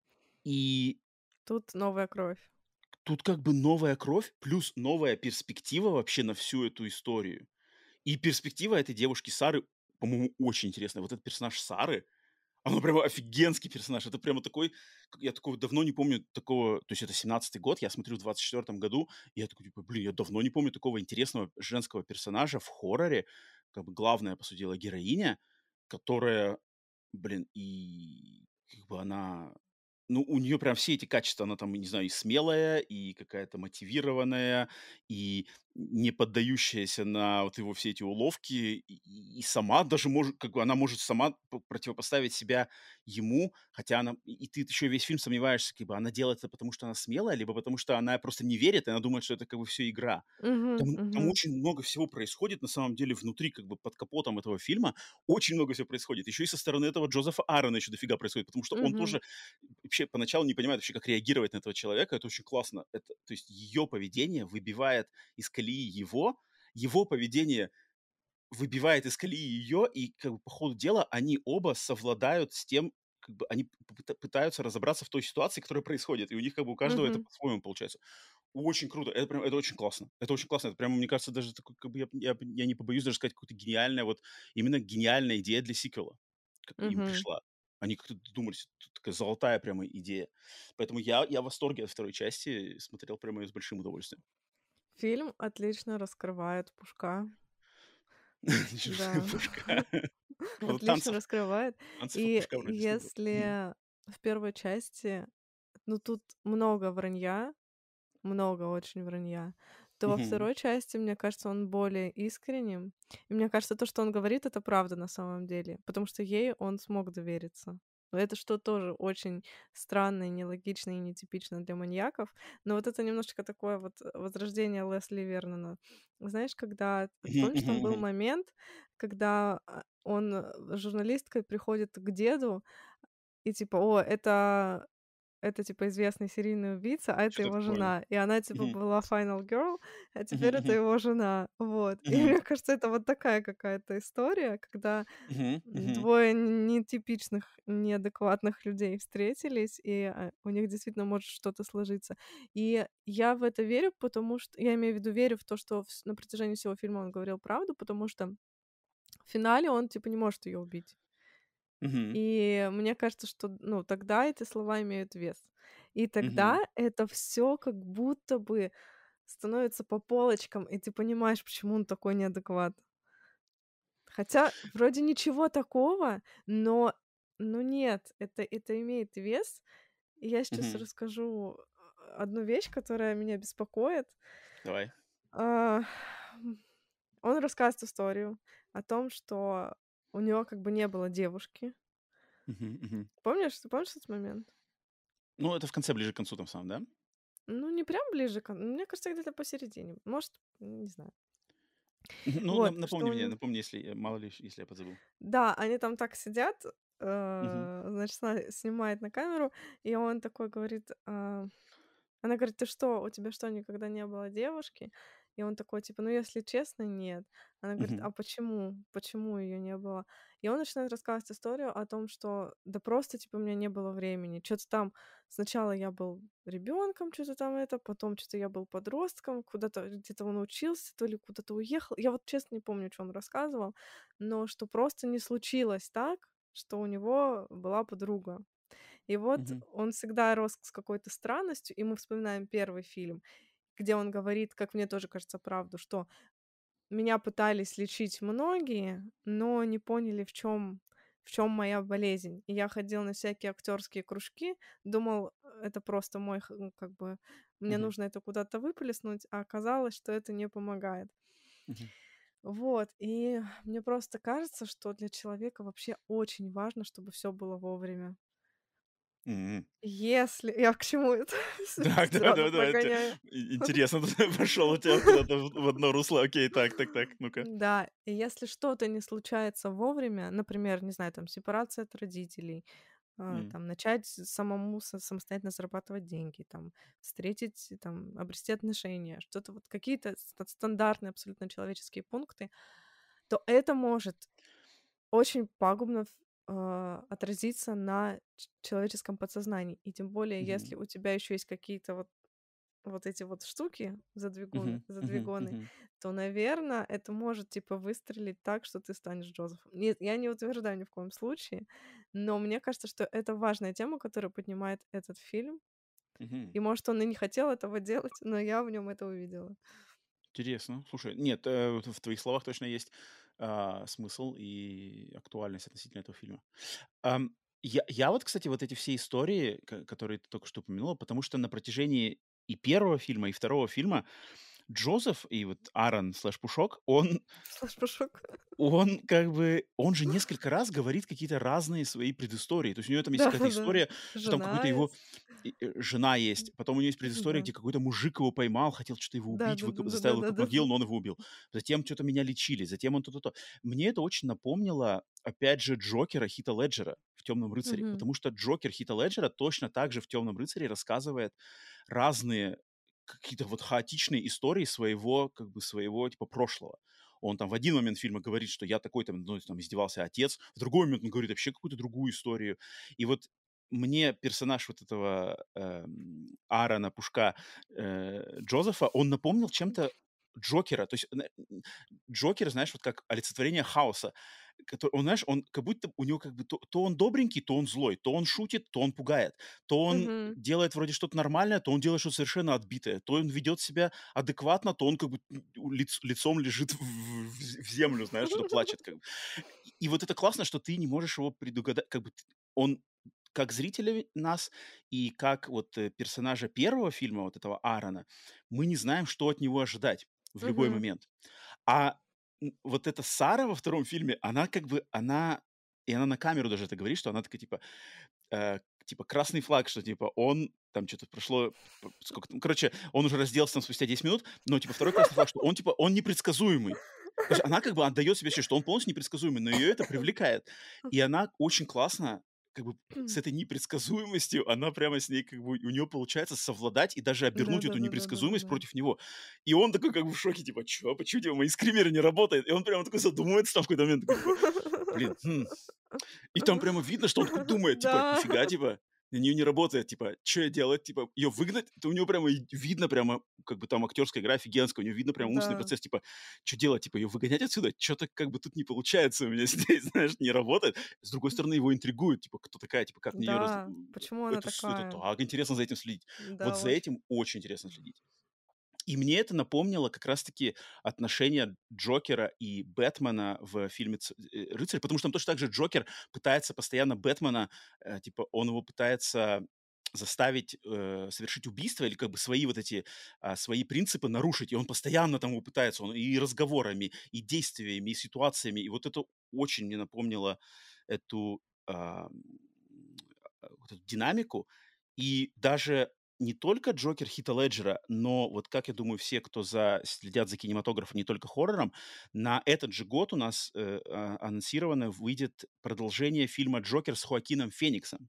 и Тут новая кровь. тут как бы новая кровь плюс новая перспектива вообще на всю эту историю. И перспектива этой девушки Сары, по-моему, очень интересная. Вот этот персонаж Сары, она прямо офигенский персонаж. Это прямо такой, к я такого давно не помню такого, то есть это семнадцатый год, я смотрю в двадцать четвёртом году, и я такой типа: "Блин, я давно не помню такого интересного женского персонажа в хорроре". Как бы главная, по сути дела, героиня, которая, блин, и как бы она, ну, у нее прям все эти качества. Она там, не знаю, и смелая, и какая-то мотивированная, и не поддающаяся на вот его все эти уловки, и и и сама даже может, как бы она может сама п противопоставить себя ему, хотя она и и ты еще весь фильм сомневаешься, как бы она делает это потому, что она смелая, либо потому, что она просто не верит, и она думает, что это как бы все игра. Мгм, Там там мгм, очень много всего происходит, на самом деле, внутри, как бы под капотом этого фильма. Очень много всего происходит. Еще и со стороны этого Джозефа Аарона еще дофига происходит, потому что он мгм, тоже вообще поначалу не понимает вообще, как реагировать на этого человека. Это очень классно. Это, то есть ее поведение выбивает из колеи его, его поведение выбивает из колеи ее, и как бы по ходу дела они оба совладают с тем, как бы они пыта пытаются разобраться в той ситуации, которая происходит, и у них как бы у каждого это мгм. по-своему получается. Очень круто. Это прям, это очень классно. Это очень классно. Это прям, мне кажется, даже такой, как бы я я я не побоюсь даже сказать, какая-то гениальная, вот именно гениальная идея для сиквела, как им Мгм. пришла. Они как-то додумались. Тут такая золотая прямо идея. Поэтому я я в восторге от второй части. Смотрел прямо её с большим удовольствием. Фильм отлично раскрывает Пушка. Да, Пушка. Вот отлично танцев раскрывает. танцев от И Пушка вроде здесь не было. Мгм. если в первой части, ну, тут много вранья, много очень вранья, то во Мгм. второй части, мне кажется, он более искренним. И мне кажется, то, что он говорит, это правда на самом деле, потому что ей он смог довериться. Но это что тоже очень странно и нелогично и нетипично для маньяков. Но вот это немножечко такое вот возрождение Лесли Вернона. Знаешь, когда... Ты Мгм, помнишь, мгм, там был мгм. момент, когда а, он э, с журналисткой приходит к деду, и типа, о, это это, типа, известный серийный убийца, а это Что-то его такое. жена. И она, типа, Мгм. была final girl, а Мгм, теперь это мгм. его жена. Вот. И Мгм. мне кажется, это вот такая какая-то история, когда Мгм, мгм. двое н нетипичных, неадекватных людей встретились, и, а, у них действительно может что-то сложиться. И я в это верю, потому что я имею в виду, верю в то, что вс на протяжении всего фильма он говорил правду, потому что в финале он, типа, не может ее убить. Мгм. И мне кажется, что, ну, тогда эти слова имеют вес. И Мгм. тогда это все как будто бы становится по полочкам, и ты понимаешь, почему он такой неадекват. Хотя вроде ничего такого, но но нет, это это имеет вес. И я сейчас Мгм. расскажу, а, одну вещь, которая меня беспокоит. Давай. А, м, он рассказывает историю о том, что у него как бы не было девушки. Мгм, мгм. Помнишь, ты помнишь этот момент? Ну, это в конце, ближе к концу там самом, да? Ну, не прям ближе к мне кажется, где-то посередине. Может, не знаю. Мгм. Ну, нап Вот, что напомни у мне, него напомни, если, э, мало ли, если я подзабыл. да, они там так сидят, Мгм. э, значит, она снимает на камеру, и он такой говорит, а она говорит: "Ты что, у тебя что, никогда не было девушки?" И он такой, типа: "Ну, если честно, нет". Она говорит: Мгм. "А почему? Почему ее не было?" И он начинает рассказывать историю о том, что да просто, типа, у меня не было времени. Что то там сначала я был ребенком, что то там это, потом что то я был подростком, куда-то где-то он учился, то ли куда-то уехал. Я вот честно не помню, что он рассказывал, но что просто не случилось так, что у него была подруга. И вот Мгм. он всегда рос с какой-то странностью, и мы вспоминаем первый фильм, где он говорит, как мне тоже кажется, правду, что меня пытались лечить многие, но не поняли, в чем в чем моя болезнь. И я ходил на всякие актерские кружки, думал, э, это просто мой, х- ну, как бы, мне Мгм. нужно это куда-то выплеснуть, а оказалось, что это не помогает. Мгм. Вот, и мне просто кажется, что для человека вообще очень важно, чтобы все было вовремя. М. Если я к чему это Так, да, сразу да, да, те прогоняю. и интересно, тут пошёл у тебя куда-то в в одно русло. Окей, так так так, ну-ка. Да, и если что-то не случается вовремя, например, не знаю, там сепарация от родителей, а, М. там начать с- самому са- самостоятельно зарабатывать деньги, там встретить, там обрести отношения, что-то вот какие-то ст- стандартные абсолютно человеческие пункты, то это может очень пагубно в- а, отразиться на ч- человеческом подсознании. И тем более, Мгм. если у тебя еще есть какие-то вот вот эти вот штуки, задвигуны Мгм. Мгм. задвигоны, Мгм. то, наверно, это может, типа, выстрелить так, что ты станешь Джозефом. Нет, я не утверждаю ни в коем случае, но мне кажется, что это важная тема, которую поднимает этот фильм. Мгм. И, может, он и не хотел этого делать, но я в нем это увидела. Интересно. Слушай, нет, э, вот в твоих словах точно есть, а, смысл и актуальность относительно этого фильма. Ам, я я вот, кстати, вот эти все истории, ко которые ты только что упомянула, потому что на протяжении и первого фильма, и второго фильма Джозеф и вот Аарон слэш Пушок, он Флэшбэшок. он как бы, он же несколько раз говорит какие-то разные свои предыстории. То есть у него там есть какая-то Да-да-да. история, что там Жена какой-то его есть. и, э, жена есть, потом у него есть предыстория, Да. где какой-то мужик его поймал, хотел что-то его убить, вы заставил его выкопать Да-да-да-да-да-да-да. могилу, но он его убил. Затем что то меня лечили, затем он то-то-то. Мне это очень напомнило, опять же, Джокера Хита Леджера в "Темном рыцаре", Мгм. потому что Джокер Хита Леджера точно так же в "Темном рыцаре" рассказывает разные какие-то вот хаотичные истории своего, как бы своего, типа, прошлого. Он там в один момент фильма говорит, что я такой там, ну, там издевался отец, в другой момент он говорит вообще какую-то другую историю. И вот мне персонаж вот этого эм, Аарона Пушка э, Джозефа, он напомнил чем-то Джокера. То есть на- н- Джокер, знаешь, вот как олицетворение хаоса. Кото- Он, знаешь, он как будто у него как бы то, то он добренький, то он злой, то он шутит, то он пугает, то он Мгм. делает вроде что-то нормальное, то он делает что-то совершенно отбитое, то он ведет себя адекватно, то он как бы лиц- лицом лежит в, в- в землю, знаешь, что-то плачет. Как бы. И, и вот это классно, что ты не можешь его предугадать, как бы т- он как зрители нас и как вот э, персонажа первого фильма, вот этого Аарона, мы не знаем, что от него ожидать в любой Мгм. момент. А м, вот эта Сара во втором фильме, она как бы, она, и она на камеру даже это говорит, что она такая, типа, э, типа красный флаг, что типа он, там что-то прошло, п- сколько там, короче, он уже разделся там спустя десять минут, но типа второй красный флаг, что он типа, он непредсказуемый. То есть она как бы отдает себе ощущение, что он полностью непредсказуемый, но ее это привлекает. И она очень классно, как бы с этой непредсказуемостью, она прямо с ней, как бы, у нее получается совладать и даже обернуть эту непредсказуемость Да-да-да-да-да-да. против него. И он такой как бы в шоке, типа, чё, почему типа, мои скримеры не работают? И он прямо такой задумывается там в какой-то момент, такой, типа, блин, хм, и там прямо видно, что он такой думает, типа, Да. нифига, типа, на нее не работает, типа, что я делать, типа, ее выгнать? Это у него прямо и видно, прямо, как бы там актерская игра офигенская, у него видно прямо умственный Да. процесс, типа, что делать, типа, ее выгонять отсюда? Что-то как бы тут не получается у меня здесь, знаешь, не работает. С другой стороны, его интригует, типа, кто такая, типа, как на нее раз... Да. Почему она Это, с- это такая? так интересно за этим следить. Вот Да, за очень. этим очень интересно следить. И мне это напомнило как раз-таки отношения Джокера и Бэтмена в фильме ц- э, «Рыцарь», потому что там точно так же Джокер пытается постоянно Бэтмена, э, типа, он его пытается заставить э, совершить убийство или как бы свои вот эти а, свои принципы нарушить, и он постоянно там его пытается, он и разговорами, и действиями, и ситуациями, и вот это очень мне напомнило эту, а, м, а, вот эту динамику, и даже не только Джокер Хита Леджера, но вот как я думаю, все, кто за, следят за кинематографом, не только хоррором, на этот же год у нас э, а, анонсировано выйдет продолжение фильма «Джокер» с Хоакином Фениксом.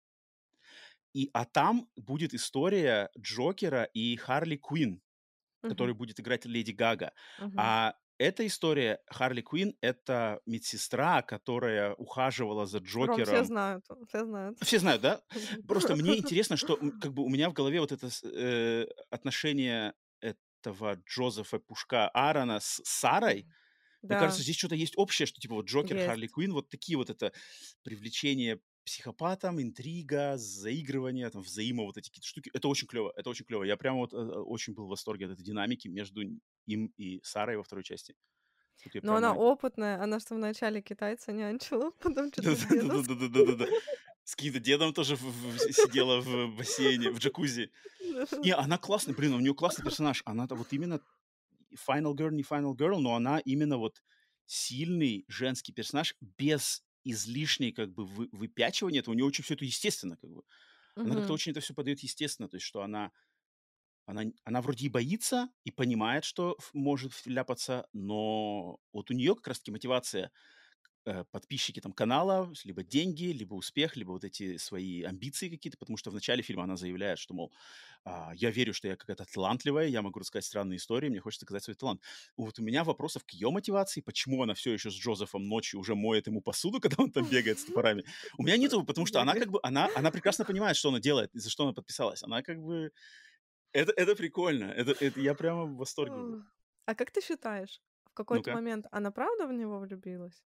И, а там будет история Джокера и Харли Квинн, Мгм. который будет играть Леди Гага. Мгм. А эта история Харли Квинн — это медсестра, которая ухаживала за Ром, все Джокером. знают, все знают. Все знают, да? Просто мне интересно, что м, как бы у меня в голове вот это с- э, отношение этого Джозефа Пушка Аарона с Сарой. Мне Да, кажется, здесь что-то есть общее, что типа вот Джокер, Харли есть. Квинн, вот такие вот это привлечение психопатом, интрига, заигрывание, там, взаимо вот эти какие-то штуки. Это очень клево, это очень клево. Я прямо вот э, э, очень был в восторге от этой динамики между им и Сарой во второй части. Тут я Но она прямо... опытная, она что вначале китайца нянчила, потом что-то деда. с- Да-да-да-да-да-да-да. С каким-то дедом тоже в- в- в- сидела в бассейне, в джакузи. И она классная, блин, у нее классный персонаж. Она-то вот именно Final Girl, не Final Girl, но она именно вот сильный женский персонаж без излишней как бы вы- выпячивания этого. У нее очень все это естественно как бы. Она как-то Мгм. очень это все подает естественно. То есть, что она, она, она вроде и боится, и понимает, что ф- может вляпаться, но вот у нее как раз-таки мотивация э, подписчики там канала, с- либо деньги, либо успех, либо вот эти свои амбиции какие-то, потому что в начале фильма она заявляет, что, мол, а, я верю, что я какая-то талантливая, я могу рассказать странные истории, мне хочется доказать свой талант. Вот у меня вопросов к ее мотивации, почему она все еще с Джозефом ночью уже моет ему посуду, когда он там бегает с топорами. У меня нету, потому что она Бегает. как бы, она, она прекрасно понимает, что она делает и за что она подписалась. Она как бы, это, это прикольно, это, это, я прямо в восторге был. Ох. А как ты считаешь, в какой-то Ну-ка. момент она правда в него влюбилась?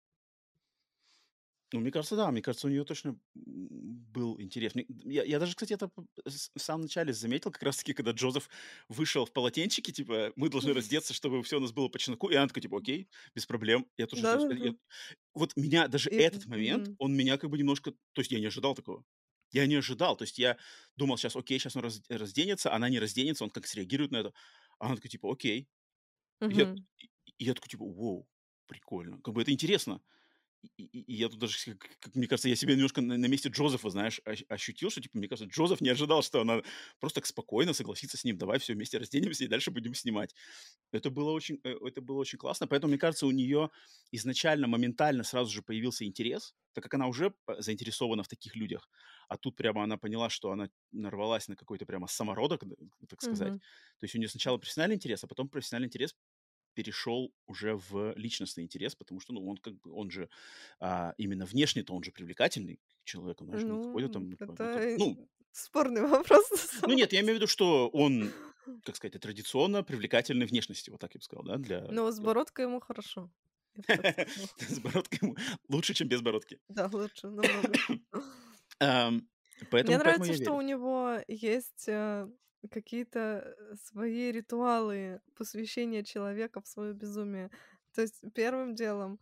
Ну, мне кажется, да. Мне кажется, у нее точно м, был интерес. Мне- Я, я даже, кстати, это п- с- в самом начале заметил, как раз-таки, когда Джозеф вышел в полотенчике, типа, мы должны раздеться, чтобы все у нас было по чесноку. И она такая, типа, окей, без проблем. Я тоже... это- Да-да-да. я- Вот меня, даже И этот момент, мгм. он меня как бы немножко... То есть я не ожидал такого. Я не ожидал. То есть я думал, сейчас, окей, сейчас он раз- разденется, она не разденется, он как среагирует на это. А она такая, типа, окей. И я, Мгм. и- и я такой, типа, вау, прикольно. Как бы это интересно. И и и я тут даже, с как как мне кажется, я себя немножко на на месте Джозефа, знаешь, ощ ощутил, что, типа, мне кажется, Джозеф не ожидал, что она просто так спокойно согласится с ним: «Давай все вместе разденемся и дальше будем снимать». Это было очень, э, это было очень классно. Поэтому, мне кажется, у нее изначально моментально сразу же появился интерес, так как она уже п заинтересована в таких людях. А тут прямо она поняла, что она нарвалась на какой-то прямо самородок, д так сказать. Мгм. То есть у нее сначала профессиональный интерес, а потом профессиональный интерес перешел уже в личностный интерес, потому что, ну, он как бы, он же а, именно внешне-то он же привлекательный человек, он, знаешь, не какой-то Ну, там, типа, ну, как, это ну, спорный вопрос на ну, самом нет, я деле. имею в виду, что он, как сказать, традиционно привлекательной внешности, вот так я бы сказал, да, для... Но с для- бородкой ему хорошо, я бы так сказала. С бородкой ему лучше, чем без бородки. Да, лучше намного. Ам, Мне Поэтому, поэтому нравится, я что верю. у него есть, э, какие-то, э, свои ритуалы посвящения человека в свое безумие. То есть первым делом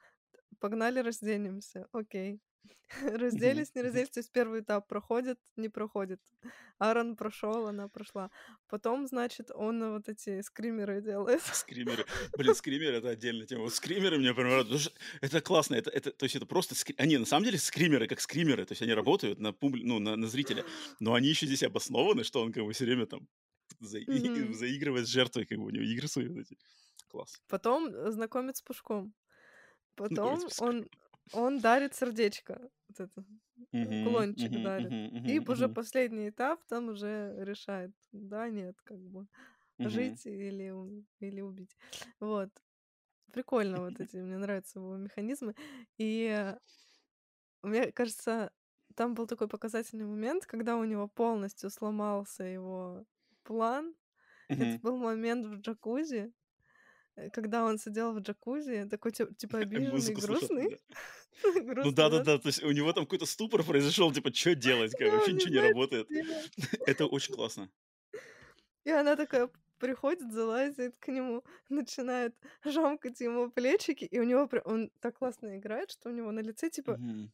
Погнали, разденемся. Окей. Мгм, Разделись, не мгм. разделись. То есть первый этап проходит, не проходит. Аарон прошел, она прошла. Потом, значит, он вот эти скримеры делает. Скримеры. Блин, скримеры — это отдельная тема. Вот скримеры меня прям радуют, потому что это классно. Это, это, то есть это просто... скри- Они на самом деле скримеры, как скримеры. То есть они работают на, публи... ну, на, на зрителя. Но они еще здесь обоснованы, что он как бы все время там заи- Мгм. заигрывает с жертвой, как бы у него игры свои вот эти. Класс. Потом э, знакомит с Пушком. Знакомиться Потом с он, скримером. он дарит сердечко. Вот это. э, Мгм, Кулончик мгм, дарит. мгм, И мгм, уже мгм, последний этап там уже решает, да, нет, как бы мгм. жить или, у- или убить. Вот. Прикольно вот эти, мне нравятся его механизмы. И э, мне кажется, там был такой показательный момент, когда у него полностью сломался его план. Это Мгм. был момент в джакузи, э, когда он сидел в джакузи, такой ти- типа обиженный, Музыку слушал, грустный. да. Ну Грустный, да? да-да-да, то есть у него там какой-то ступор произошел, типа, что делать, как, Да, вообще он не ничего не знает, работает. что делать. Это очень классно. И она такая приходит, залазит к нему, начинает жамкать ему плечики, и у него прям он так классно играет, что у него на лице типа Мгм.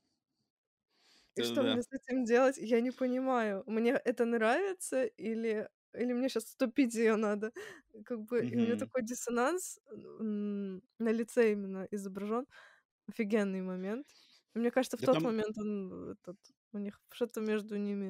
и что Да-да-да. мне с этим делать? Я не понимаю. Мне это нравится или или мне сейчас ступить ее надо? Как бы и у неё Мгм. такой диссонанс, м, на лице именно изображен. Офигенный момент. И мне кажется, в Да тот там момент он, этот, у них что-то между ними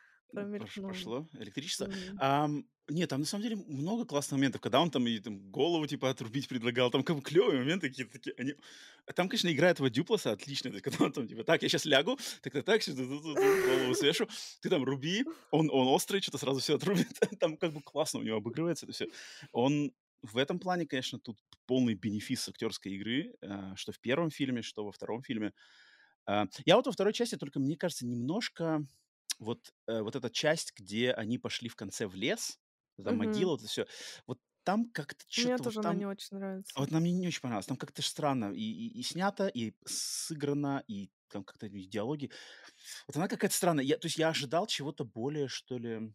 пош промелькнуло. пошло электричество. Мгм. Ам, нет, там на самом деле много классных моментов, когда он там и там голову типа отрубить предлагал, там как бы клевые моменты какие-то такие. Они... а Там, конечно, игра этого Дюпласа отличная, то есть когда он там типа, так, я сейчас лягу, так-то так, щас ту-ту-ту-ту, голову свешу, ты там руби, он, он острый, что-то сразу все отрубит, там как бы классно у него обыгрывается это все. Он в этом плане, конечно, тут полный бенефис актерской игры, а, что в первом фильме, что во втором фильме. А, я вот во второй части только, мне кажется, немножко вот, э, вот эта часть, где они пошли в конце в лес, там Мгм. могила, вот это всё, вот там как-то Мне что-то вот тоже она не там очень нравится. вот нам не не очень понравилось. Там как-то ж странно и и и снято, и сыграно, и там как-то и диалоги. Вот она какая-то странная. Я то есть я ожидал чего-то более, что ли,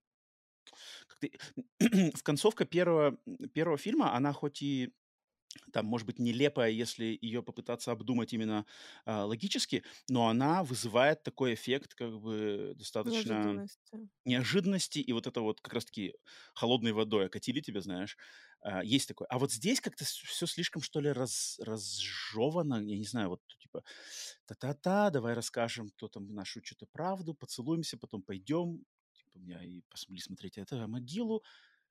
как-то в концовка первого первого фильма, она хоть и там, может быть, нелепая, если ее попытаться обдумать именно, а, логически, но она вызывает такой эффект, как бы, достаточно Неожиданности. неожиданности, и вот это вот как раз-таки холодной водой окатили тебя, знаешь. А, есть такое. А вот здесь как-то все слишком, что ли, раз разжевано. Я не знаю, вот типа та-та-та, давай расскажем, кто там нашу чё-то правду, поцелуемся, потом пойдем. Типа, меня и посмели смотреть это могилу.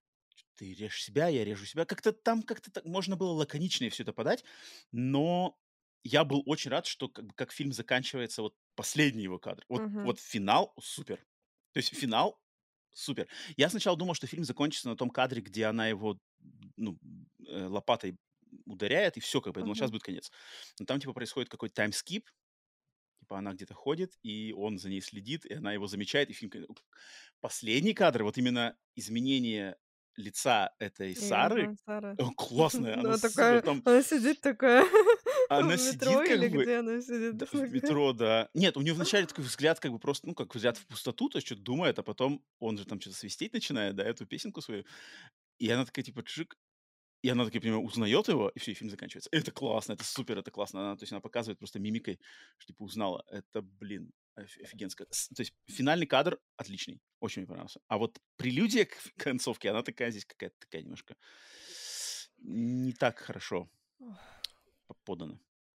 Ты режешь себя, я режу себя. Как-то там как-то так можно было лаконичнее все это подать, но я был очень рад, что как бы как фильм заканчивается, вот последний его кадр. Вот Мгм. вот финал супер. То есть финал супер. Я сначала думал, что фильм закончится на том кадре, где она его, ну, э, лопатой ударяет, и все, как бы, я думал, щас Мгм. будет конец. Но там типа происходит какой-то таймскип, типа она где-то ходит, и он за ней следит, и она его замечает, и фильм кон Последний кадр, вот именно изменение лица этой И Сары, ага, Сара. э, классное, Ну, оно она супер. такая, Там она сидит такая в она метро сидит как или бы, где она сидит? да, в Такая. метро, да. Нет, у нее вначале такой взгляд, как бы просто, ну, как взгляд в пустоту, то есть что-то думает, а потом он же там что-то свистеть начинает, да, эту песенку свою. И она такая типа чик, и она, так я понимаю, узнает его, и все, и фильм заканчивается. Это классно, это супер, это классно. Она, то есть она показывает просто мимикой, что типа узнала. Это, блин, оф- офигенско. С- То есть финальный кадр отличный, очень мне понравился. А вот прелюдия к ф- концовке, она такая здесь какая-то такая немножко не так хорошо по- подана.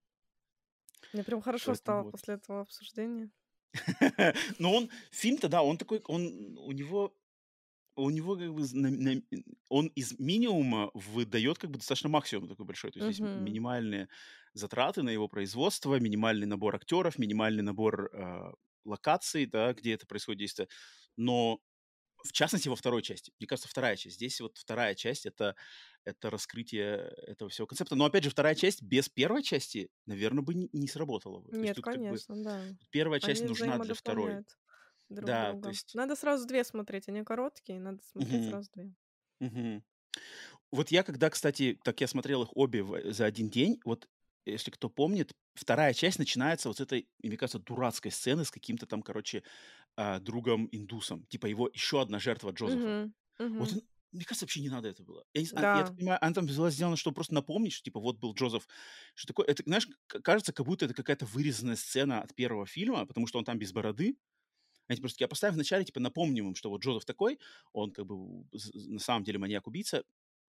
Мне прям хорошо Поэтому стало вот. после этого обсуждения. Но он, фильм-то, да, он такой, он, у него У него как бы з на на он из минимума выдает как бы достаточно максимум такой большой. То есть здесь Мгм. минимальные затраты на его производство, минимальный набор актеров, минимальный набор, а, локаций, да, где это происходит действие. Но в частности во второй части. Мне кажется, вторая часть. Здесь вот вторая часть — это это раскрытие этого всего концепта. Но опять же, вторая часть без первой части, наверно, бы не не сработала бы. То есть Нет, тут как бы конечно, да. первая часть Они нужна для второй. взаимодополняют друг Да, то друга. есть Надо сразу две смотреть, они короткие, надо смотреть мгм, сразу две. мгм. Вот я когда, кстати, так я смотрел их обе в за один день, вот если кто помнит, вторая часть начинается вот с этой, мне кажется, дурацкой сцены с каким-то там, короче, а, другом-индусом. Типа его еще одна жертва Джозефа. Мгм. Вот Мгм. он Мне кажется, вообще не надо это было. Я не знаю, я так Да. понимаю, она там была сделана, чтобы просто напомнить, что типа вот был Джозеф. Что такое? Это, знаешь, к кажется, как будто это какая-то вырезанная сцена от первого фильма, потому что он там без бороды. Они просто такие: "А поставим в начале, типа напомним им, что вот Джозеф такой, он как бы у з з на самом деле маньяк-убийца".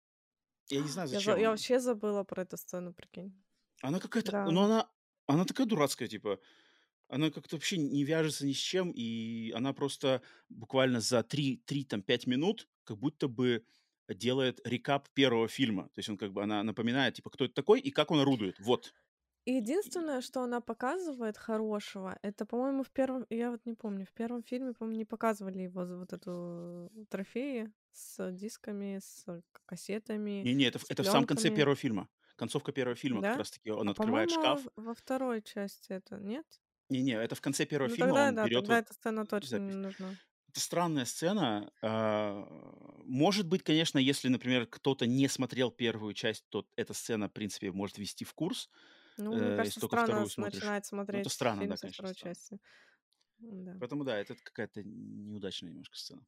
Я не знаю, Я за зачем я оно. вообще забыла про эту сцену, прикинь. Она какая-то, Да. ну, она она такая дурацкая, типа. Она как-то вообще не вяжется ни с чем, и она просто буквально за три три там пять минут как будто бы делает рекап первого фильма. То есть он как бы она напоминает, типа, кто это такой и как он орудует. Вот. И И единственное, что она показывает хорошего, это, по-моему, в первом, я вот не помню, в первом фильме, по-моему, не показывали его за вот эту трофеи с дисками, с к кассетами, не-не, это в с это в самом конце пленками, первого фильма. Концовка первого фильма как да? раз таки он А, открывает по-моему, шкаф. в во второй части это нет? Не-не, это в конце первого Ну фильма тогда он да, берет тогда вот эта сцена точно не запись. нужна. Это странная сцена. А, может быть, конечно, если, например, кто-то не смотрел первую часть, то эта сцена, в принципе, может ввести в курс, Ну, мне э, если кажется, только странно вторую с смотришь. начинать Но это смотреть странно, фильм да, со конечно, второй странно. части. Да. Поэтому да, это какая-то неудачная немножко сцена.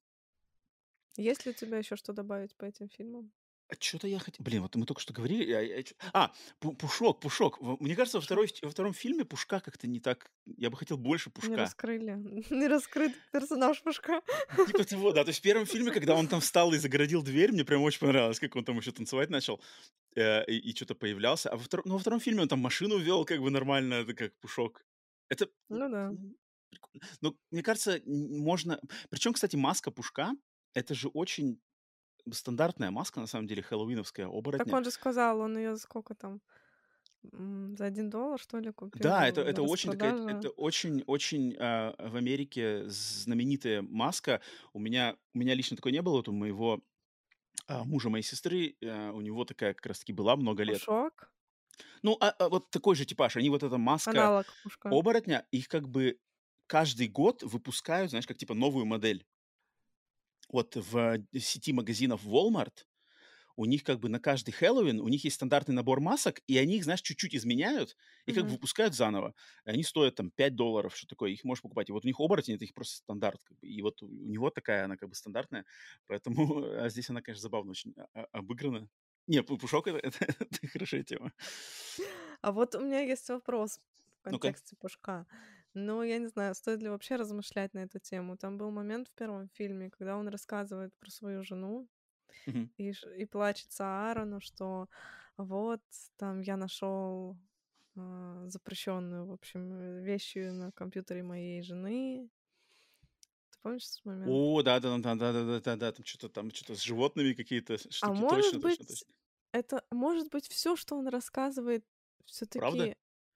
Есть ли у тебя еще что добавить по этим фильмам? А чё-то я хотел. Блин, вот мы только что говорили, а я чё А, Пу Пушок, Пушок. В Мне кажется, во Пушок. второй во втором фильме Пушка как-то не так. Я бы хотел больше Не Пушка. раскрыли. Не раскрыт персонаж Пушка. Типа того, да. То есть в первом фильме, когда он там встал и загородил дверь, мне прям очень понравилось, как он там еще танцевать начал, э, и и чё-то появлялся. А во втором ну, во втором фильме он там машину вел как бы нормально, это как Пушок. Это, м, Ну да. м, прикольно. Но мне кажется, н можно. Причем, кстати, маска Пушка — это же очень стандартная маска, на самом деле, хэллоуиновская, Так оборотня. он же сказал, он ее за сколько там, м, за один доллар, что ли, Да, купил это на это очень такая, распродаже? это очень очень, а, в Америке знаменитая маска. У меня у меня лично такой не было, вот у моего, а, мужа моей сестры, э, у него такая как раз таки была много лет. Пушок? Ну, а, а, вот такой же типаж. Они вот эта маска Аналог Пушка. оборотня, их как бы каждый год выпускают, знаешь, как типа новую модель. Вот в сети магазинов Walmart у них как бы на каждый Хэллоуин у них есть стандартный набор масок, и они их, знаешь, чуть-чуть изменяют и как бы Мгм. выпускают заново. И они стоят там пять долларов, что такое, их можешь покупать. И вот у них оборотень — это их просто стандарт, как бы. И вот у у него такая, она как бы стандартная, поэтому, а здесь она, конечно, забавно очень о о обыграна. Не, пу Пушок — это это это хорошая тема. А вот у меня есть вопрос в Ну-ка. контексте Пушка. Ну, я не знаю, стоит ли вообще размышлять на эту тему. Там был момент в первом фильме, когда он рассказывает про свою жену Мгм. и, ш- и плачется Аарону, что вот там я нашел запрещенную, в общем, э, вещью на компьютере моей жены. Ты помнишь этот момент? О, да-да-да-да-да-да-да, там что то там что то с животными какие-то А штуки. может Точно точно быть, точно. это может быть все, что он рассказывает, Правда? все-таки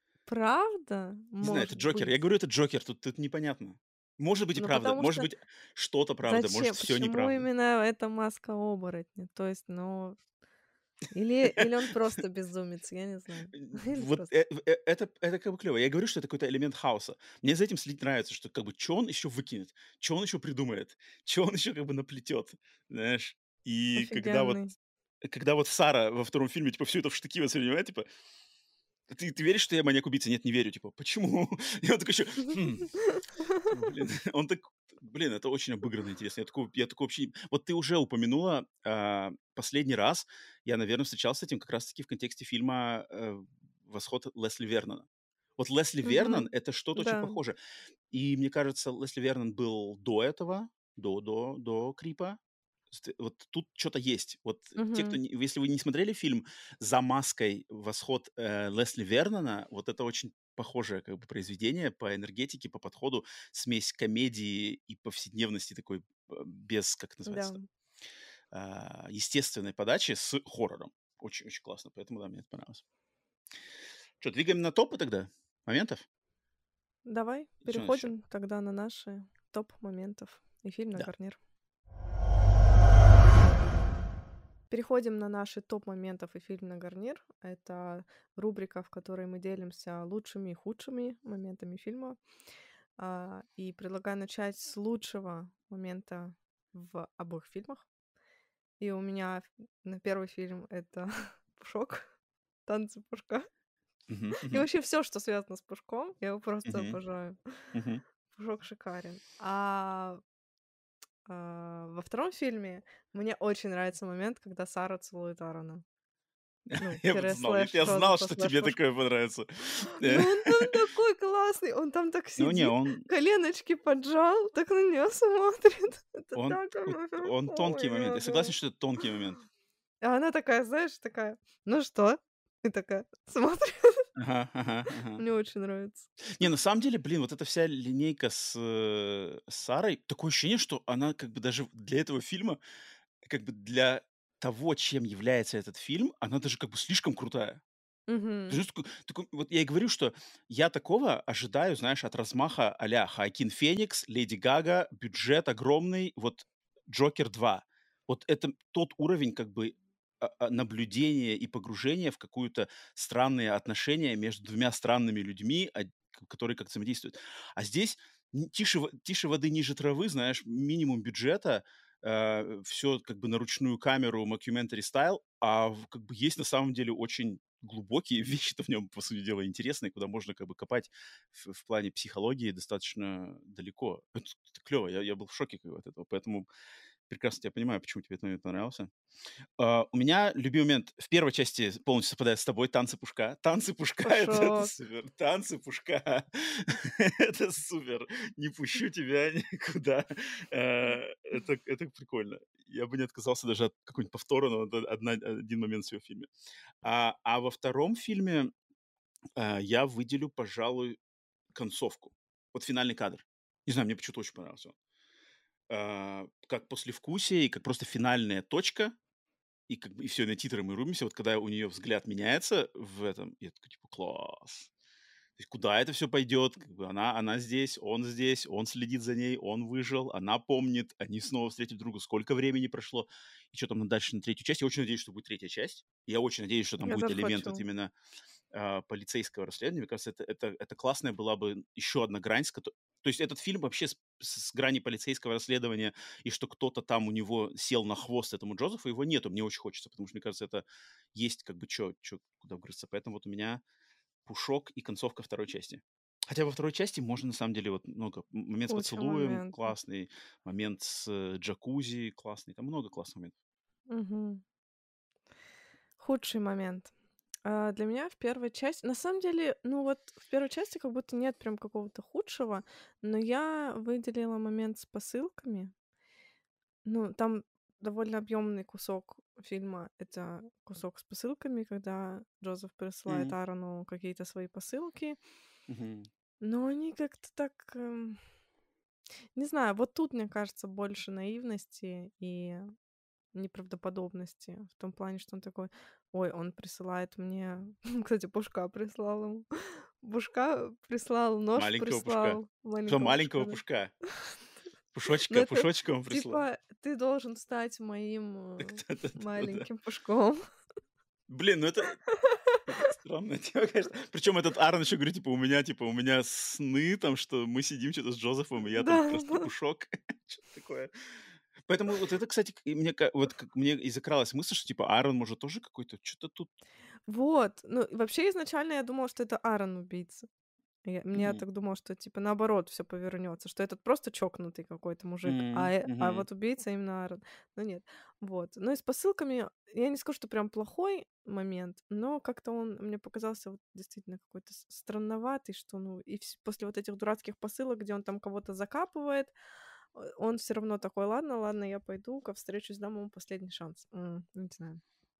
правда? Не знаю, это Может Джокер. Я быть. говорю, это Джокер, тут тут непонятно. Может быть и Ну, правда, потому может что быть что-то правда, может зачем? все Почему неправда. именно эта маска оборотня? То есть, ну, или, или он просто безумец, я не знаю. Или Вот, просто. э, в э, это это как бы клево. Я говорю, что это какой-то элемент хаоса. Мне за этим следить нравится, что как бы чё он еще выкинет, чё он еще придумает, чё он еще как бы наплетет, знаешь. И когда вот Офигенный. когда вот Сара во втором фильме, типа, все это в штыки воспринимает, типа: "Ты ты веришь, что я маньяк-убийца?" "Нет, не верю". Типа: "Почему?" И он такой еще: "Хм". Блин, он так блин, это очень обыгранно интересно. Я такого я такого вообще не. Вот ты уже упомянула, а, последний раз я, наверное, встречался с этим как раз таки в контексте фильма, э, "Восход" Лесли Вернона. Вот Лесли Вернон — Мгм. это что-то очень Да. похожее. И мне кажется, Лесли Вернон был до этого, до до до "Крипа". Ст Вот тут что то есть. Вот те, кто Мгм. не если вы не смотрели фильм "За маской", "Восход", э, Лесли Вернона, вот это очень похожее как бы произведение по энергетике, по подходу. Смесь комедии и повседневности такой, э, без, как это Да. называется, а, естественной подачи с хоррором. Очень очень классно, поэтому да, мне это понравилось. Что, двигаем на топы тогда моментов? Давай И чё у нас ещё? переходим тогда на наши топ моментов и фильм на Да. гарнир. Переходим на наши топ моментов и фильм на гарнир. Это рубрика, в которой мы делимся лучшими и худшими моментами фильма. А, и предлагаю начать с лучшего момента в обоих фильмах. И у меня ф- на первый фильм это Пушок, танцы Пушка. Мгм, И мгм, вообще все, что связано с Пушком, я его просто мгм, обожаю. мгм. Пушок шикарен. А а, во втором фильме мне очень нравится момент, когда Сара целует Аарона. Ну, Я вот тире знал, я слэш я знал, Джозефа что слэш тебе Пушка. такое понравится. Э, Ну, он там такой классный, он там так Ну не, сидит, он коленочки поджал, так на неё смотрит. Это он так вот оно он тонкий ой, момент. я Я согласен, думаю. что это тонкий момент. А она такая, знаешь, такая: "Ну что?" И такая смотрит. Ага, ага, ага. Мне очень нравится. Не, на самом деле, блин, вот эта вся линейка с, э, с Сарой, такое ощущение, что она как бы даже для этого фильма, как бы для того, чем является этот фильм, она даже как бы слишком крутая. Ты Мгм. знаешь, такой такой вот я и говорю, что я такого ожидаю, знаешь, от размаха а-ля Хоакин Феникс, Леди Гага, бюджет огромный, вот Джокер два. Вот это тот уровень как бы а, а, наблюдения и погружения в какую-то странные отношения между двумя странными людьми, а, к- которые как-то взаимодействуют. А здесь н- тише, во- тише воды ниже травы, знаешь, минимум бюджета, все как бы на ручную камеру, mockumentary стайл, а в- как бы есть на самом деле очень глубокие вещи-то в нем, по сути дела, интересные, куда можно как бы копать в, в плане психологии достаточно далеко. Это, это клево, я, я был в шоке как бы от этого, поэтому прекрасно тебя понимаю, почему тебе этот момент понравился. А, у меня любимый момент в первой части полностью совпадает с тобой. Танцы Пушка. Танцы Пушка — это, это Пушок. супер. Танцы Пушка — это супер. Не пущу тебя никуда. Э, Это, это прикольно. Я бы не отказался даже от какого-нибудь повтора, но это одна- один момент всего в фильме. А, а во втором фильме а, я выделю, пожалуй, концовку. Вот финальный кадр. Не знаю, мне почему-то очень понравился он. А, Как послевкусие и как просто финальная точка, и как бы и всё, на титры мы рубимся. Вот когда у нее взгляд меняется в этом, я такой типа: "Класс". То есть куда это все пойдет? Как бы она она здесь, он здесь, он следит за ней, он выжил, она помнит, они снова встретили друга. Сколько времени прошло? И что там на дальше на третью часть? Я очень надеюсь, что будет третья часть. Я очень надеюсь, что там Я будет тоже элемент вот хочу. именно, а, полицейского расследования. Мне кажется, это это это классная была бы еще одна грань, с кото то есть этот фильм вообще с с грани полицейского расследования, и что кто-то там у него сел на хвост этому Джозефу, его нету. Мне очень хочется, потому что, мне кажется, это есть как бы чё чё куда вгрызться. Поэтому вот у меня "Пушок" и концовка второй части. Хотя во второй части можно на самом деле вот много м момент с Куча поцелуем моментов. классный, момент с, э, джакузи классный, там много классных моментов. Мгм. Худший момент. А, для меня в первой части на самом деле, ну вот в первой части как будто нет прям какого-то худшего, но я выделила момент с посылками. Ну, там довольно объемный кусок фильма — это кусок с посылками, когда Джозеф присылает М, Аарону какие-то свои посылки, мгм. но они как-то так, эм, не знаю, вот тут, мне кажется, больше наивности и неправдоподобности в том плане, что он такой: "Ой, он присылает мне", кстати, Пушка прислал ему. Пушка прислал, нож Маленького Пушка. прислал, Что маленького маленького Пушка, да. Пушка? Ну, Пушочка это Пушочка он прислал. типа: "Ты должен стать моим, Так э, да-да-да-да-да. маленьким Пушком". Блин, ну это это странная тема, конечно. Причем этот Аарон еще говорит, типа, у меня, типа, у меня сны там, что мы сидим что-то с Джозефом, и я там просто Да-да-да. пушок. Что-то такое. Поэтому вот это, кстати, к- и мне, ка- вот как мне и закралась мысль, что, типа, Аарон может тоже какой-то, что-то тут... Вот. Ну, и вообще изначально я думала, что это Аарон убийца. Я мне Мгм. так думала, что типа наоборот все повернется, что этот просто чокнутый какой-то мужик, а, М, э, а мгм, вот убийца именно Аарон. Но нет. Вот. Ну и с посылками я не скажу, что прям плохой момент, но как-то он мне показался вот действительно какой-то с странноватый, что, ну, и вс после вот этих дурацких посылок, где он там кого-то закапывает, э, он все равно такой: "Ладно, ладно, я пойду-ка встречусь, дам ему последний шанс". М, не знаю.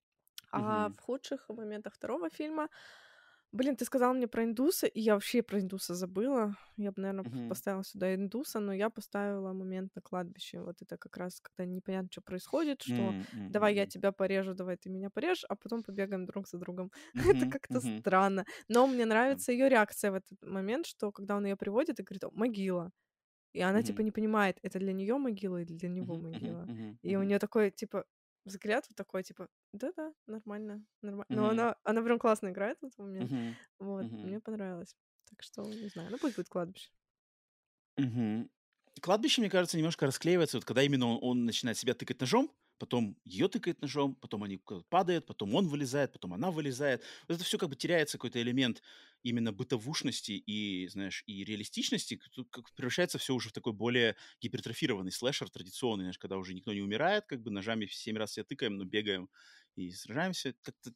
А мгм, в худших моментах второго фильма, блин, ты сказал мне про индуса, и я вообще про индуса забыла. Я бы, наверное, мгм, поставила сюда индуса, но я поставила момент на кладбище. Вот это как раз, когда непонятно, что происходит, что м, м, давай я м, тебя порежу, давай ты меня порежешь, а потом побегаем друг за другом. Это мгм, как-то мгм. странно. Но мне Да. нравится ее реакция в этот момент, что когда он ее приводит и говорит: "О, могила". И она типа Мгм, не понимает, это для нее могила или для него мгм, мгм, могила. мгм, И у мгм, нее такой, типа, взгляд вот такой, типа, да-да, нормально, нормально. Но мгм, она, она прям классно играет в этот момент. мгм, Вот, мгм, мне понравилось. Так что, не знаю, ну пусть будет кладбище. мгм. Кладбище, мне кажется, немножко расклеивается, вот когда именно он, он начинает себя тыкать ножом, потом ее тыкает ножом, потом они куда-то падают, потом он вылезает, потом она вылезает. Вот это все как бы теряется какой-то элемент именно бытовушности и, знаешь, и реалистичности. к- Тут как превращается все уже в такой более гипертрофированный слэшер традиционный, знаешь, когда уже никто не умирает, как бы ножами в семь раз себя тыкаем, но бегаем и сражаемся. Как-то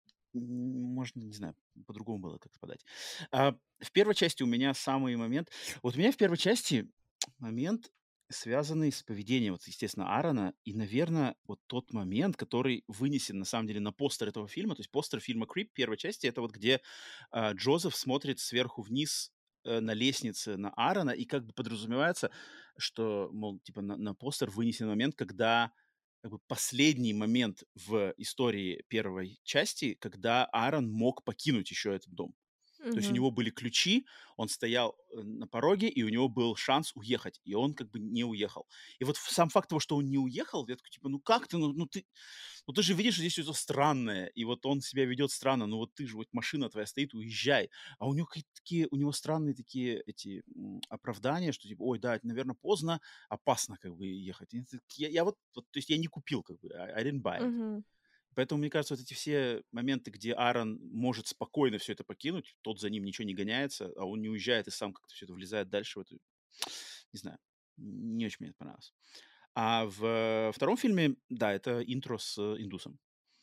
м, можно, не знаю, по-другому было как-то подать. А, в первой части у меня самый момент... Вот у меня в первой части момент, связанный с поведением, вот, естественно, Аарона, и, наверное, вот тот момент, который вынесен, на самом деле, на постер этого фильма, то есть постер фильма «Крип» первой части, это вот где а, Джозеф смотрит сверху вниз э, на лестнице на Аарона, и как бы подразумевается, что, мол, типа на, на постер вынесен момент, когда как бы последний момент в истории первой части, когда Аарон мог покинуть еще этот дом. То есть у Мгм. него были ключи, он стоял э, на пороге, и у него был шанс уехать, и он как бы не уехал. И вот сам факт того, что он не уехал, я такой, типа, ну как ты, ну, ну ты, ну ты же видишь, что здесь что-то странное, и вот он себя ведет странно, ну вот ты же, вот машина твоя стоит, уезжай. А у него какие-то такие, у него странные такие эти м, оправдания, что типа, ой, да, это, наверное, поздно, опасно как бы ехать. И это- Я, я вот, вот, то есть я не купил как бы, I, I didn't buy it. Мгм. Поэтому, мне кажется, вот эти все моменты, где Аарон может спокойно все это покинуть, тот за ним ничего не гоняется, а он не уезжает и сам как-то все это влезает дальше в эту... Не знаю, не очень мне это понравилось. А в втором фильме, да, это интро с э, индусом,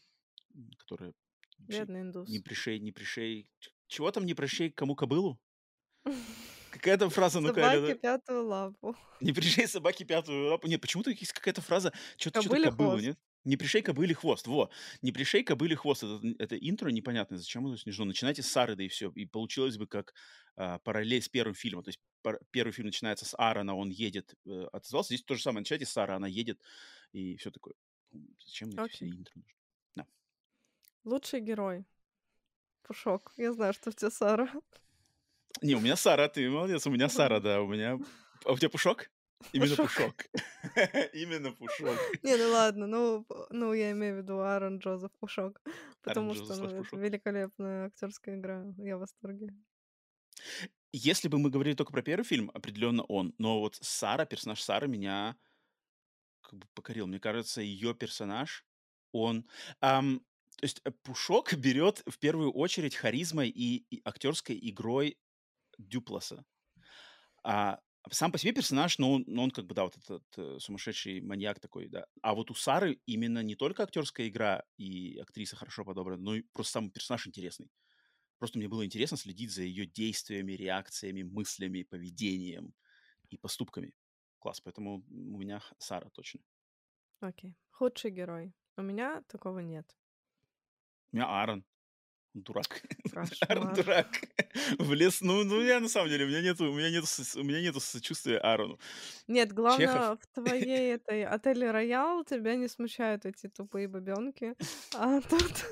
м, которое вообще Бедный не индус. пришей, не пришей... Ч- Чего там не пришей кому кобылу? Какая там фраза, ну-ка, Собаки Алена? пятую лапу. Не пришей собаке пятую лапу. Нет, почему-то есть какая-то фраза, что-то что-то Кобыле кобылу, хвост. нет? Не пришей кобыле хвост. Во. Не пришей кобыле хвост. Это, это интро непонятно, зачем оно нужно. Начинайте с Сары, да и все. И получилось бы как а, параллель с первым фильмом. То есть пар- первый фильм начинается с Аарона, он едет, э, отозвался. Здесь то же самое. Начинайте с Сары, она едет, и все такое. М, Зачем эти все Окей. интро нужны? Да. Лучший герой. Пушок. Я знаю, что в тебе Сара. Не, у меня Сара, ты молодец. У меня Сара, да. У меня... А у тебя Пушок? Именно Пушок. Пушок. Именно Пушок. Не, ну ладно, ну, п- ну я имею в виду Аарон Джозеф Пушок, Аарон потому что, ну, Джозеф это Пушок. великолепная актерская игра. Я в восторге. Если бы мы говорили только про первый фильм, определенно он. Но вот Сара, персонаж Сары меня как бы покорил. Мне кажется, ее персонаж, он... ам, то есть э, Пушок берет в первую очередь харизмой и, и актерской игрой Дюпласа. А сам по себе персонаж, ну, он, ну, он как бы, да, вот этот э, сумасшедший маньяк такой, да. А вот у Сары именно не только актерская игра и актриса хорошо подобрана, но и просто сам персонаж интересный. Просто мне было интересно следить за ее действиями, реакциями, мыслями, поведением и поступками. Класс, поэтому у меня Х- Сара точно. Окей. Худший герой. У меня такого нет. У меня Аарон. Дурак. Аарон Кошмар. дурак. В лес. Ну, ну, я на самом деле, у меня нету, у меня нету, с- у меня нету сочувствия Аарону. Нет, Чехов. главное, в твоей этой отеле Роял тебя не смущают эти тупые бабенки, а тут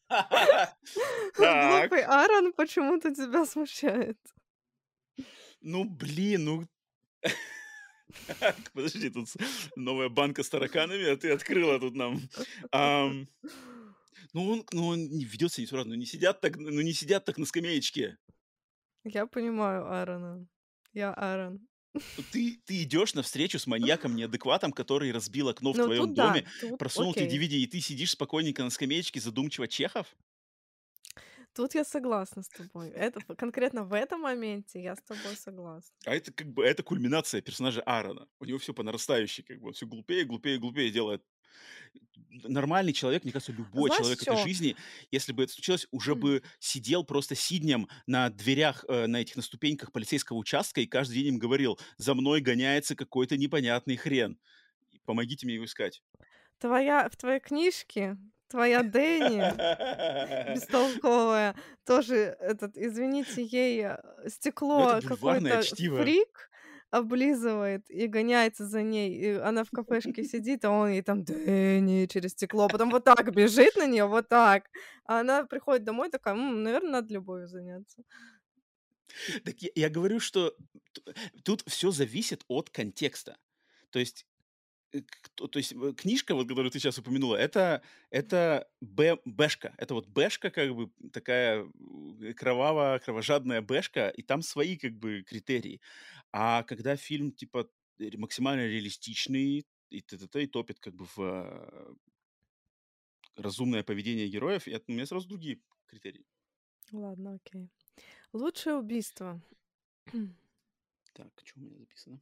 глупый Так. Аарон почему-то тебя смущает. Ну, блин, ну... Подожди, тут с- новая банка с тараканами, а ты открыла тут нам. Ам, Ну, он, ну, он не ведет себя несуразно. Ну, не сидят так, ну, не сидят так на скамеечке. Я понимаю Аарона. Я Аарон. Ну, Ты, ты идешь навстречу с маньяком-неадекватом, который разбил окно в Ну, твоем тут да, доме, тут просунул тебе окей. ди ви ди, и ты сидишь спокойненько на скамеечке, задумчиво Чехов? Тут я согласна с тобой. Это п конкретно в этом моменте я с тобой согласна. А это как бы это кульминация персонажа Аарона. У него все по нарастающей, как бы он все глупее, глупее, глупее делает. Нормальный человек, мне кажется, любой Знаешь, человек этой что? жизни, если бы это случилось, уже бы сидел просто сиднем на дверях, э, на этих, на ступеньках полицейского участка и каждый день им говорил: «За мной гоняется какой-то непонятный хрен. Помогите мне его искать». Твоя в твоей книжке твоя Дэнни бестолковая тоже этот, извините, ей, э, Ну, это стекло бульварное какой-то чтиво. фрик облизывает и гоняется за ней. И она в кафешке сидит, а он ей там: «Дэнни» через стекло, потом вот так бежит на нее, вот так. А она приходит домой такая: наверное, надо любовью заняться». Так я я говорю, что т тут все зависит от контекста. То есть Э, кто то есть, э, книжка, вот которую ты сейчас упомянула, это это бэ бэшка. Это вот бэшка, как бы такая, э, кроваво кровожадная бэшка, и там свои как бы критерии. А когда фильм типа ре максимально реалистичный, и т.т.т. и топит как бы в э, разумное поведение героев. И это- у меня сразу другие критерии. Ладно, окей. Лучшее убийство. Так, что у меня записано?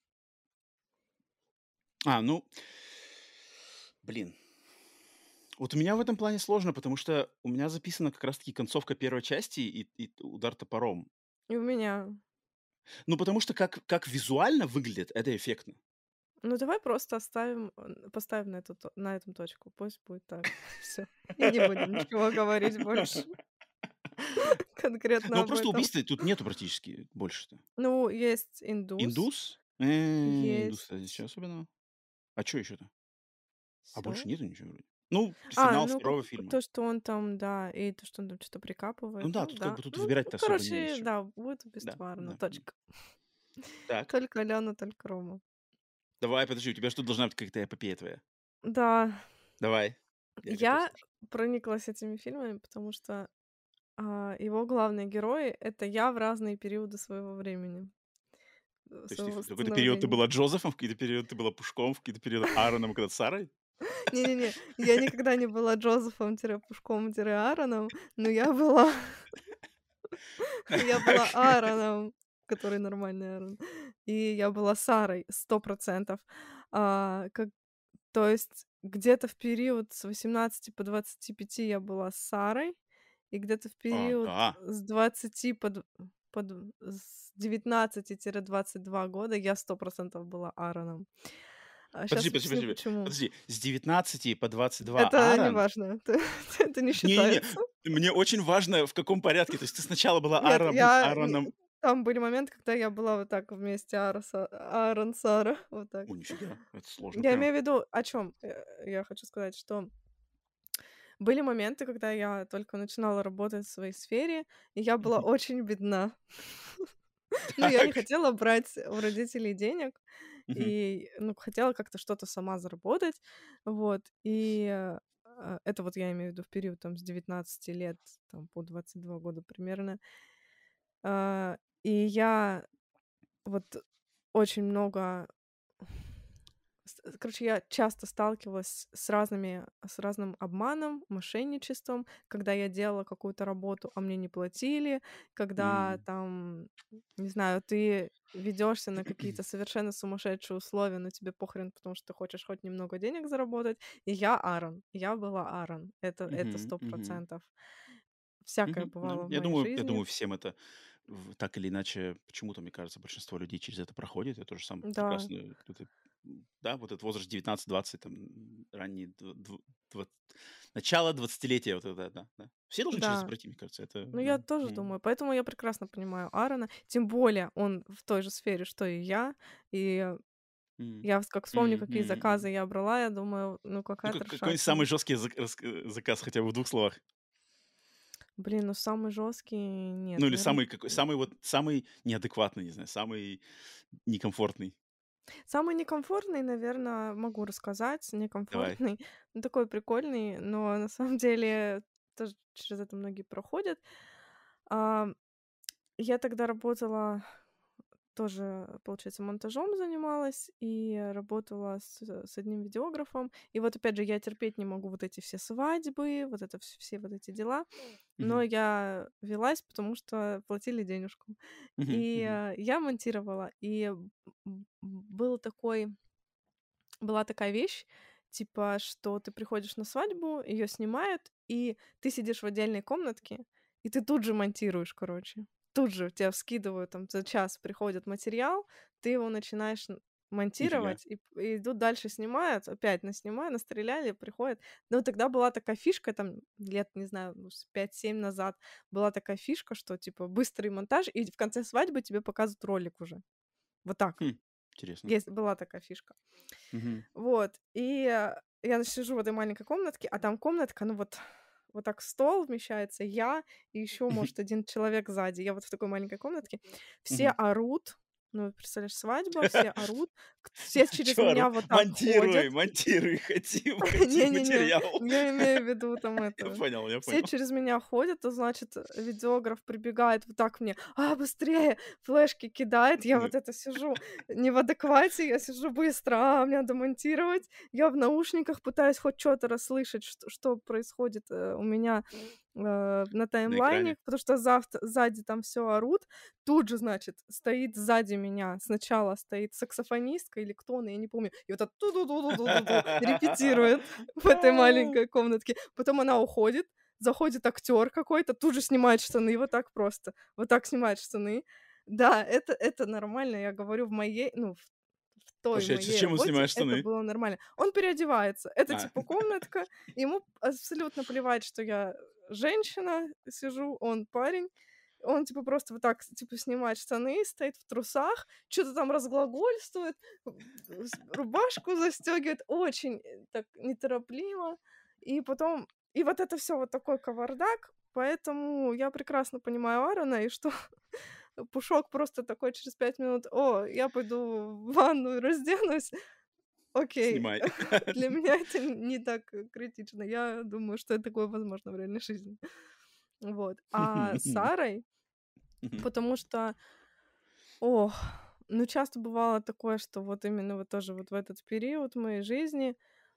А, ну, блин. Вот у меня в этом плане сложно, потому что у меня записана как раз-таки концовка первой части и, и удар топором. И у меня. Ну, потому что как, как визуально выглядит, это эффектно. Ну, давай просто оставим, э, поставим на, эту, то- на этом точку. Пусть будет так. Все. И не будем ничего говорить больше конкретно Ну, об просто этом. убийства тут нету практически больше-то. Ну, есть индус. Индус? Э, Индус, Есть. кстати, ничего особенного. А что еще-то? А Все. больше нету ничего вроде. Ну, А, финал ну, как, второго фильма. то, что он там, да, и то, что он там что-то Ну прикапывает. да, Ну, тут как да. бы тут Ну, выбирать-то ну, особо не есть короче, что. да, будет Да, убийство Аарона. да. Точка. Так, Только Алена, только Рома. давай, подожди, у тебя что должна быть какая-то эпопея твоя? Да, Давай, я готов я слушать. прониклась этими фильмами, потому что а, его главные герои — это я в разные периоды своего времени, э, То есть ты своего в какой-то период ты становления. была Джозефом, в какой-то период ты была Пушком, в какой-то период Аароном, когда Сарой? Не-не-не, я никогда не была Джозефом-Пушком-Аароном, но я была я была Так. Аароном, который нормальный Аарон, и я была Сарой сто процентов. А, как То есть где-то в период с восемнадцати по двадцать пять я была Сарой, и где-то в период Ага. с двадцати по д по д с девятнадцати двадцать два года я сто процентов была Аароном. А Подожди, щас подожди, объясню, подожди, почему. подожди. С девятнадцати по двадцать два Это не Аарон? важно, это это не Не-не-не, считается. мне очень важно, в каком порядке. То есть ты сначала была Нет, Аарон, я не Аароном... там были моменты, когда я была вот так вместе Аароса Аарон, Сара, вот так. О, нифига, это сложно Я прям. имею в виду о чём? Э, я хочу сказать, что были моменты, когда я только начинала работать в своей сфере, и я была Мгм. очень бедна. Ну, я не Так. хотела брать у родителей денег, Мгм. и, ну, хотела как-то что-то сама заработать. Вот, и, э, а, это вот я имею в виду в период там с девятнадцати лет там по двадцать два года примерно. А, и я вот очень много с э, короче, я часто сталкивалась с разными с разным обманом, мошенничеством, когда я делала какую-то работу, а мне не платили, когда М. там, не знаю, ты ведёшься на какие-то совершенно сумасшедшие условия, но тебе похрен, потому что ты хочешь хоть немного денег заработать. И я Аарон, я была Аарон. Это это Мгм, сто мгм. процентов. Всякое Мгм, да. бывало в Я моей думаю, я жизни. думаю, всем это в так или иначе, почему-то, мне кажется, большинство людей через это проходит. Я тоже сам Да. прекрасно это, м, да, вот этот возраст девятнадцать двадцать, там, м, ранние дв дв дв начало двадцатилетия, вот это, да, да. Все должны через это Да. пройти, мне кажется, это, Ну, да. я тоже М. думаю. Поэтому я прекрасно понимаю Аарона. Тем более он в той же сфере, что и я. И М. я вс как вспомню, какие Мгм. заказы я брала, я думаю, ну, Ну, какая как какой самый трешатина. жесткий зак раск э, заказ хотя бы в двух словах? Блин, ну самый жесткий нет, Ну, или наверно, самый какой самый вот самый неадекватный, не знаю, самый некомфортный. самый некомфортный, наверно, могу рассказать. Давай. Некомфортный, ну, такой прикольный, но на самом деле тоже через это многие проходят. Ам, я тогда работала тоже, получается, монтажом занималась и работала с с одним видеографом. И вот опять же, я терпеть не могу вот эти все свадьбы, вот это вс все вот эти дела, но Мгм. я велась, потому что платили денежку. Мгм. И, Мгм. э, я монтировала, и б б был такой была такая вещь, типа, что ты приходишь на свадьбу, ее снимают, и ты сидишь в отдельной комнатке, и ты тут же монтируешь, короче. Тут же тебя вскидывают, там за час приходит материал, ты его начинаешь н Нифига. монтировать, и п и идут дальше снимают, опять наснимаю, настреляли, приходят. Но тогда была такая фишка, там лет, не знаю, может, пять-семь назад была такая фишка, что типа быстрый монтаж, и в конце свадьбы тебе показывают ролик уже. Вот так. Хм, интересно. Есть была такая фишка. Мгм. Вот, и, э, я сижу в этой маленькой комнатке, а там комнатка, ну вот вот так стол вмещается, я и еще, Мгм. может, один человек сзади. Я вот в такой маленькой комнатке. Все Мгм. орут, Ну, представляешь, свадьба, все орут, к- все через Чёрт, меня вот так монтируй, ходят. монтируй, хотим, хотим Не-не-не, материал. я имею в виду там Я это. понял, я Все понял. через меня ходят, то значит, э, видеограф прибегает вот так мне: "А, быстрее!" Флешки кидает. Я Ну, вот это сижу не в адеквате, я сижу быстро, а, мне надо монтировать. Я в наушниках пытаюсь хоть что то расслышать, что что происходит, э, у меня, э, на на таймлайне, экране. потому что завт сзади там все орут. Тут же, значит, стоит сзади меня сначала стоит саксофонистка или кто она, я не помню, и вот так ту-ду-ду-ду-ду-ду-ду репетирует в этой маленькой комнатке. Потом она уходит, заходит актер какой-то, тут же снимает штаны, вот так просто, вот так снимает штаны. Да, это это нормально, я говорю, в моей, ну, в в той Подожди, а моей зачем он работе снимает это штаны? было нормально. Он переодевается. Это А, типа комнатка, ему абсолютно плевать, что я женщина сижу, он парень. Он типа просто вот так типа снимает штаны, стоит в трусах, что то там разглагольствует, м, с рубашку застегивает очень, э, так неторопливо. И потом и вот это все вот такой кавардак, поэтому я прекрасно понимаю Аарона, и что Пушок просто такой через пять минут: "О, я пойду в ванную, разденусь". Окей, снимай. для меня это н не так, э, критично. Я думаю, что такое возможно в реальной жизни. Вот. А с Сарой, Мгм. потому что, ох, ну, часто бывало такое, что вот именно вот тоже вот в этот период моей жизни,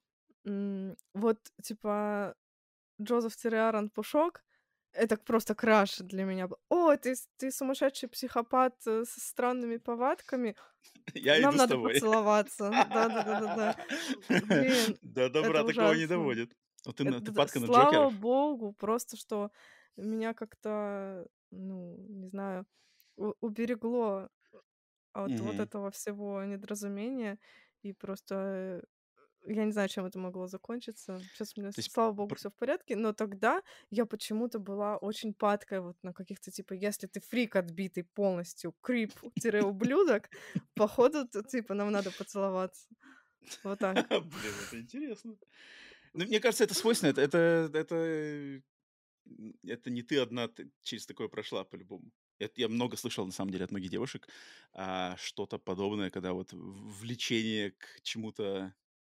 м, вот типа Джозеф-Аарон Пушок — это просто краш для меня был. "О, ты с ты сумасшедший психопат, э, со странными повадками, Я нам иду с надо тобой. поцеловаться". Да-да-да-да-да. Блин, До добра это такого не ужасно. доводит. Вот Это именно ты д падка на слава джокеров? богу, просто что меня как-то, ну, не знаю, у уберегло от вот Мгм. этого всего недоразумения. И просто, э, я не знаю, чем это могло закончиться. Сейчас у меня, То с есть слава богу, пр все в порядке, но тогда я почему-то была очень падкая вот на каких-то, типа, если ты фрик отбитый полностью, крип-ублюдок, походу, т типа, нам надо поцеловаться. Вот так. блин, это интересно. Ну, мне кажется, это свойственно. Это это это, э, м, это не ты одна ты через такое прошла по-любому. Это я много слышал, на самом деле, от многих девушек, а, что-то подобное, когда вот в влечение к чему-то,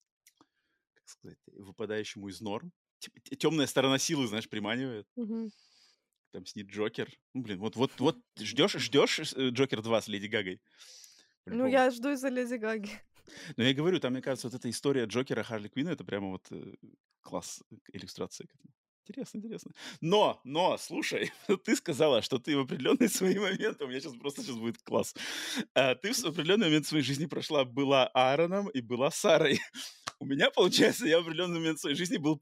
как сказать, выпадающему из норм. Типа темная сторона силы, знаешь, приманивает. Мгм. Там снит Джокер. Ну, блин, вот вот вот ждешь ждешь э, Джокер два с Леди Гагой? Ну, По-любому. я жду из-за Леди Гаги. Но я говорю, там, мне кажется, вот эта история Джокера, Харли Квинна — это прямо вот, э, класс к иллюстрации к этому. Интересно, интересно. Но, но, слушай, ты сказала, что ты в определенные свои моменты, у меня сейчас просто сейчас будет класс. А, ты в определенный момент своей жизни прошла, была Аароном и была Сарой. У меня, получается, я в определенный момент своей жизни был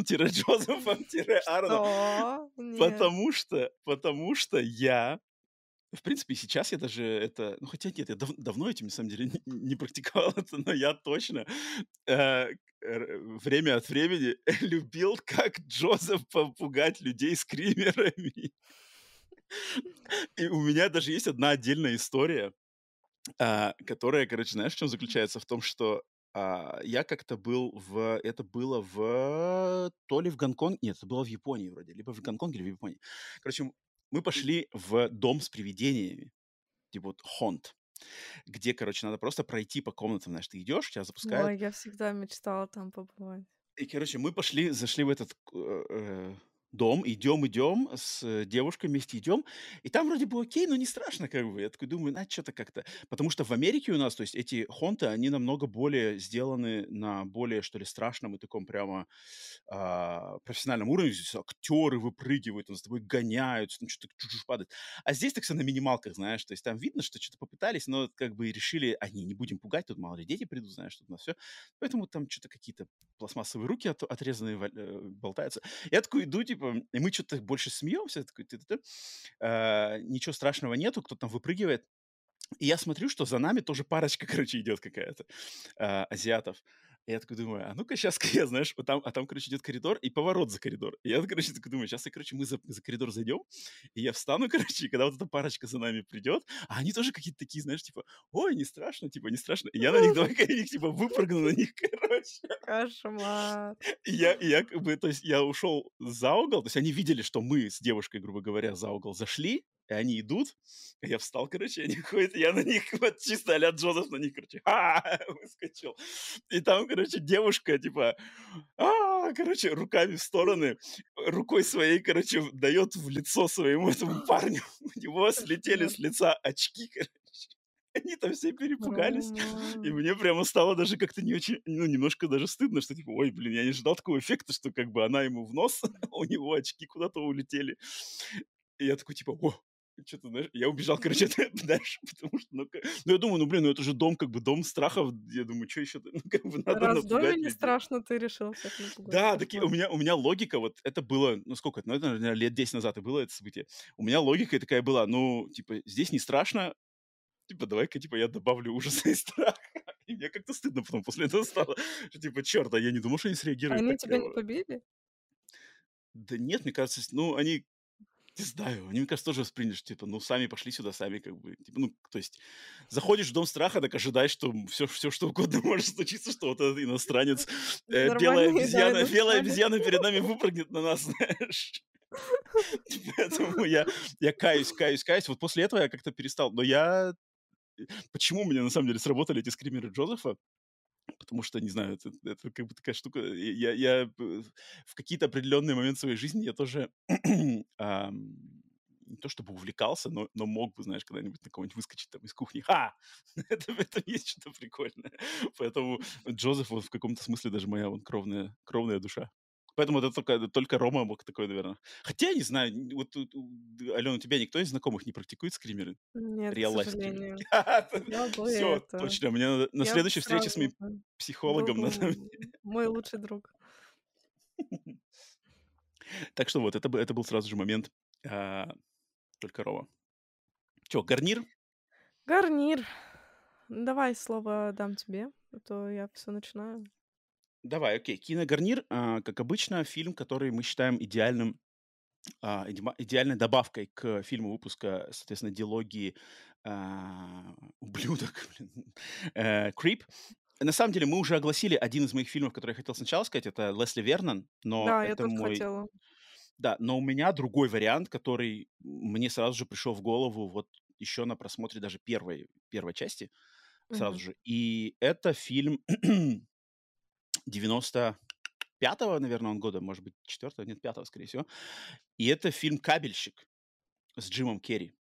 Пушком-Джозефом-Аароном, Что? Нет. потому что, потому что я в принципе, и сейчас я даже это, ну, хотя нет, я дав давно этим, на самом деле, не не практиковал это, но я точно, э, р время от времени любил, как Джозеф, попугать людей скримерами. И у меня даже есть одна отдельная история, а, которая, короче, знаешь, в чём заключается? В том, что, а, я как-то был в это было в то ли в Гонконге, нет, это было в Японии вроде, либо в Гонконге, или в Японии. Короче, м мы пошли в дом с привидениями, типа вот хонт, где, короче, надо просто пройти по комнатам, знаешь, ты идешь, тебя запускают. Ой, я всегда мечтала там побывать. И, короче, мы пошли, зашли в этот к э, дом, идем, идем, с э, девушкой вместе идем, и там вроде бы окей, но не страшно как бы. Я такой думаю, а что то как-то. Потому что в Америке у нас, то есть эти хонты, они намного более сделаны на более, что ли, страшном и таком прямо а, профессиональном уровне. Здесь актеры выпрыгивают, там, с тобой гоняются, там что-то чуть-чуть падает. А здесь так все на минималках, знаешь, то есть там видно, что что-то попытались, но как бы решили, а не, не будем пугать, тут мало ли дети придут, знаешь, тут у нас все. Поэтому там что-то какие-то пластмассовые руки от- отрезанные валь- э, болтаются. Я такой иду, типа, и мы что-то больше смеемся, такой, ты-ты-ты. А, ничего страшного нету, кто там выпрыгивает. И я смотрю, что за нами тоже парочка, короче, идет какая-то, а, азиатов. И я такой думаю, а ну-ка сейчас я, знаешь, вот там, а там, короче, идет коридор и поворот за коридор. И я, короче, такой думаю, сейчас, короче, мы за, за коридор зайдем, и я встану, короче, и когда вот эта парочка за нами придет, а они тоже какие-то такие, знаешь, типа, ой, не страшно, типа, не страшно. И я на них, давай-ка я на них, типа, выпрыгну на них, короче. Кошмар. И я, и я как бы, то есть я ушел за угол, то есть они видели, что мы с девушкой, грубо говоря, за угол зашли, И они идут, а я встал, короче, они ходят, я на них, вот чисто а-ля Джозеф на них, короче, ха, выскочил. И там, короче, девушка, типа, а, короче, руками в стороны, рукой своей, короче, дает в лицо своему этому парню. У него слетели Кошмар. с лица очки, короче. Они там все перепугались. И Рома. мне прямо стало даже как-то не очень, ну, немножко даже стыдно, что типа, ой, блин, я не ожидал такого эффекта, что как бы она ему в нос, а у него очки куда-то улетели. И я такой, типа, о, что-то, знаешь, я убежал, короче, дальше, потому что, ну, ка- ну, я думаю, ну, блин, ну, это же дом, как бы, дом страхов. Я думаю, что еще, ну, как бы, надо Раз в доме напугать не людей. страшно, ты решил всех напугать. Да, таки, Кошмар. у меня, у меня логика, вот, это было, ну, сколько это, ну, это, наверное, лет десять назад и было это событие. У меня логика такая была, ну, типа, здесь не страшно, типа, давай-ка, типа, я добавлю ужаса и страха. И мне как-то стыдно потом после этого стало, что, типа, черт, а я не думал, что они среагируют Они так. тебя не э, побили? Да нет, мне кажется, с- ну, они, не знаю, они, мне кажется, тоже восприняли, что, типа, ну, сами пошли сюда, сами, как бы, типа, ну, то есть, заходишь в дом страха, так ожидай, что все, все что угодно может случиться, что вот этот иностранец, э, белая Нормальные, да, обезьяна, белая иностранец. обезьяна перед нами выпрыгнет на нас, знаешь. Поэтому я, я каюсь, каюсь, каюсь. Вот после этого я как-то перестал. Но я... Почему у меня, на самом деле, сработали эти скримеры Джозефа? Потому что, не знаю, это, это как бы такая штука. Я, я э, в какие-то определенные моменты своей жизни я тоже ам, не то чтобы увлекался, но, но мог бы, знаешь, когда-нибудь на кого-нибудь выскочить там из кухни. Ха! это, в этом есть что-то прикольное. Поэтому Джозеф вот в каком-то смысле даже моя вон кровная, кровная душа. Поэтому это только, только Рома мог такой, наверное. Хотя, я не знаю, н- вот, тут у- Алена, у тебя никто из знакомых не практикует скримеры? Нет, к Real life скримеры. сожалению. Я бы Все, это... точно. Мне надо на Я бы следующей встрече с сразу... моим бы- Был психологом бы надо. м- мой лучший друг. Так что вот, это, бы- это был сразу же момент а, только Рома. Че, гарнир? Гарнир. Давай слово дам тебе, а то я все начинаю. Давай, окей. Киногарнир, а, как обычно, фильм, который мы считаем идеальным, а, идема- идеальной добавкой к фильму выпуска, соответственно, дилогии а, «Ублюдок», блин, э, «Крип». На самом деле, мы уже огласили один из моих фильмов, который я хотел сначала сказать. Это Лесли Вернон, но Да, я это тоже мой... хотела. Да, но у меня другой вариант, который мне сразу же пришел в голову вот еще на просмотре даже первой, первой части сразу Мгм. же. И это фильм девяносто пятого, наверное, он года, может быть, четвертого, нет, пятого, скорее всего. И это фильм «Кабельщик» с Джимом Керри.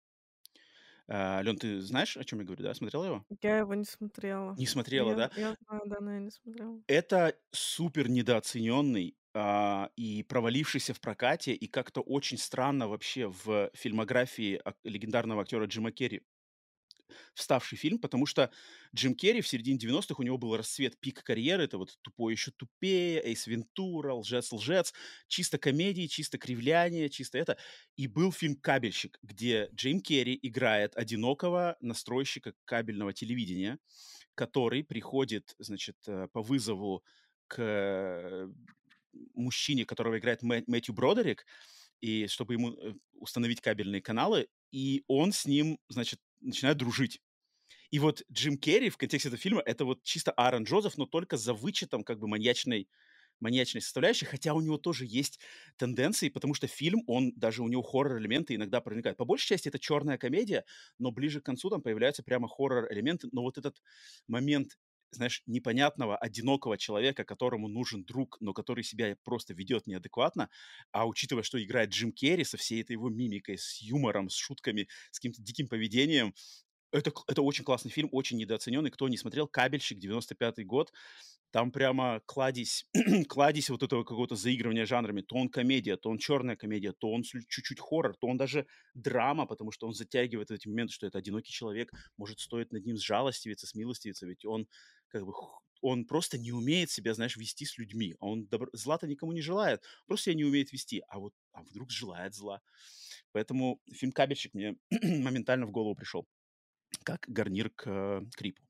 А, Лен, ты знаешь, о чем я говорю, да? Смотрела его? Я его не смотрела. Не смотрела, Я, да? я знаю, да, но я не смотрела. Это супер недооцененный а, и провалившийся в прокате, и как-то очень странно вообще в фильмографии ак- легендарного актера Джима Керри вставший фильм, потому что Джим Керри в середине девяностых, у него был расцвет, пик карьеры, это вот «Тупой еще тупее», «Эйс Вентура», «Лжец-лжец», чисто комедии, чисто кривляние, чисто это. И был фильм «Кабельщик», где Джим Керри играет одинокого настройщика кабельного телевидения, который приходит, значит, э, по вызову к э, мужчине, которого играет Мэ- Мэтью Бродерик, и чтобы ему э, установить кабельные каналы, и он с ним, значит, начинает дружить. И вот Джим Керри в контексте этого фильма — это вот чисто Аарон Джозеф, но только за вычетом как бы маньячной маньячной составляющей, хотя у него тоже есть тенденции, потому что фильм, он даже у него хоррор-элементы иногда проникают. По большей части это черная комедия, но ближе к концу там появляются прямо хоррор-элементы. Но вот этот момент, знаешь, непонятного, одинокого человека, которому нужен друг, но который себя просто ведет неадекватно, а учитывая, что играет Джим Керри со всей этой его мимикой, с юмором, с шутками, с каким-то диким поведением, это, к- это очень классный фильм, очень недооцененный. Кто не смотрел, «Кабельщик», девяносто пятый год, там прямо кладезь, кладезь вот этого какого-то заигрывания жанрами. То он комедия, то он черная комедия, то он слю- чуть-чуть хоррор, то он даже драма, потому что он затягивает эти моменты, что это одинокий человек, может, стоит над ним сжалостивиться, смилостивиться, ведь он как бы х- он просто не умеет себя, знаешь, вести с людьми. А Он добр... зла-то никому не желает, просто себя не умеет вести. А вот а вдруг желает зла. Поэтому фильм «Кабельщик» мне моментально в голову пришел как гарнир к э, Крипу.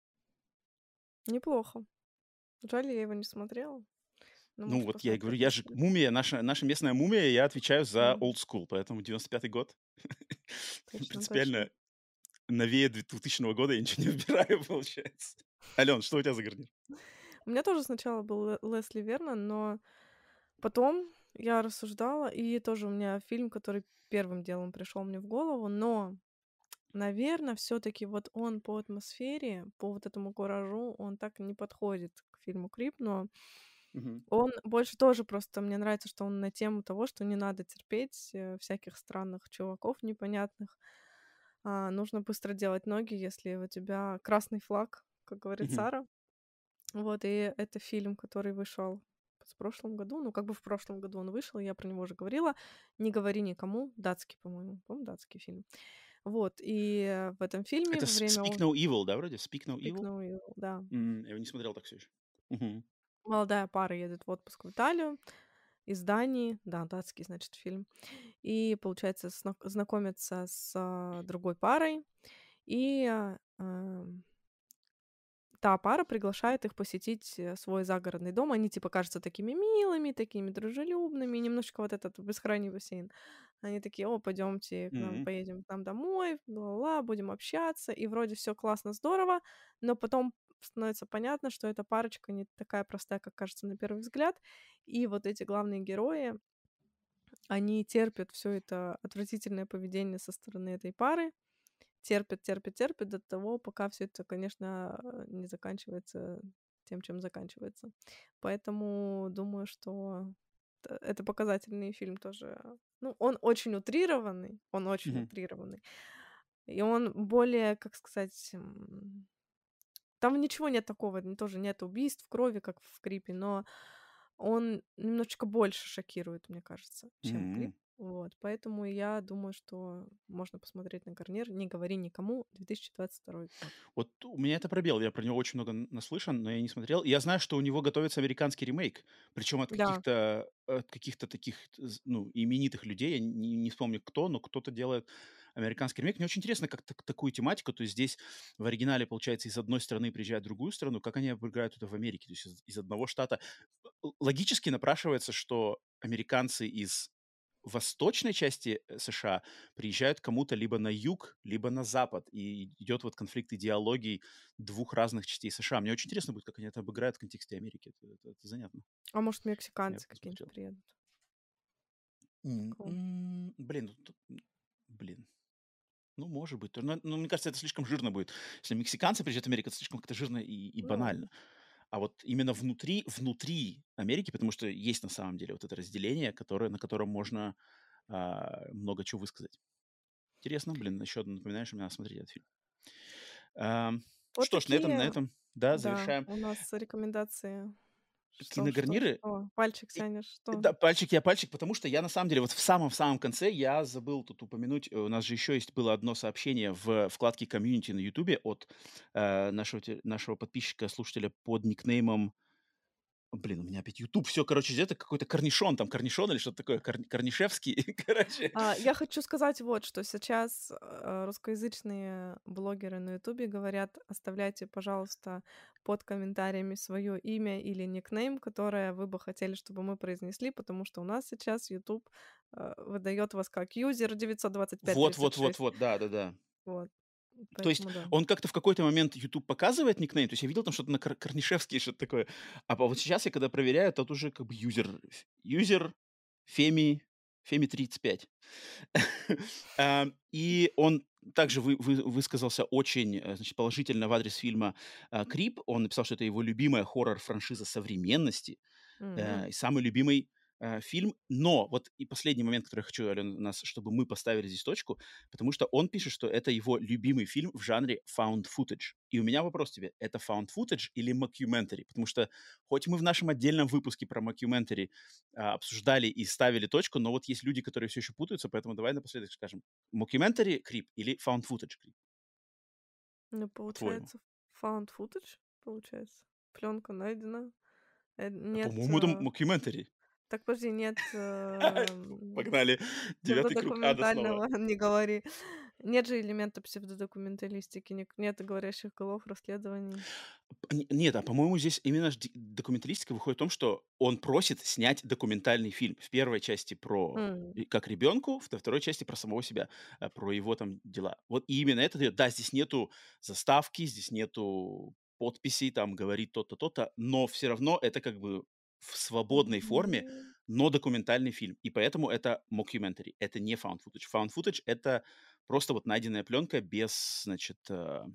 Неплохо. Жаль, я его не смотрела. Ну, Ну, может, вот я и говорю, посмотрю я же после. мумия, наша, наша местная мумия, я отвечаю за М, old school, поэтому девяносто пятый год. Точно, точно. Принципиально новее двухтысячного года я ничего не выбираю, получается. Ален, что у тебя за гарнир? У меня тоже сначала был Ле- Лесли Вернон, но потом я рассуждала, и тоже у меня фильм, который первым делом пришел мне в голову, но, наверное, все-таки вот он по атмосфере, по вот этому куражу, он так не подходит к фильму Крип, но Мгм. он больше тоже просто мне нравится, что он на тему того, что не надо терпеть э, всяких странных чуваков непонятных. А, нужно быстро делать ноги, если у тебя красный флаг, как говорит Мгм. Сара. Вот, и это фильм, который вышел в прошлом году. Ну, как бы в прошлом году он вышел, я про него уже говорила. «Не говори никому». Датский, по-моему. По-моему, датский фильм. Вот, и э, в этом фильме Это во с- время Speak о- No Evil, да, вроде? Speak No Speak Evil? No Evil, да. М, Я его не смотрел так все еще. Мгм. Молодая пара едет в отпуск в Италию из Дании. Да, датский, значит, фильм. И, получается, сна- знакомятся с а, другой парой. И а, ам, та пара приглашает их посетить э, свой загородный дом. Они типа кажутся такими милыми, такими дружелюбными, немножечко вот этот бескрайний бассейн. Они такие: о, пойдемте к нам, М. поедем к нам домой, ла-ла, будем общаться. И вроде все классно, здорово, но потом становится понятно, что эта парочка не такая простая, как кажется на первый взгляд. И вот эти главные герои, они терпят все это отвратительное поведение со стороны этой пары, терпят, терпят, терпят до того, пока все это, конечно, э, не заканчивается тем, чем заканчивается. Поэтому думаю, что т- это показательный фильм тоже. Ну, он очень утрированный, он очень Мгм. утрированный. И он более, как сказать, м, там ничего нет такого, н- тоже нет убийств, крови, как в Крипе, но он немножечко больше шокирует, мне кажется, чем Крип. М. Вот, поэтому я думаю, что можно посмотреть на Гарнир. «Не говори никому», две тысячи двадцать второй год. Вот у меня это пробел. Я про него очень много н- наслышан, но я не смотрел. И я знаю, что у него готовится американский ремейк, причем от Да. каких-то от каких-то таких з- ну, именитых людей. Я не, не вспомню кто, но кто-то делает американский ремейк. Мне очень интересно, как так- такую тематику. То есть здесь в оригинале, получается, из одной страны приезжают в другую страну, как они обыграют это в Америке. То есть из, из одного штата. Л- Логически напрашивается, что американцы из восточной части э, США приезжают кому-то либо на юг, либо на запад, и идет вот конфликт идеологий двух разных частей США. Мне очень интересно будет, как они это обыграют в контексте Америки. Это, это- это занятно. А может, Я бы мексиканцы какие-нибудь посмотрел. приедут? М, Прикол. м, Блин, ну тут, м, блин. Ну, может быть. Но, но мне кажется, это слишком жирно будет. Если мексиканцы приезжают в Америку, это слишком как-то жирно и, и банально. Ну, А вот именно внутри, внутри Америки, потому что есть на самом деле вот это разделение, которое, на котором можно а, много чего высказать. Интересно, блин, еще одно напоминаешь, что мне надо смотреть этот фильм. Ам, вот что ж, на этом, на такие, этом, да, да, завершаем у нас рекомендации. Что, что, киногарниры. что? Пальчик И, тянешь, что? да, пальчик я пальчик, потому что я на самом деле вот в самом-самом конце я забыл тут упомянуть, э, у нас же еще есть было одно сообщение в вкладке комьюнити на Ютубе от э, нашего, те- нашего подписчика, слушателя под никнеймом. Блин, у меня опять YouTube. Все, короче, где-то какой-то корнишон, там корнишон или что-то такое, корни- корнишевский, короче. А, я хочу сказать вот, что сейчас э, русскоязычные блогеры на Ютубе говорят: оставляйте, пожалуйста, под комментариями свое имя или никнейм, которое вы бы хотели, чтобы мы произнесли, потому что у нас сейчас YouTube э, выдает вас как юзер девятьсот двадцать пять Вот, вот, тридцать вот, шесть. вот, да, да, да. Вот, То есть поэтому да. он как-то в какой-то момент YouTube показывает никнейм, то есть я видел там что-то на Кор Корнишевский, что-то такое. А по вот сейчас я когда проверяю, тут уже как бы юзер ф юзер Феми Феми тридцать пять. А, и он также вы вы высказался очень, э, значит, положительно в адрес фильма, а, «Крип». Он написал, что это его любимая хоррор-франшиза современности. Э, М. и самый любимый, э, фильм. Но вот и последний момент, который я хочу, Алена, нас, чтобы мы поставили здесь точку, потому что он пишет, что это его любимый фильм в жанре found footage. И у меня вопрос тебе: это found footage или mockumentary? Потому что хоть мы в нашем отдельном выпуске про mockumentary а, обсуждали и ставили точку, но вот есть люди, которые все еще путаются, поэтому давай напоследок скажем: mockumentary Крип или found footage Крип, Ну, по-твоему? получается, found footage, получается. Пленка найдена. Э, А нет, по-моему, это э, mockumentary. так подожди, нет, эм, Погнали. Девятый круг ада снова. псевдодокументального, не говори. Нет же элемента псевдодокументалистики, не- нет говорящих голов, расследований. Н нет, а по-моему, здесь именно ж д документалистика выходит в том, что он просит снять документальный фильм. В первой части про М. и как ребенку, во второй части про самого себя, а, про его там дела. Вот и именно это даёт. Да, здесь нету заставки, здесь нету подписей, там говорит то-то, то-то, но все равно это как бы в свободной форме но документальный фильм. И поэтому это mockumentary, это не found footage. Found footage — это просто вот найденная пленка без, значит, э,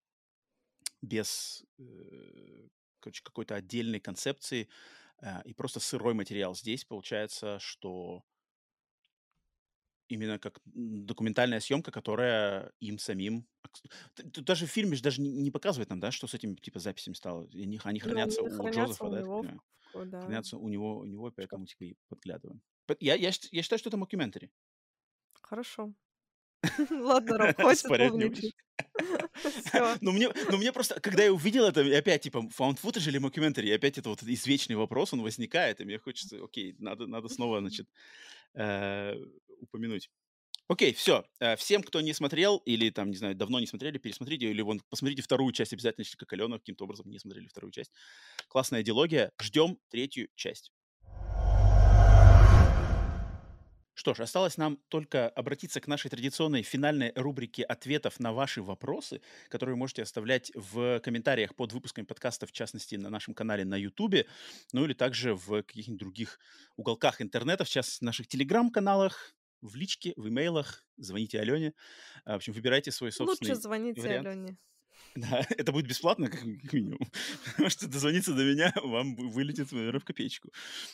без э, короче, какой-то отдельной концепции э, и просто сырой материал. Здесь получается, что именно как м, документальная съемка, которая им самим... акс- Т- Тут даже в фильме ж даже не не показывает нам, да, что с этими типа записями стало. И Они, они Ну, хранятся они у хранятся Джозефа, у да, я так него в, понимаю? в- да, Хранятся у него, у него, и в шкаф. поэтому типа и подглядываем. Пот- Я, я, счит- я считаю, что это мокюментари. Хорошо. Ладно, Роб, хватит Спорить не будешь? умничать. Все. Ну, мне, ну, мне просто, когда я увидел это, и опять, типа, found footage или mockumentary, и опять это вот извечный вопрос, он возникает, и мне хочется, окей, надо, надо снова, значит, э, упомянуть. Окей, все. Всем, кто не смотрел, или там, не знаю, давно не смотрели, пересмотрите, или вон, посмотрите вторую часть обязательно, если как Алена каким-то образом не смотрели вторую часть. Классная диалогия. Ждем третью часть. Что ж, осталось нам только обратиться к нашей традиционной финальной рубрике ответов на ваши вопросы, которые вы можете оставлять в комментариях под выпусками подкаста, в частности, на нашем канале на Ютубе, ну или также в каких-нибудь других уголках интернета, в частности, в наших телеграм-каналах, в личке, в имейлах. Звоните Алене. А, В общем, выбирайте свой Лучше собственный звоните вариант. Алене. Да, это будет бесплатно, как как минимум. Потому что дозвониться до меня вам вы- вылетит, наверное, в копеечку.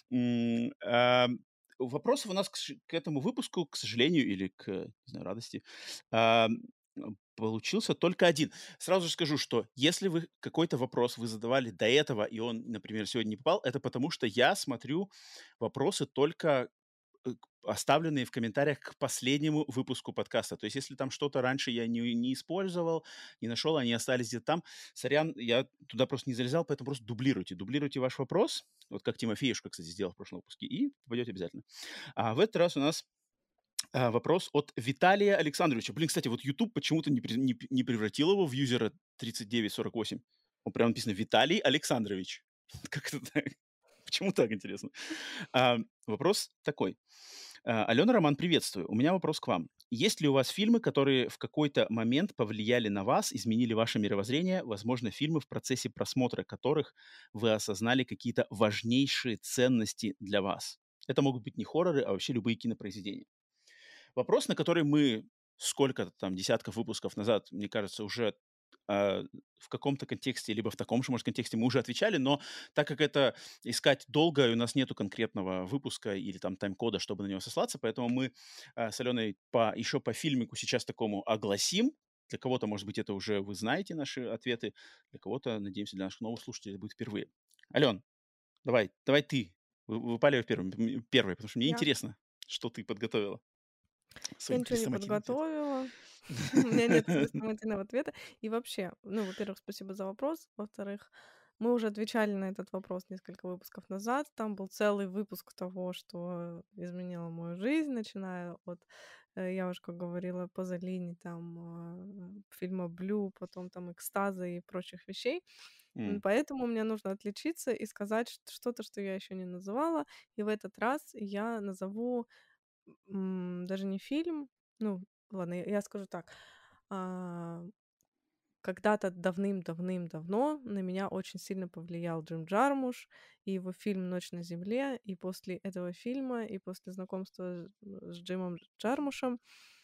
М, ам, Вопросов у нас к ш к этому выпуску, к сожалению, или к, не знаю, радости, ам, м, получился только один. Сразу же скажу, что если вы какой-то вопрос вы задавали до этого, и он, например, сегодня не попал, это потому что я смотрю вопросы только э, к- оставленные в комментариях к последнему выпуску подкаста. То есть, если там что-то раньше я не, не использовал, не нашел, они остались где-то там, сорян, я туда просто не залезал, поэтому просто дублируйте. Дублируйте ваш вопрос, вот как Тимофеюшка, кстати, сделал в прошлом выпуске, и попадете обязательно. А в этот раз у нас а, вопрос от Виталия Александровича. Блин, кстати, вот YouTube почему-то не, при- не п- не превратил его в юзера тридцать девять сорок восемь. Он прям написано Виталий Александрович. Как это так? Почему так, интересно? А, вопрос такой. А, Алена, Роман, приветствую. У меня вопрос к вам. Есть ли у вас фильмы, которые в какой-то момент повлияли на вас, изменили ваше мировоззрение? Возможно, фильмы, в процессе просмотра которых вы осознали какие-то важнейшие ценности для вас. Это могут быть не хорроры, а вообще любые кинопроизведения. Вопрос, на который мы сколько-то там десятков выпусков назад, мне кажется, уже а, в каком-то контексте, либо в таком же, может, контексте мы уже отвечали, но так как это искать долго, и у нас нету конкретного выпуска или там тайм-кода, чтобы на него сослаться, поэтому мы а, с Аленой по, еще по фильмику сейчас такому огласим. Для кого-то, может быть, это уже вы знаете наши ответы, для кого-то, надеемся, для наших новых слушателей это будет впервые. Ален, давай, давай ты, вы- выпаливай первым, м, первой, потому что мне Я. интересно, что ты подготовила Я своим ничего не хрестоматийным ответом. подготовила. У меня нет хрестоматийного ответа. И вообще, ну, во-первых, спасибо за вопрос. Во-вторых, мы уже отвечали на этот вопрос несколько выпусков назад. Там был целый выпуск того, что изменило мою жизнь, начиная от, э, я уже как говорила, Пазолини, там, э, фильма «Блю», потом там «Экстаза» и прочих вещей. М, М, Поэтому мне нужно отличиться и сказать ш- что-то, что я еще не называла. И в этот раз я назову м, даже не фильм. Ну, ладно, я я скажу так. А, Когда-то давным-давным-давно на меня очень сильно повлиял Джим Джармуш и его фильм «Ночь на земле». И после этого фильма, и после знакомства с с Джимом Джармушем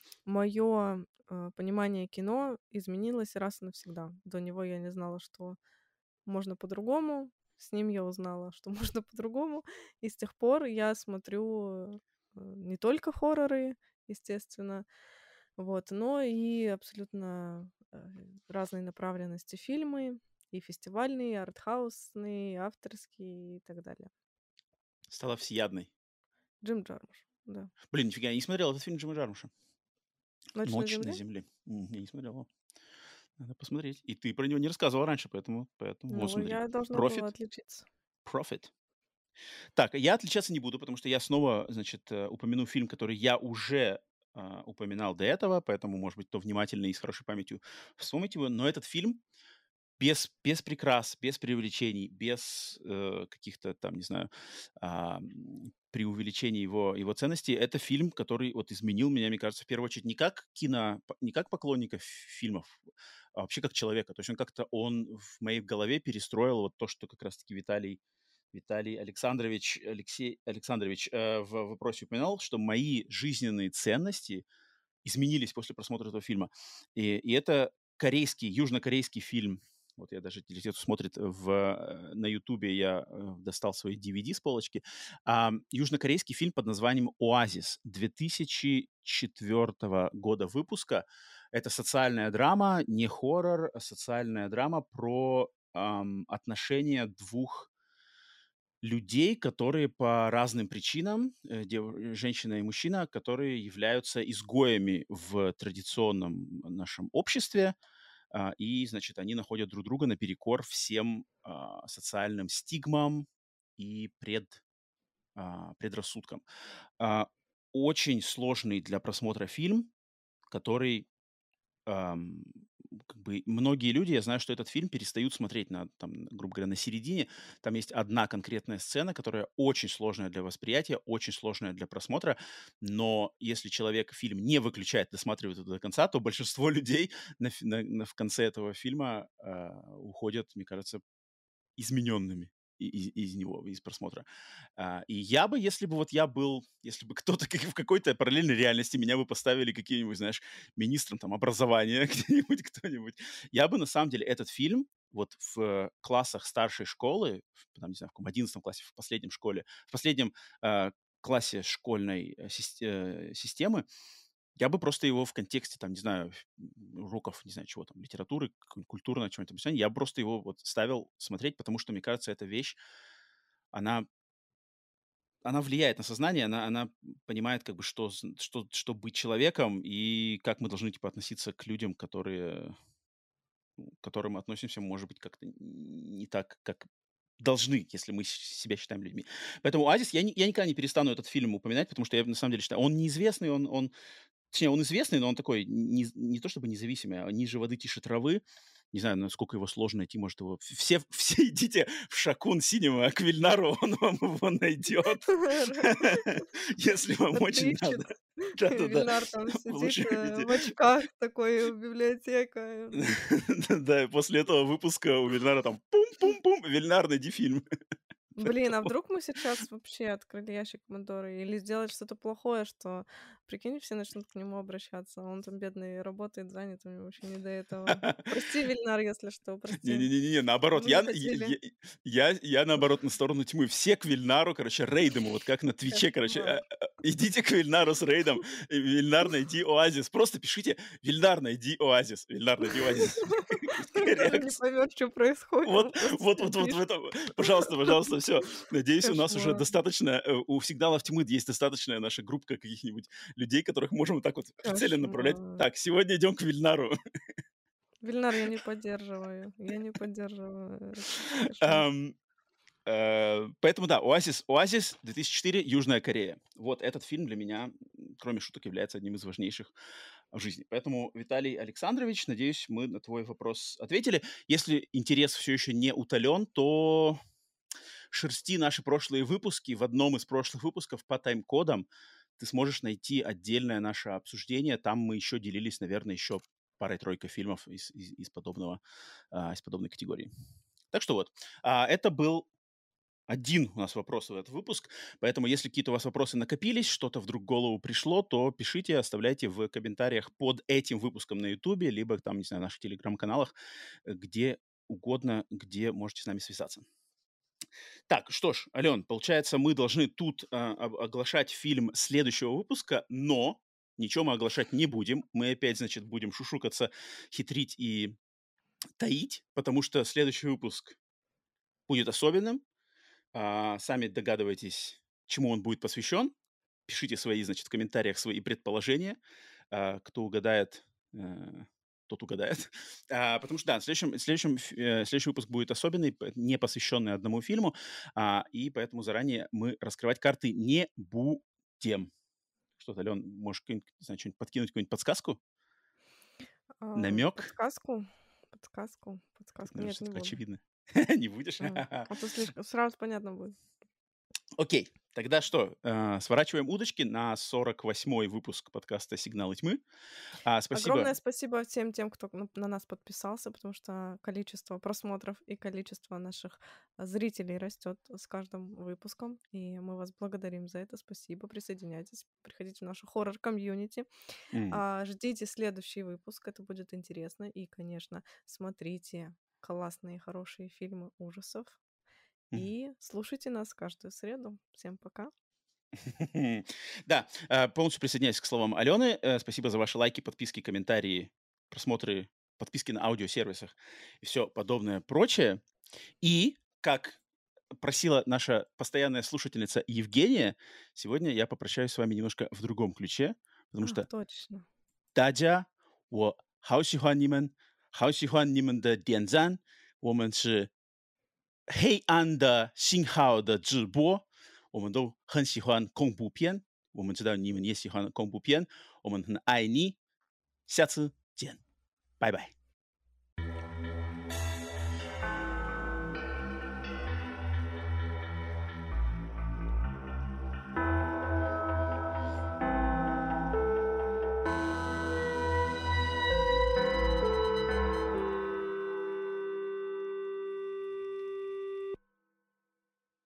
мое понимание кино изменилось раз и навсегда. До него я не знала, что можно по-другому. С ним я узнала, что можно по-другому. И с тех пор я смотрю э, не только хорроры, естественно, вот, но и абсолютно э, разные направленности фильмы, и фестивальные, и артхаусные, и авторские, и так далее. Стала всеядной. Джим Джармуш, да. Блин, нифига, я не смотрел этот фильм Джима Джармуша. «Ночь на «Ночь на земле»? земле». М, Я не смотрел его. Надо посмотреть. И ты про него не рассказывал раньше, поэтому, поэтому вот Ну, смотри. я должна была Профит. отличиться. Profit. Так, я отличаться не буду, потому что я снова, значит, э, упомяну фильм, который я уже а, упоминал до этого, поэтому, может быть, кто внимательный и с хорошей памятью вспомнить его. Но этот фильм без, без прикрас, без преувеличений, без э, каких-то там, не знаю, а, м, преувеличений его, его ценностей, это фильм, который вот изменил меня, мне кажется, в первую очередь не как кино, п- не как поклонника фильмов, а вообще как человека. То есть он как-то, он в моей голове перестроил вот то, что как раз-таки Виталий Виталий Александрович, Алексей Александрович э, в вопросе упоминал, что мои жизненные ценности изменились после просмотра этого фильма. И, и это корейский, южнокорейский фильм. Вот я даже, если кто смотрит в, э, на Ютубе, я э, достал свои ди ви ди с полочки. А, южнокорейский фильм под названием «Оазис» две тысячи четвёртого года выпуска. Это социальная драма, не хоррор, а социальная драма про ам, отношения двух людей, которые по разным причинам, э, дев- э, женщина и мужчина, которые являются изгоями в традиционном нашем обществе, а, и, значит, они находят друг друга наперекор всем а, социальным стигмам и пред, а, предрассудкам. А, Очень сложный для просмотра фильм, который ам, как бы многие люди, я знаю, что этот фильм перестают смотреть на, там, грубо говоря, на середине. Там есть одна конкретная сцена, которая очень сложная для восприятия, очень сложная для просмотра, но если человек фильм не выключает, досматривает его до конца, то большинство людей на, фи- на- на- в конце этого фильма а, уходят, мне кажется, измененными и- и- из него, из просмотра. А, И я бы, если бы вот я был, если бы кто-то как- в какой-то параллельной реальности меня бы поставили каким-нибудь, знаешь, министром там образования, где-нибудь кто-нибудь, я бы на самом деле этот фильм вот в классах старшей школы, в, там, не знаю, в каком одиннадцатом классе, в последнем школе, в последнем э, классе школьной э, сис- э, системы, я бы просто его в контексте, там, не знаю, уроков, не знаю, чего там, литературы, какой-нибудь культурного чего-нибудь объяснения, я бы просто его вот ставил смотреть, потому что, мне кажется, эта вещь, она, она влияет на сознание, она, она понимает, как бы, что, з- что, что быть человеком и как мы должны, типа, относиться к людям, которые, ну, к которым мы относимся, может быть, как-то не так, как должны, если мы с- себя считаем людьми. Поэтому «Оазис» я, не- я никогда не перестану этот фильм упоминать, потому что я на самом деле считаю, он неизвестный, он, он точнее, он известный, но он такой не не то чтобы независимый, а ниже воды, тише травы. Не знаю, насколько его сложно найти. Может, его все все идите в Шакун Синема, к Вильнару, он вам его найдет, если вам очень Отыщет. надо. Да-да-да. Вильнар там сидит Лучше э, идите. в очках такой, библиотека. Да, и после этого выпуска у Вильнара там пум-пум-пум, Вильнар, найди фильм. Блин, а Поэтому вдруг мы сейчас вообще открыли ящик Пандоры или сделать что-то плохое, что, прикинь, все начнут к нему обращаться, а он там бедный работает, занят, у него вообще не до этого. Прости, Вильнар, если что, прости. Не-не-не, наоборот, Мы не я, хотели. я, я, я, наоборот, на сторону тьмы. Все к Вильнару, короче, рейдом, вот как на Твиче, короче. Кошмар. а, а, Идите к Вильнару с рейдом. и Вильнар, найди оазис. Просто пишите «Вильнар, найди оазис». Вильнар, найди оазис. Какая Он даже не реакция? поймет, что происходит, он Вот, просто вот, всем вот, вот в пишет. этом. Пожалуйста, пожалуйста, все. Надеюсь, у нас уже Кошмар, достаточно, э, у сигналов тьмы есть достаточная наша группа каких-нибудь людей, которых можем вот так вот официально направлять. кошмар. Так, сегодня идем к Вильнару. Вильнар, я не поддерживаю, я не поддерживаю. Это кошмар. Ам, Э, поэтому да, «Оазис», «Оазис», две тысячи четыре, Южная Корея. Вот этот фильм для меня, м, кроме шуток, является одним из важнейших в жизни. Поэтому, Виталий Александрович, надеюсь, мы на твой вопрос ответили. Если интерес все еще не утолен, то шерсти наши прошлые выпуски. В одном из прошлых выпусков по тайм-кодам ты сможешь найти отдельное наше обсуждение. Там мы еще делились, наверное, еще парой-тройкой фильмов из, из, из подобного, а, из подобной категории. Так что вот, а, это был один у нас вопрос в этот выпуск, поэтому если какие-то у вас вопросы накопились, что-то вдруг в голову пришло, то пишите, оставляйте в комментариях под этим выпуском на Ютубе, либо там, не знаю, в наших телеграм-каналах, э, где угодно, где можете с нами связаться. Так, что ж, Ален, получается, мы должны тут а, об- оглашать фильм следующего выпуска, но ничего мы оглашать не будем. Мы опять, значит, будем шушукаться, хитрить и таить, потому что следующий выпуск будет особенным. А, сами догадывайтесь, чему он будет посвящен. Пишите свои, значит, в комментариях свои предположения. А, кто угадает, э, тот угадает. А, потому что, да, в следующем, в следующем, ф- э, следующий выпуск будет особенный, п- не посвященный одному фильму, а, и поэтому заранее мы раскрывать карты не будем. Что-то, Ален, можешь какую-нибудь, не знаю, что-нибудь подкинуть, какую-нибудь подсказку? А, Намек? подсказку? Подсказку? Как Подсказку? мне Нет, кажется, не такое буду. очевидно. Не будешь? М, А то слишком сразу понятно будет. Окей. Тогда что, э, сворачиваем удочки на сорок восьмой выпуск подкаста «Сигналы тьмы». А, спасибо. Огромное спасибо всем тем, кто на, на нас подписался, потому что количество просмотров и количество наших а, зрителей растет с каждым выпуском, и мы вас благодарим за это. Спасибо, присоединяйтесь, приходите в нашу хоррор-комьюнити. М. А, ждите следующий выпуск, это будет интересно, и, конечно, смотрите классные, хорошие фильмы ужасов Мгм. и слушайте нас каждую среду. Всем пока. Да, э, полностью присоединяюсь к словам Алены. Э, Спасибо за ваши лайки, подписки, комментарии, просмотры, подписки на аудиосервисах и все подобное прочее. И, как просила наша постоянная слушательница Евгения, сегодня я попрощаюсь с вами немножко в другом ключе, потому Ах, что точно. 大家我好喜欢你们，好喜欢你们的点赞。我们是黑暗的信号的直播，我们都很喜欢恐怖片，我们知道你们也喜欢恐怖片，我们很爱你，下次见，拜拜。